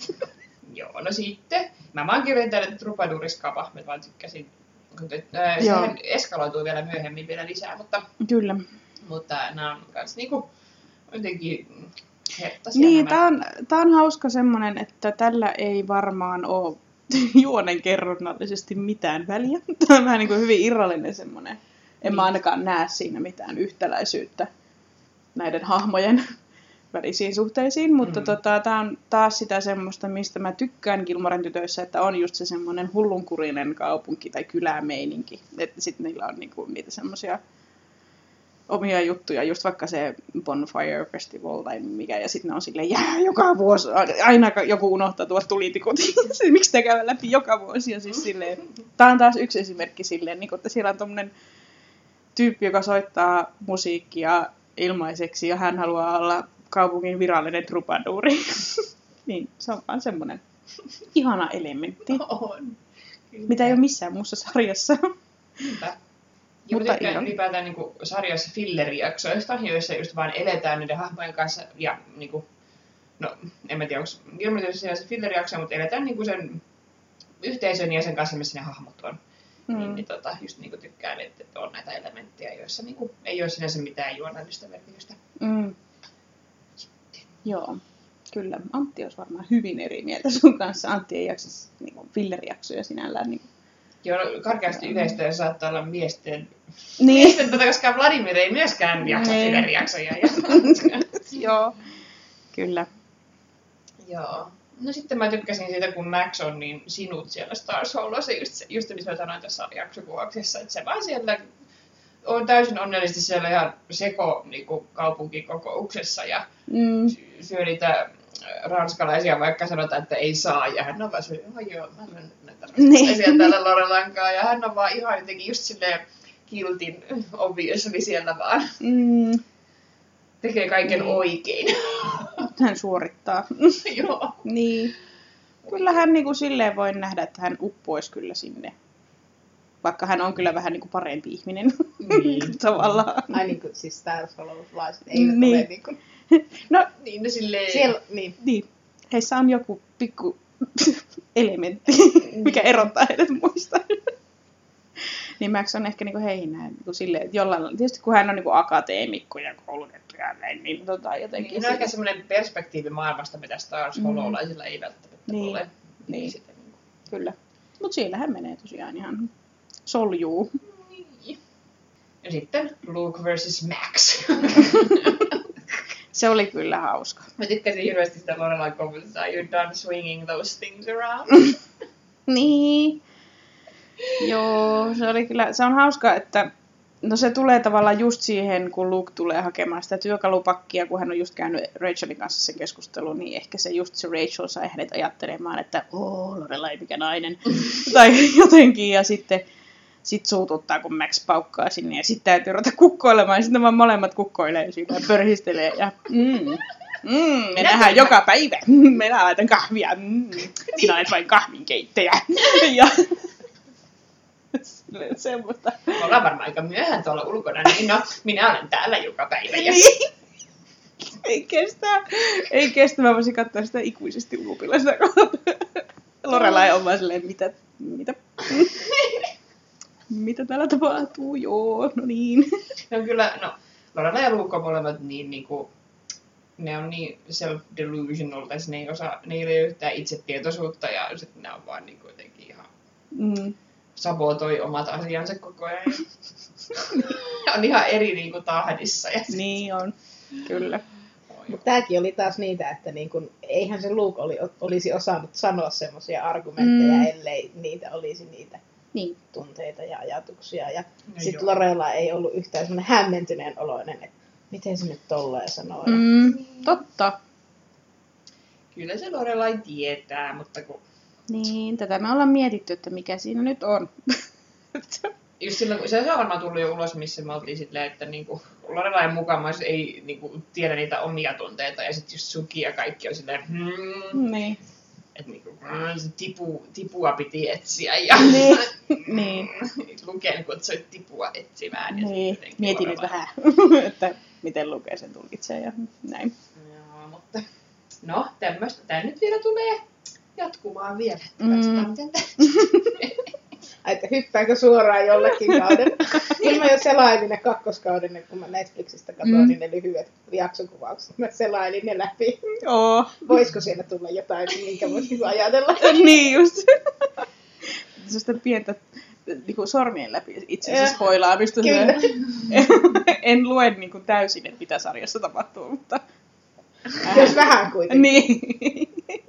no sitten, mä vaan kirjoitin tänne, että Troubadouriskapa, mä vaan tykkäsin. Äh, sehän eskaloituu vielä myöhemmin vielä lisää, mutta, Kyllä. mutta nämä on kans niinku jotenkin herttaisia. Niin, nämä. tää on, tää on hauska semmonen, että tällä ei varmaan oo juonen kerronnallisesti mitään väliä. Tää on vähän niin kuin hyvin irrallinen semmonen. En Niin. mä ainakaan näe siinä mitään yhtäläisyyttä näiden hahmojen välisiin suhteisiin, mutta Mm. tota, tää on taas sitä semmoista, mistä mä tykkään Gilmoren tytöissä, että on just se semmonen hullunkurinen kaupunki tai kylämeininki. Että sit niillä on niinku niitä semmosia omia juttuja, just vaikka se Bonfire Festival tai mikä, ja sitten ne on silleen, jää, joka vuosi, aina joku unohtaa tuoda tulitikut, miksi te käydään läpi joka vuosi, ja siis silleen, tää on taas yksi esimerkki silleen, niin kun, että siellä on tommonen tyyppi, joka soittaa musiikkia ilmaiseksi, ja hän haluaa olla kaupungin virallinen troubadouri, niin se on vaan semmonen ihana elementti, On. mitä ei ole missään muussa sarjassa. Niinpä. Ja Mutta mä tykkään ihan. ylipäätään niin sarjassa fillerijaksoista, joissa just vaan eletään niiden hahmojen kanssa ja niin kuin, no en mä tiedä, onko Gilmore siinä se fillerijakso, mutta eletään niin kuin sen yhteisön ja sen kanssa, missä ne hahmot on. Mm. Niin, niin tota, just niin kuin tykkään, että, että on näitä elementtejä, joissa niin kuin, ei ole sinänsä mitään juonellista merkitystä. Mm. Joo, kyllä. Antti olisi varmaan hyvin eri mieltä sun kanssa. Antti ei jaksa niin fillerijaksoja sinällään. Niin Joo, no, karkeasti yleistä saattaa olla miesten, niin. miesten tota, koska Vladimir ei myöskään jaksa Niin. fillerijaksoja. Joo, kyllä. Joo. No sitten mä tykkäsin siitä, kun Max on niin sinut siellä Stars Hollowssa, just, just mitä mä sanoin tässä jaksokuvauksessa, että se vaan siellä on täysin onnellisesti siellä ihan seko niin kuin kaupunkikokouksessa ja Mm. syö niitä ranskalaisia, vaikka sanotaan, että ei saa, ja hän on vaan se, oh joo, mä syön näitä ranskalaisia Niin. täällä Lorelankaa, ja hän on vaan ihan jotenkin just silleen kiltin obviously siellä vaan Mm. tekee kaiken Niin. oikein. Hän suorittaa. Joo. Niin. Kyllä hän niin kuin silleen voi nähdä, että hän uppoisi kyllä sinne. Vaikka hän on kyllä vähän niin kuin parempi ihminen. Niin. Tavallaan. Ai niin kuin siis Stars Hollows-laiset eivät Niin. ole niin kuin... No Niin, no silleen... Siellä, niin. niin. Heissä on joku pikku elementti, mikä erottaa heidät muista. Niin Max on ehkä niinku heihin näin niinku silleen, että jollain lailla, tietysti kun hän on niinku akateemikko ja koulutettu ja näin, niin tota jotenkin... Niin, no ehkä semmoinen perspektiivi maailmasta, mitä Stars Hollowlaisilla ei välttämättä Niin. ole. Niin. Sitten, niin. Kyllä. Mut siellä hän menee tosiaan ihan soljuu. Niin. Ja sitten Luke versus Max. Se oli kyllä hauska. Mä tykkäsin hirveästi sitä Lorelai kommentista, you're done swinging those things around. Niin. Joo, se oli kyllä, se on hauska, että no se tulee tavallaan just siihen, kun Luke tulee hakemaan sitä työkalupakkia, kun hän on just käynyt Rachelin kanssa sen keskustelun, niin ehkä se just se Rachel sai hänet ajattelemaan, että ooo, Lorelai mikä nainen, tai jotenkin, ja sitten sit suututtaa, kun Max paukkaa sinne, ja sitten täytyy ruveta kukkoilemaan, ja sitten vaan molemmat kukkoilee siitä ja pörhistelee, ja mm, mm, me nähdään joka päivä, minä laitan kahvia, mm, sinä olet vain kahvinkeittäjä, ja semmoista. Me ollaan varmaan aika myöhään tuolla ulkona, niin no, minä olen täällä joka päivä. Ja... Niin. Ei kestä. Ei kestä. Mä voisin katsoa sitä ikuisesti ulupilla sitä kohtaa. Lorelai on vaan silleen, mitä, mitä, mitä täällä tapahtuu? Joo, no niin. No kyllä, no, Lorelai ja Luke on molemmat niin niinku, ne on niin self-delusional, tai ne ei osaa, ne ei ole yhtään itsetietoisuutta, ja sitten ne on vaan niinku jotenkin ihan Mm. sabotoi omat asiansa koko ajan. On ihan eri niinku tahdissa. Ja Niin on, kyllä. Mutta tämäkin oli taas niitä, että niin kun, eihän se Luke oli, olisi osannut sanoa semmoisia argumentteja, Mm. ellei niitä olisi niitä Niin. tunteita ja ajatuksia. Ja No sitten joo. Lorella ei ollut yhtään semmoinen hämmentyneen oloinen, että miten se nyt tolleen sanoo. Ja Mm, totta. Kyllä se Lorelai tietää, mutta kun Niin, tätä me ollaan mietitty, että mikä siinä nyt on. just silloin, kun se on varmaan tullut jo ulos, missä me oltiin silleen, että niinku, Lorelain mukaan ei niinku, tiedä niitä omia tunteita, ja sitten just Suki ja kaikki on silleen, hmm, Niin. että niinku, mm, se tipu, tipua piti etsiä, ja Niin. Niin. Luken kutsui tipua etsimään. Ja Niin. sitten Mietin nyt Lorelai- vähän, että miten lukee sen tulkitsee ja näin. Joo, mutta no, tämmöistä tää nyt vielä tulee. jatkumaan vielä, että Mm. katsotaan miten tämä. Ai, että hyppääkö suoraan jollekin kauden? Kyllä mä jo selailin ne kakkoskauden, kun mä Netflixistä katsoin Mm. ne lyhyet jaksokuvaukset. Mä selailin ne läpi. Joo. Voisiko siellä tulla jotain, minkä voisi ajatella? Niin just. Sellaista pientä niinku sormien läpi itse asiassa Joo. spoilaamista. Kyllä. En lue niinku täysin, että mitä sarjassa tapahtuu, mutta... Jos vähän kuitenkin. Niin.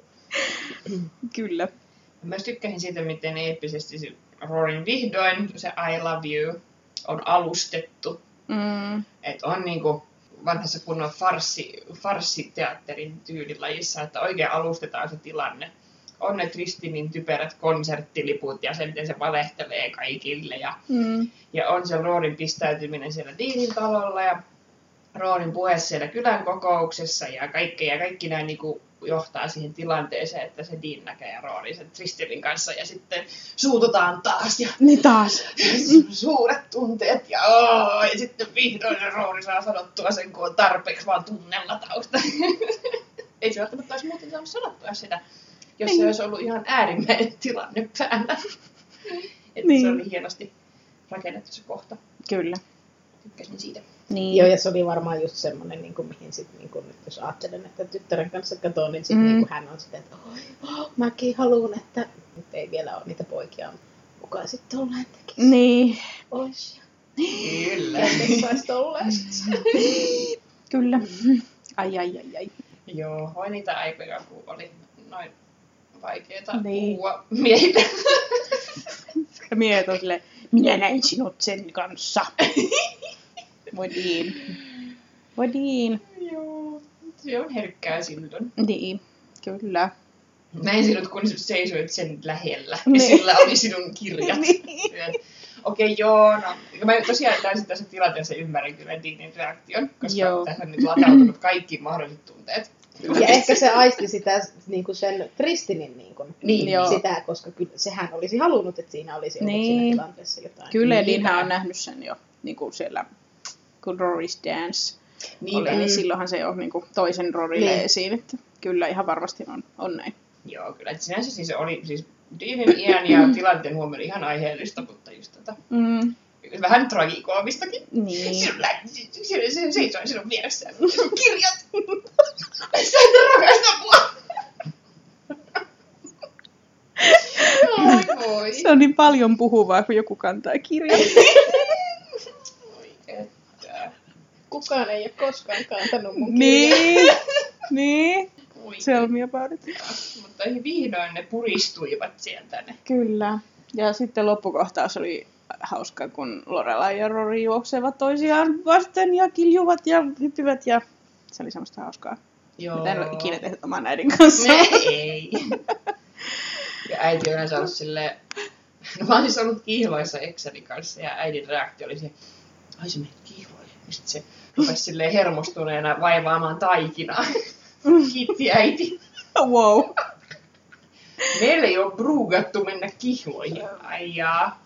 Kyllä. Mä myös tykkäsin siitä, miten eeppisesti se Rorin vihdoin se I love you on alustettu. Mm. Että on niinku vanhassa kunnon farssi, farssiteatterin tyylilajissa, että oikein alustetaan se tilanne. On ne Tristinin typerät konserttiliput ja se, miten se valehtelee kaikille. Ja, Mm. ja on se Rorin pistäytyminen siellä Deanin talolla ja Rorin puhe siellä kylän kokouksessa ja kaikki, ja kaikki nämä niinku johtaa siihen tilanteeseen, että se Dean näkee Rorin sen Tristinin kanssa ja sitten suututaan taas ja Niin taas. suuret tunteet ja, oh, ja sitten vihdoin se Rory saa sanottua sen, kun on tarpeeksi vaan tunnella tausta. Ei se välttämättä olisi muuten saanut sanottua sitä, jos Niin. se olisi ollut ihan äärimmäinen tilanne päällä. Että Niin. se oli hienosti rakennettu se kohta. Kyllä. Tykkäsin siitä. Niin. Joo, ja se oli varmaan just semmoinen, niin kuin, mihin sit, niin kuin, nyt jos ajattelen, että tyttären kanssa katon, niin, sit, Mm. niin kuin hän on sitä, että oi, oh, mäkin haluan, että nyt ei vielä ole niitä poikia, kuka sitten tolleen tekisi. Niin. Ois. Kyllä. Kenelle saisi tolleen sit. Kyllä. Ai ai ai ai. Joo, voi niitä aikoja, kun oli noin vaikeeta Niin. puhua miehille. Ja miehet on silleen, minä näin sinut sen kanssa. Voi niin. Voi niin. Joo, se on herkkää silloin. Niin, kyllä. Näin sinut, kun sinut seisoit sen lähellä. Ja Niin. sillä oli sinun kirjat. Niin. Okei, okay, joo, no. Mä tosiaan täysin tässä tilanteessa ymmärrän kyllä Deanin reaktion, koska Joo. tässä on nyt latautunut kaikki mahdolliset tunteet. Ja ehkä se aisti sitä, niin kuin sen Tristinin niin kuin, Niin, Joo. sitä, koska kyllä sehän olisi halunnut, että siinä olisi ollut Niin. siinä tilanteessa jotain. Kyllä, Niinpä. Deanhän on nähnyt sen jo niin kuin siellä, kun Rory's Dance Niinpä. oli, niin silloinhan se on niin kuin toisen Rorylle Niin. esiin. Että kyllä ihan varmasti on, on näin. Joo, kyllä. Et sinänsä siis oli, siis Deanin iän ja tilanteen huomioon ihan aiheellista, mutta just tota, Mm, vähän tragikoomistakin. niin. Sinulla, sinun, sinun seisoo sinun vieressään. Sinun kirjat. Sä et rakasta mua. Oi voi. Se on niin paljon puhuvaa, kun joku kantaa kirjan. Oi että. Kukaan ei ole koskaan kantanut mun kirjaa. Niin, niin. Oi. Tell me about it. Mutta vihdoin ne puristuivat sieltä ne. Kyllä. Ja sitten loppukohtaus oli hauska, kun Lorelai ja Rory juoksevat toisiaan vasten ja kiljuvat ja hyppivät ja se oli semmoista hauskaa. Joo. Mitä en ole ikinä tehnyt oman äidin kanssa. Ne ei. Ja äiti on yleensä ollut silleen, no mä oon siis ollut kihloissa Excelin kanssa ja äidin reaktio oli se, ai se menet kihloille. Ja sit se rupesi silleen hermostuneena vaivaamaan taikinaa. Kiitti äiti. Wow. Meillä ei ole bruugattu mennä kihloihin. Ai jaa.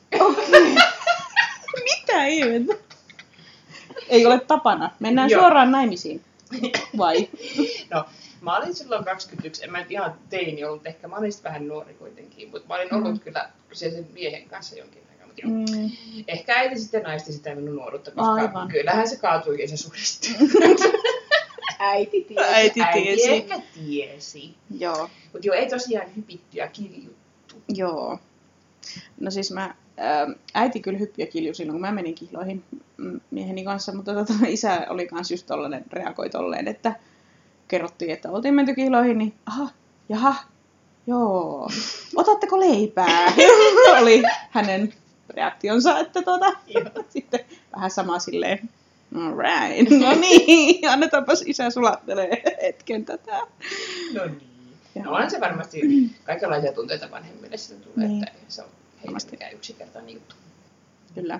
Mitä ihmettä? Ei ole tapana. Mennään Joo. suoraan naimisiin. Vai? No, mä olin silloin kaksikymmentäyksi, en mä nyt ihan teini ollut, ehkä mä olin sit vähän nuori kuitenkin, mutta mä olin ollut Mm. kyllä sen miehen kanssa jonkin aikaa. Mutta joo. Mm. Ehkä äiti sitten naisti sitä minun nuoruutta, koska Aivan. kyllähän se kaatuikin se sudesta. Äiti tiesi. Äiti Äiti tiesi. ehkä tiesi. Joo. Mutta joo, ei tosiaan hypitty ja kiljuttu. Joo. No siis mä, ää, äiti kyllä hyppi ja kiljui silloin, kun mä menin kihloihin mm, mieheni kanssa, mutta tota, isä oli kans just tollanen, reagoi tolleen, että kerrottiin, että oltiin menty kihloihin, niin aha, jaha, joo, otatteko leipää? Oli hänen reaktionsa, että tota, sitten vähän sama silleen, alright, no niin, annetaanpas isä sulattelee hetken tätä. No niin. Joo. No onhan se varmasti kaikenlaisia tunteita vanhemmille sitä tulee, Niin. että ei se on heille Varmasti. mikään yksinkertainen juttu. Kyllä.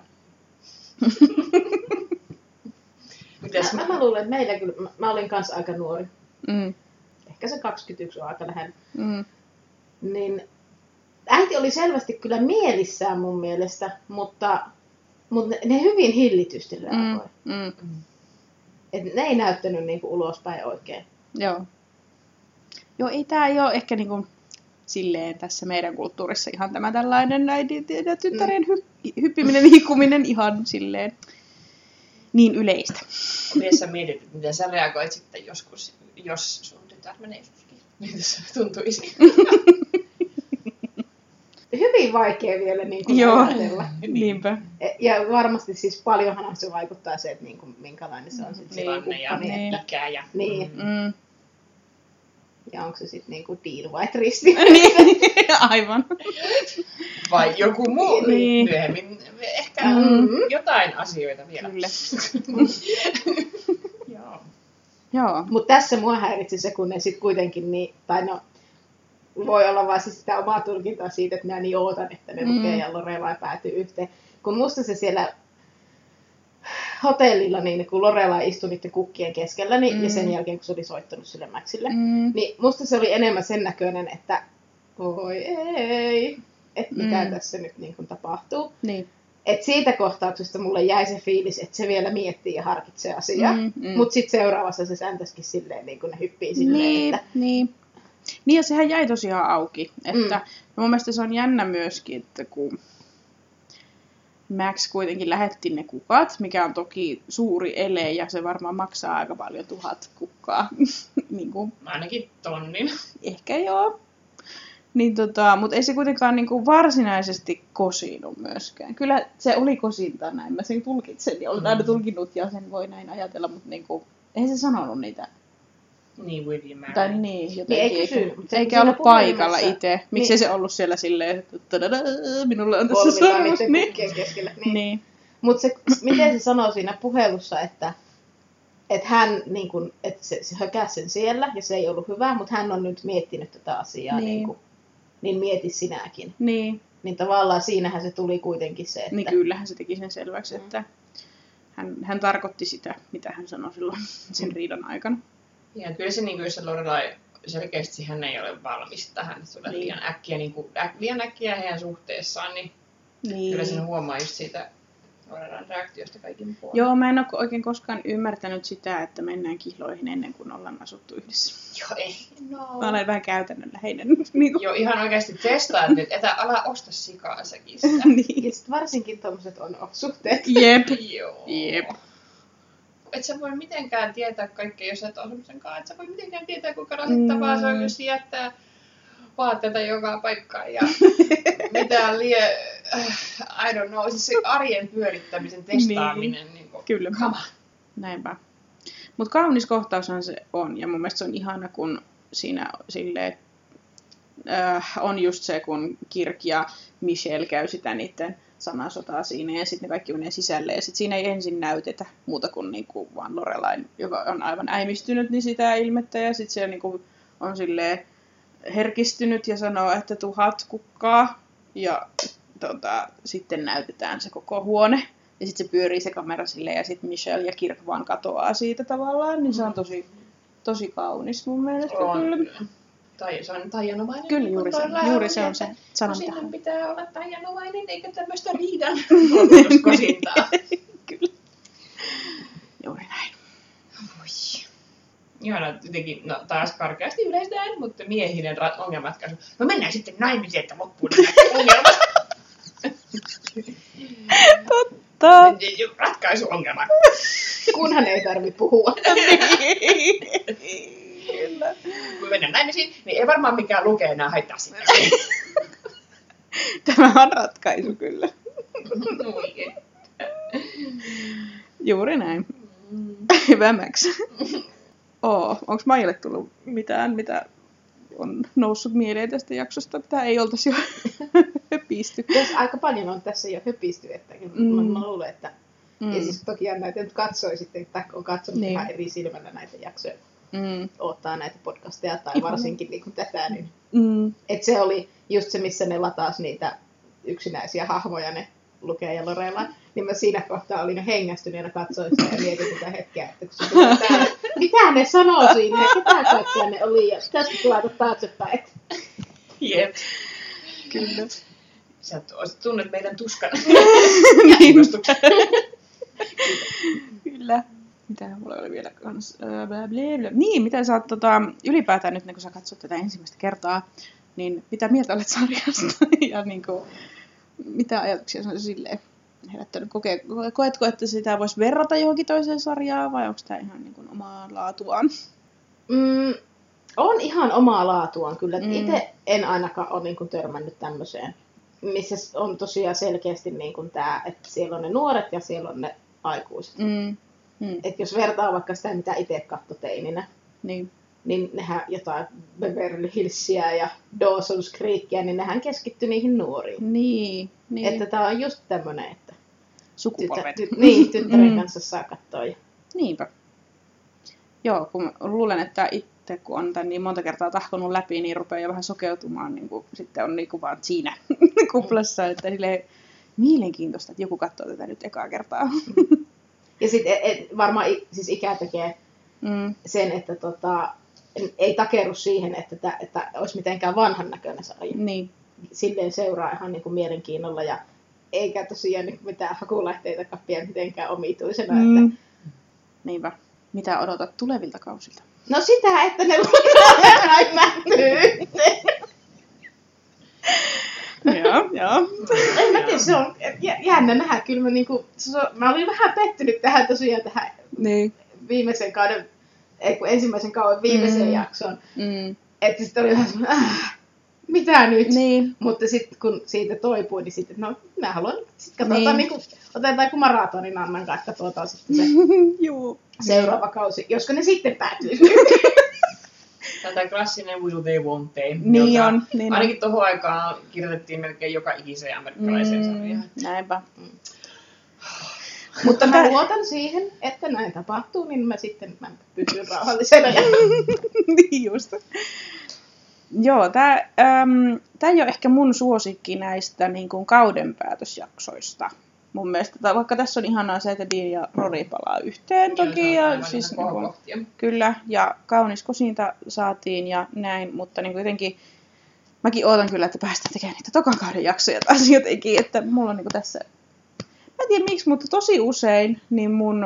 Mites Mä, mä luulen, että meillä kyllä, mä, mä olin kanssa aika nuori. Mm, Ehkä se kaksikymmentäyksi on aika lähellä. mm, Niin äiti oli selvästi kyllä mielissään mun mielestä, mutta, mutta ne, ne hyvin hillitysti mm, reagoi. mm. Et ne ei näyttänyt niinku ulospäin oikein. Joo. Joo, ei tää ei oo ehkä niinku silleen tässä meidän kulttuurissa ihan tämä tällainen äidin ja tyttären hy- hyppiminen, liikkuminen ihan silleen niin yleistä. Missä mietit, että miten sä reagoit sitten joskus, jos sun tytär menee joskuskin? Miltä se tuntuisi? Hyvin vaikea vielä niin kuin Joo, ajatella. niinpä. Ja varmasti siis paljonhan se vaikuttaa se, että niin kuin, minkälainen se on sitten se Tilanne ja kumppani. Että, ikä ja... niin. Mm. Ja onko se sitten niin kuin Dean White risti? Niin, aivan. Vai joku muu Niin. myöhemmin. Ehkä Mm. jotain asioita vielä. Kyllä. Joo. Joo. Mutta tässä mua häiritsi se, kun ne sitten kuitenkin, niin, tai no, voi olla vaan siis sitä omaa tulkintaa siitä, että minä niin ootan, että ne Mm. lukee ja Lorelai päätyy yhteen. Kun musta se siellä hotellilla, niin kun Lorelai istui niiden kukkien keskellä, niin, Mm. ja sen jälkeen kun se oli soittanut sille Maxille, Mm. niin musta se oli enemmän sen näköinen, että voi ei, että mitä Mm. tässä nyt niin kun tapahtuu. Niin. Et siitä kohtauksesta mulle jäi se fiilis, että se vielä miettii ja harkitsee asiaa. Mm, mm. Mutta sitten seuraavassa se säntäskin silleen, niin kun ne hyppii silleen, Niin, että... niin. Niin ja sehän jäi tosiaan auki. Että Mm. mun mielestä se on jännä myöskin, että kun Max kuitenkin lähetti ne kukat, mikä on toki suuri ele ja se varmaan maksaa aika paljon tuhat kukkaa. niin kuin, Ainakin tonnin. ehkä joo. Niin tota, mutta ei se kuitenkaan niin kuin varsinaisesti kosinut myöskään. Kyllä se oli kosinta, näin mä sen tulkitsen ja olen aina tulkinnut ja sen voi näin ajatella, mutta niin kuin, ei se sanonut niitä. Niin, William Mary. Tai niin, jotenkin. Niin, ei kysynyt, mutta eikä siinä ollut paikalla puhelimessa- itse. Miksei niin. se ollut siellä silleen, että tadada, minulla on tässä Polvillaan sormus. niiden Niin. kukkien keskellä. Niin. Niin. Mutta se, miten se sanoo siinä puhelussa, että, että hän niin kun, että se, se hökäsi sen siellä ja se ei ollut hyvä, mutta hän on nyt miettinyt tätä asiaa, Niin. niin, niin, kun, niin mieti sinäkin. Niin. Niin tavallaan siinähän se tuli kuitenkin se, että... Niin kyllähän se teki sen selväksi, että hän, hän tarkoitti sitä, mitä hän sanoi silloin sen riidan aikana. Ja kyllä se, niin kuin, jos se Lorelai selkeästi hän ei ole valmis tähän, että tulee Niin. liian äkkiä, niin kuin, äk, liian äkkiä heidän suhteessaan, niin, Niin. kyllä sen huomaa just siitä Lorelain reaktiosta kaikin puolin. Joo, mä en ole oikein koskaan ymmärtänyt sitä, että mennään kihloihin ennen kuin ollaan asuttu yhdessä. Joo, ei. No. Mä olen vähän käytännönläheinen. niin kuin. Joo, ihan oikeasti testaa nyt, että älä osta sikaa säkistä. niin. Ja sit varsinkin tommoset on-off-suhteet. Jep. Joo. Jep. Et sä voi mitenkään tietää kaikkea, jos et ole semmoisen kanssa. Et sä voi mitenkään tietää, kuinka rasittavaa Mm. se on, jos jättää vaatteita joka paikkaan. Ja mitään lie... äh, I don't know, siis se arjen pyörittämisen testaaminen. Niin. Niin kuin, Kyllä. come on. Näinpä. Mutta kaunis kohtaushan se on, ja mun mielestä se on ihana, kun siinä silleen, äh, on just se, kun Kirk ja Michelle käy sitä niiden sanasotaa siinä, ja sitten ne kaikki menee sisälle, ja sitten siinä ei ensin näytetä muuta kuin niinku vaan Lorelain, joka on aivan äimistynyt, niin sitä ilmettä, ja sitten se niinku on silleen herkistynyt ja sanoo, että tuhat kukkaa, ja tota, sitten näytetään se koko huone. Ja sitten se pyörii se kamera silleen ja sitten Michelle ja Kirk vaan katoaa siitä tavallaan, niin se on tosi, tosi kaunis mun mielestä On. kyllä. Tai, se on taianomainen. Kyllä niin juuri kuin se, Lorelai juuri on, se on että se sanonta. Kosinnan pitää olla taianomainen, eikä tämmöistä riidan kosintaa. Kyllä. Juuri näin. Voi. Ihana jotenkin, no taas karkeasti yleistään, mutta miehinen ra- ongelmatkaisu. No mennään sitten naimisiin, että loppuun nämä ongelmat. Totta. Ratkaisuongelma. Kunhan ei tarvitse puhua. Kyllä. Kun mennään naimisiin, niin ei varmaan mikään lukee enää haittaa sitä. Tämä on ratkaisu kyllä. Oikein. Juuri näin. Hyvä Max. Oo, onko Maijalle tullut mitään, mitä on noussut mieleen tästä jaksosta, mitä ei oltaisi jo höpisty? Jos aika paljon on tässä jo höpisty, että Mm. mä, mä luulen, että... Mm. Ja siis toki näitä nyt katsoi sitten, että on katsonut Niin. ihan eri silmällä näitä jaksoja, Mm. odottaa näitä podcasteja tai Ihan. varsinkin niin kuin tätä, niin Mm. et se oli just se, missä ne lataas niitä yksinäisiä hahmoja, ne lukee ja Lorella. Niin mä siinä kohtaa olin jo hengästyneenä katsoin sitä ja mietin sitä hetkeä, että kun se tulee täällä, mitä ne sanoo siinä ja ketä kaikkia ne oli ja pitäisikö tuota taaksepäin. Jep. Kyllä. Sä tunnet meidän tuskan ja innostuksen. Kyllä. Mitä mulla oli vielä kans? Äh, blä, blä, blä. Niin, mitä sä oot tota, ylipäätään nyt, kun sä katsot tätä ensimmäistä kertaa, niin mitä mieltä olet sarjasta? Ja niin kuin, mitä ajatuksia se on silleen herättänyt? Koke, koetko, että sitä voisi verrata johonkin toiseen sarjaan vai onko tämä ihan niin kuin omaa laatuaan? Mm, on ihan omaa laatuaan kyllä. Mm. Itse en ainakaan ole niin kuin törmännyt tämmöiseen, missä on tosiaan selkeästi niin kuin tämä, että siellä on ne nuoret ja siellä on ne aikuiset. Mm. Mm. Et jos vertaa vaikka sitä, mitä itse katsoi teininä, Niin. niin nehän jotain Beverly Hillsia ja Dawson's Creekia, niin nehän keskittyi niihin nuoriin. Niin, niin. Että tämä on just tämmöinen, että Sukupolvet. tytär, ty, niin, tyttären Mm. kanssa saa katsoa. Ja Niinpä. Joo, kun luulen, että itse kun on tämän niin monta kertaa tahkonut läpi, niin rupeaa jo vähän sokeutumaan. Niin kuin, sitten on niin kuin vaan siinä kuplassa, että silleen mielenkiintoista, että joku katsoo tätä nyt ekaa kertaa. Ja sitten varmaan i- siis ikä tekee Mm. sen, että tota, ei takeru siihen, että, tä, että olisi mitenkään vanhan näköinen sarja. Niin. Silleen seuraa ihan niin kuin mielenkiinnolla ja eikä tosiaan niin mitään hakulähteitä kappia mitenkään omituisena. Että Mm. Niinpä. Mitä odotat tulevilta kausilta? no sitä, että ne luodaan näkyy. Joo, joo. En mä tiedä, se on jä- jännä nähdä. Kyllä mä, niinku, se on, mä olin vähän pettynyt tähän tosiaan tähän Niin. viimeisen kauden, ei kun ensimmäisen kauden viimeiseen Mm. jaksoon. Mm. Että sitten oli vähän semmoinen, äh, mitä nyt? Niin. Mutta sitten kun siitä toipui, niin sitten, no mä haluan, sitten katsotaan, Niin. niin. niin otetaan kuin maratonin Annan kanssa, katsotaan sitten se Joo. seuraava kausi, josko ne sitten päätyy. Tätä klassinen Will They, Won't They, Niin joka on. Niin ainakin tohon aikaan kirjoitettiin melkein joka ikiseen amerikkalaiseen Mm, sarjaan. näinpä. Mutta mä luotan siihen, että näin tapahtuu, niin mä sitten mä pysyn rauhallisena. Ja Niin just. Joo, tää, äm, tää ei ole ehkä mun suosikki näistä niin kuin kaudenpäätösjaksoista. Mun mielestä, tai vaikka tässä on ihanaa se, että Dean ja Rory palaa yhteen toki. Ja, siis, niin kuin, kyllä, ja kaunis kosinta saatiin ja näin, mutta niin kuin jotenkin mäkin ootan kyllä, että päästään tekemään niitä tokan kauden jaksoja taas jotenkin, että mulla on niin kuin tässä, mä en tiedä miksi, mutta tosi usein, niin mun,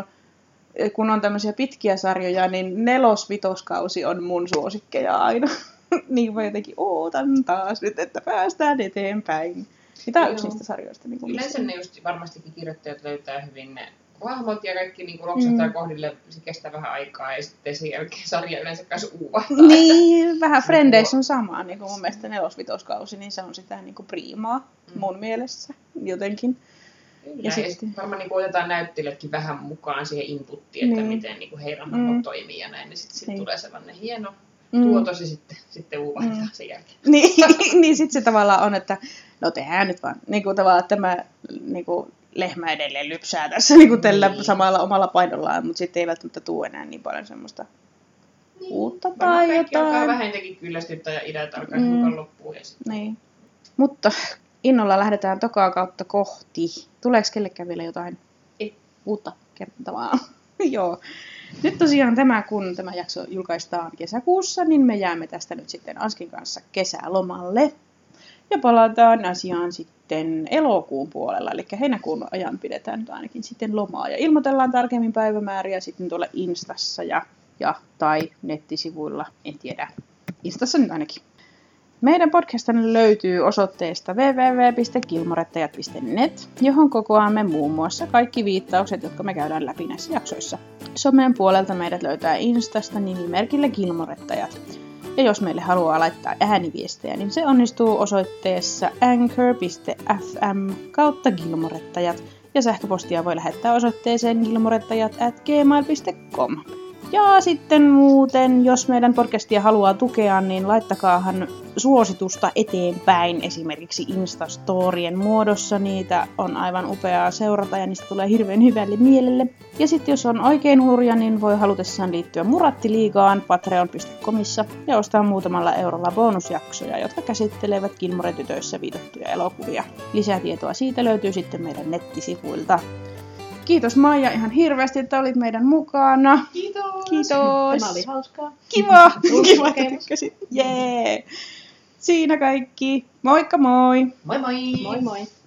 kun on tämmöisiä pitkiä sarjoja, niin nelos-vitoskausi on mun suosikkeja aina. Niin mä jotenkin ootan taas nyt, että päästään eteenpäin. Mitä on yksi niistä sarjoista? Niin Yleensä ne just varmastikin kirjoittajat löytää hyvin ne hahmot ja kaikki niin loksahtaa mm. kohdille, se kestää vähän aikaa ja sitten sen jälkeen sarja yleensä kanssa uuvahtaa. Niin, että vähän Frendeissä on samaa, niin kuin mun mielestä nelos-vitoskausi, niin se on sitä niin kuin priimaa mm. mun mielessä jotenkin. Kyllä, ja, ja sitten varmaan niin otetaan näyttelijätkin vähän mukaan siihen inputtiin, että niin. miten niin heidän hahmot mm. toimii ja näin, niin sitten sit niin. tulee sellainen hieno tuotos ja sitten, sitten uuvahtaa mm. sen jälkeen. Niin, niin sitten se tavallaan on, että no tehdään nyt vaan, niin kuin tavallaan tämä niin kuin lehmä edelleen lypsää tässä niin kuin tällä niin. samalla omalla painollaan, mutta sitten ei välttämättä tule enää niin paljon semmoista niin. uutta tai varmaan jotain. Kaikki alkaa vähintäkin kyllästyttää ja idät alkaa mm. hiukan loppuun. Ja niin. Mutta innolla lähdetään tokaa kautta kohti. Tuleeko kellekään vielä jotain ei. uutta kertavaa? Joo. Nyt tosiaan tämä, kun tämä jakso julkaistaan kesäkuussa, niin me jäämme tästä nyt sitten Anskin kanssa kesälomalle. Ja palataan asiaan sitten elokuun puolella, eli heinäkuun ajan pidetään nyt ainakin sitten lomaa. Ja ilmoitellaan tarkemmin päivämääriä sitten tuolla Instassa ja, ja tai nettisivuilla, en tiedä. Instassa nyt ainakin. Meidän podcastamme löytyy osoitteesta double-u double-u double-u piste gilmorettajat piste net, johon kokoamme muun muassa kaikki viittaukset, jotka me käydään läpi näissä jaksoissa. Someen puolelta meidät löytää Instasta nimimerkillä Gilmorettajat. Ja jos meille haluaa laittaa ääniviestejä, niin se onnistuu osoitteessa anchor piste f m kautta gilmorettajat. Ja sähköpostia voi lähettää osoitteeseen gilmorettajat at gmail piste com. Ja sitten muuten, jos meidän podcastia haluaa tukea, niin laittakaahan suositusta eteenpäin esimerkiksi Instastorien muodossa. Niitä on aivan upeaa seurata ja niistä tulee hirveän hyvälle mielelle. Ja sitten jos on oikein hurja, niin voi halutessaan liittyä Murattiliigaan patreon piste comissa ja ostaa muutamalla eurolla bonusjaksoja, jotka käsittelevät Gilmore-tytöissä viitattuja elokuvia. Lisätietoa siitä löytyy sitten meidän nettisivuilta. Kiitos Maija ihan hirveästi, että olit meidän mukana. Kiitos. Kiitos. Tämä oli hauskaa. Kiva. Kiva, että tykkäsit. Jee. Siinä kaikki. Moikka moi. Moi moi! Moi moi!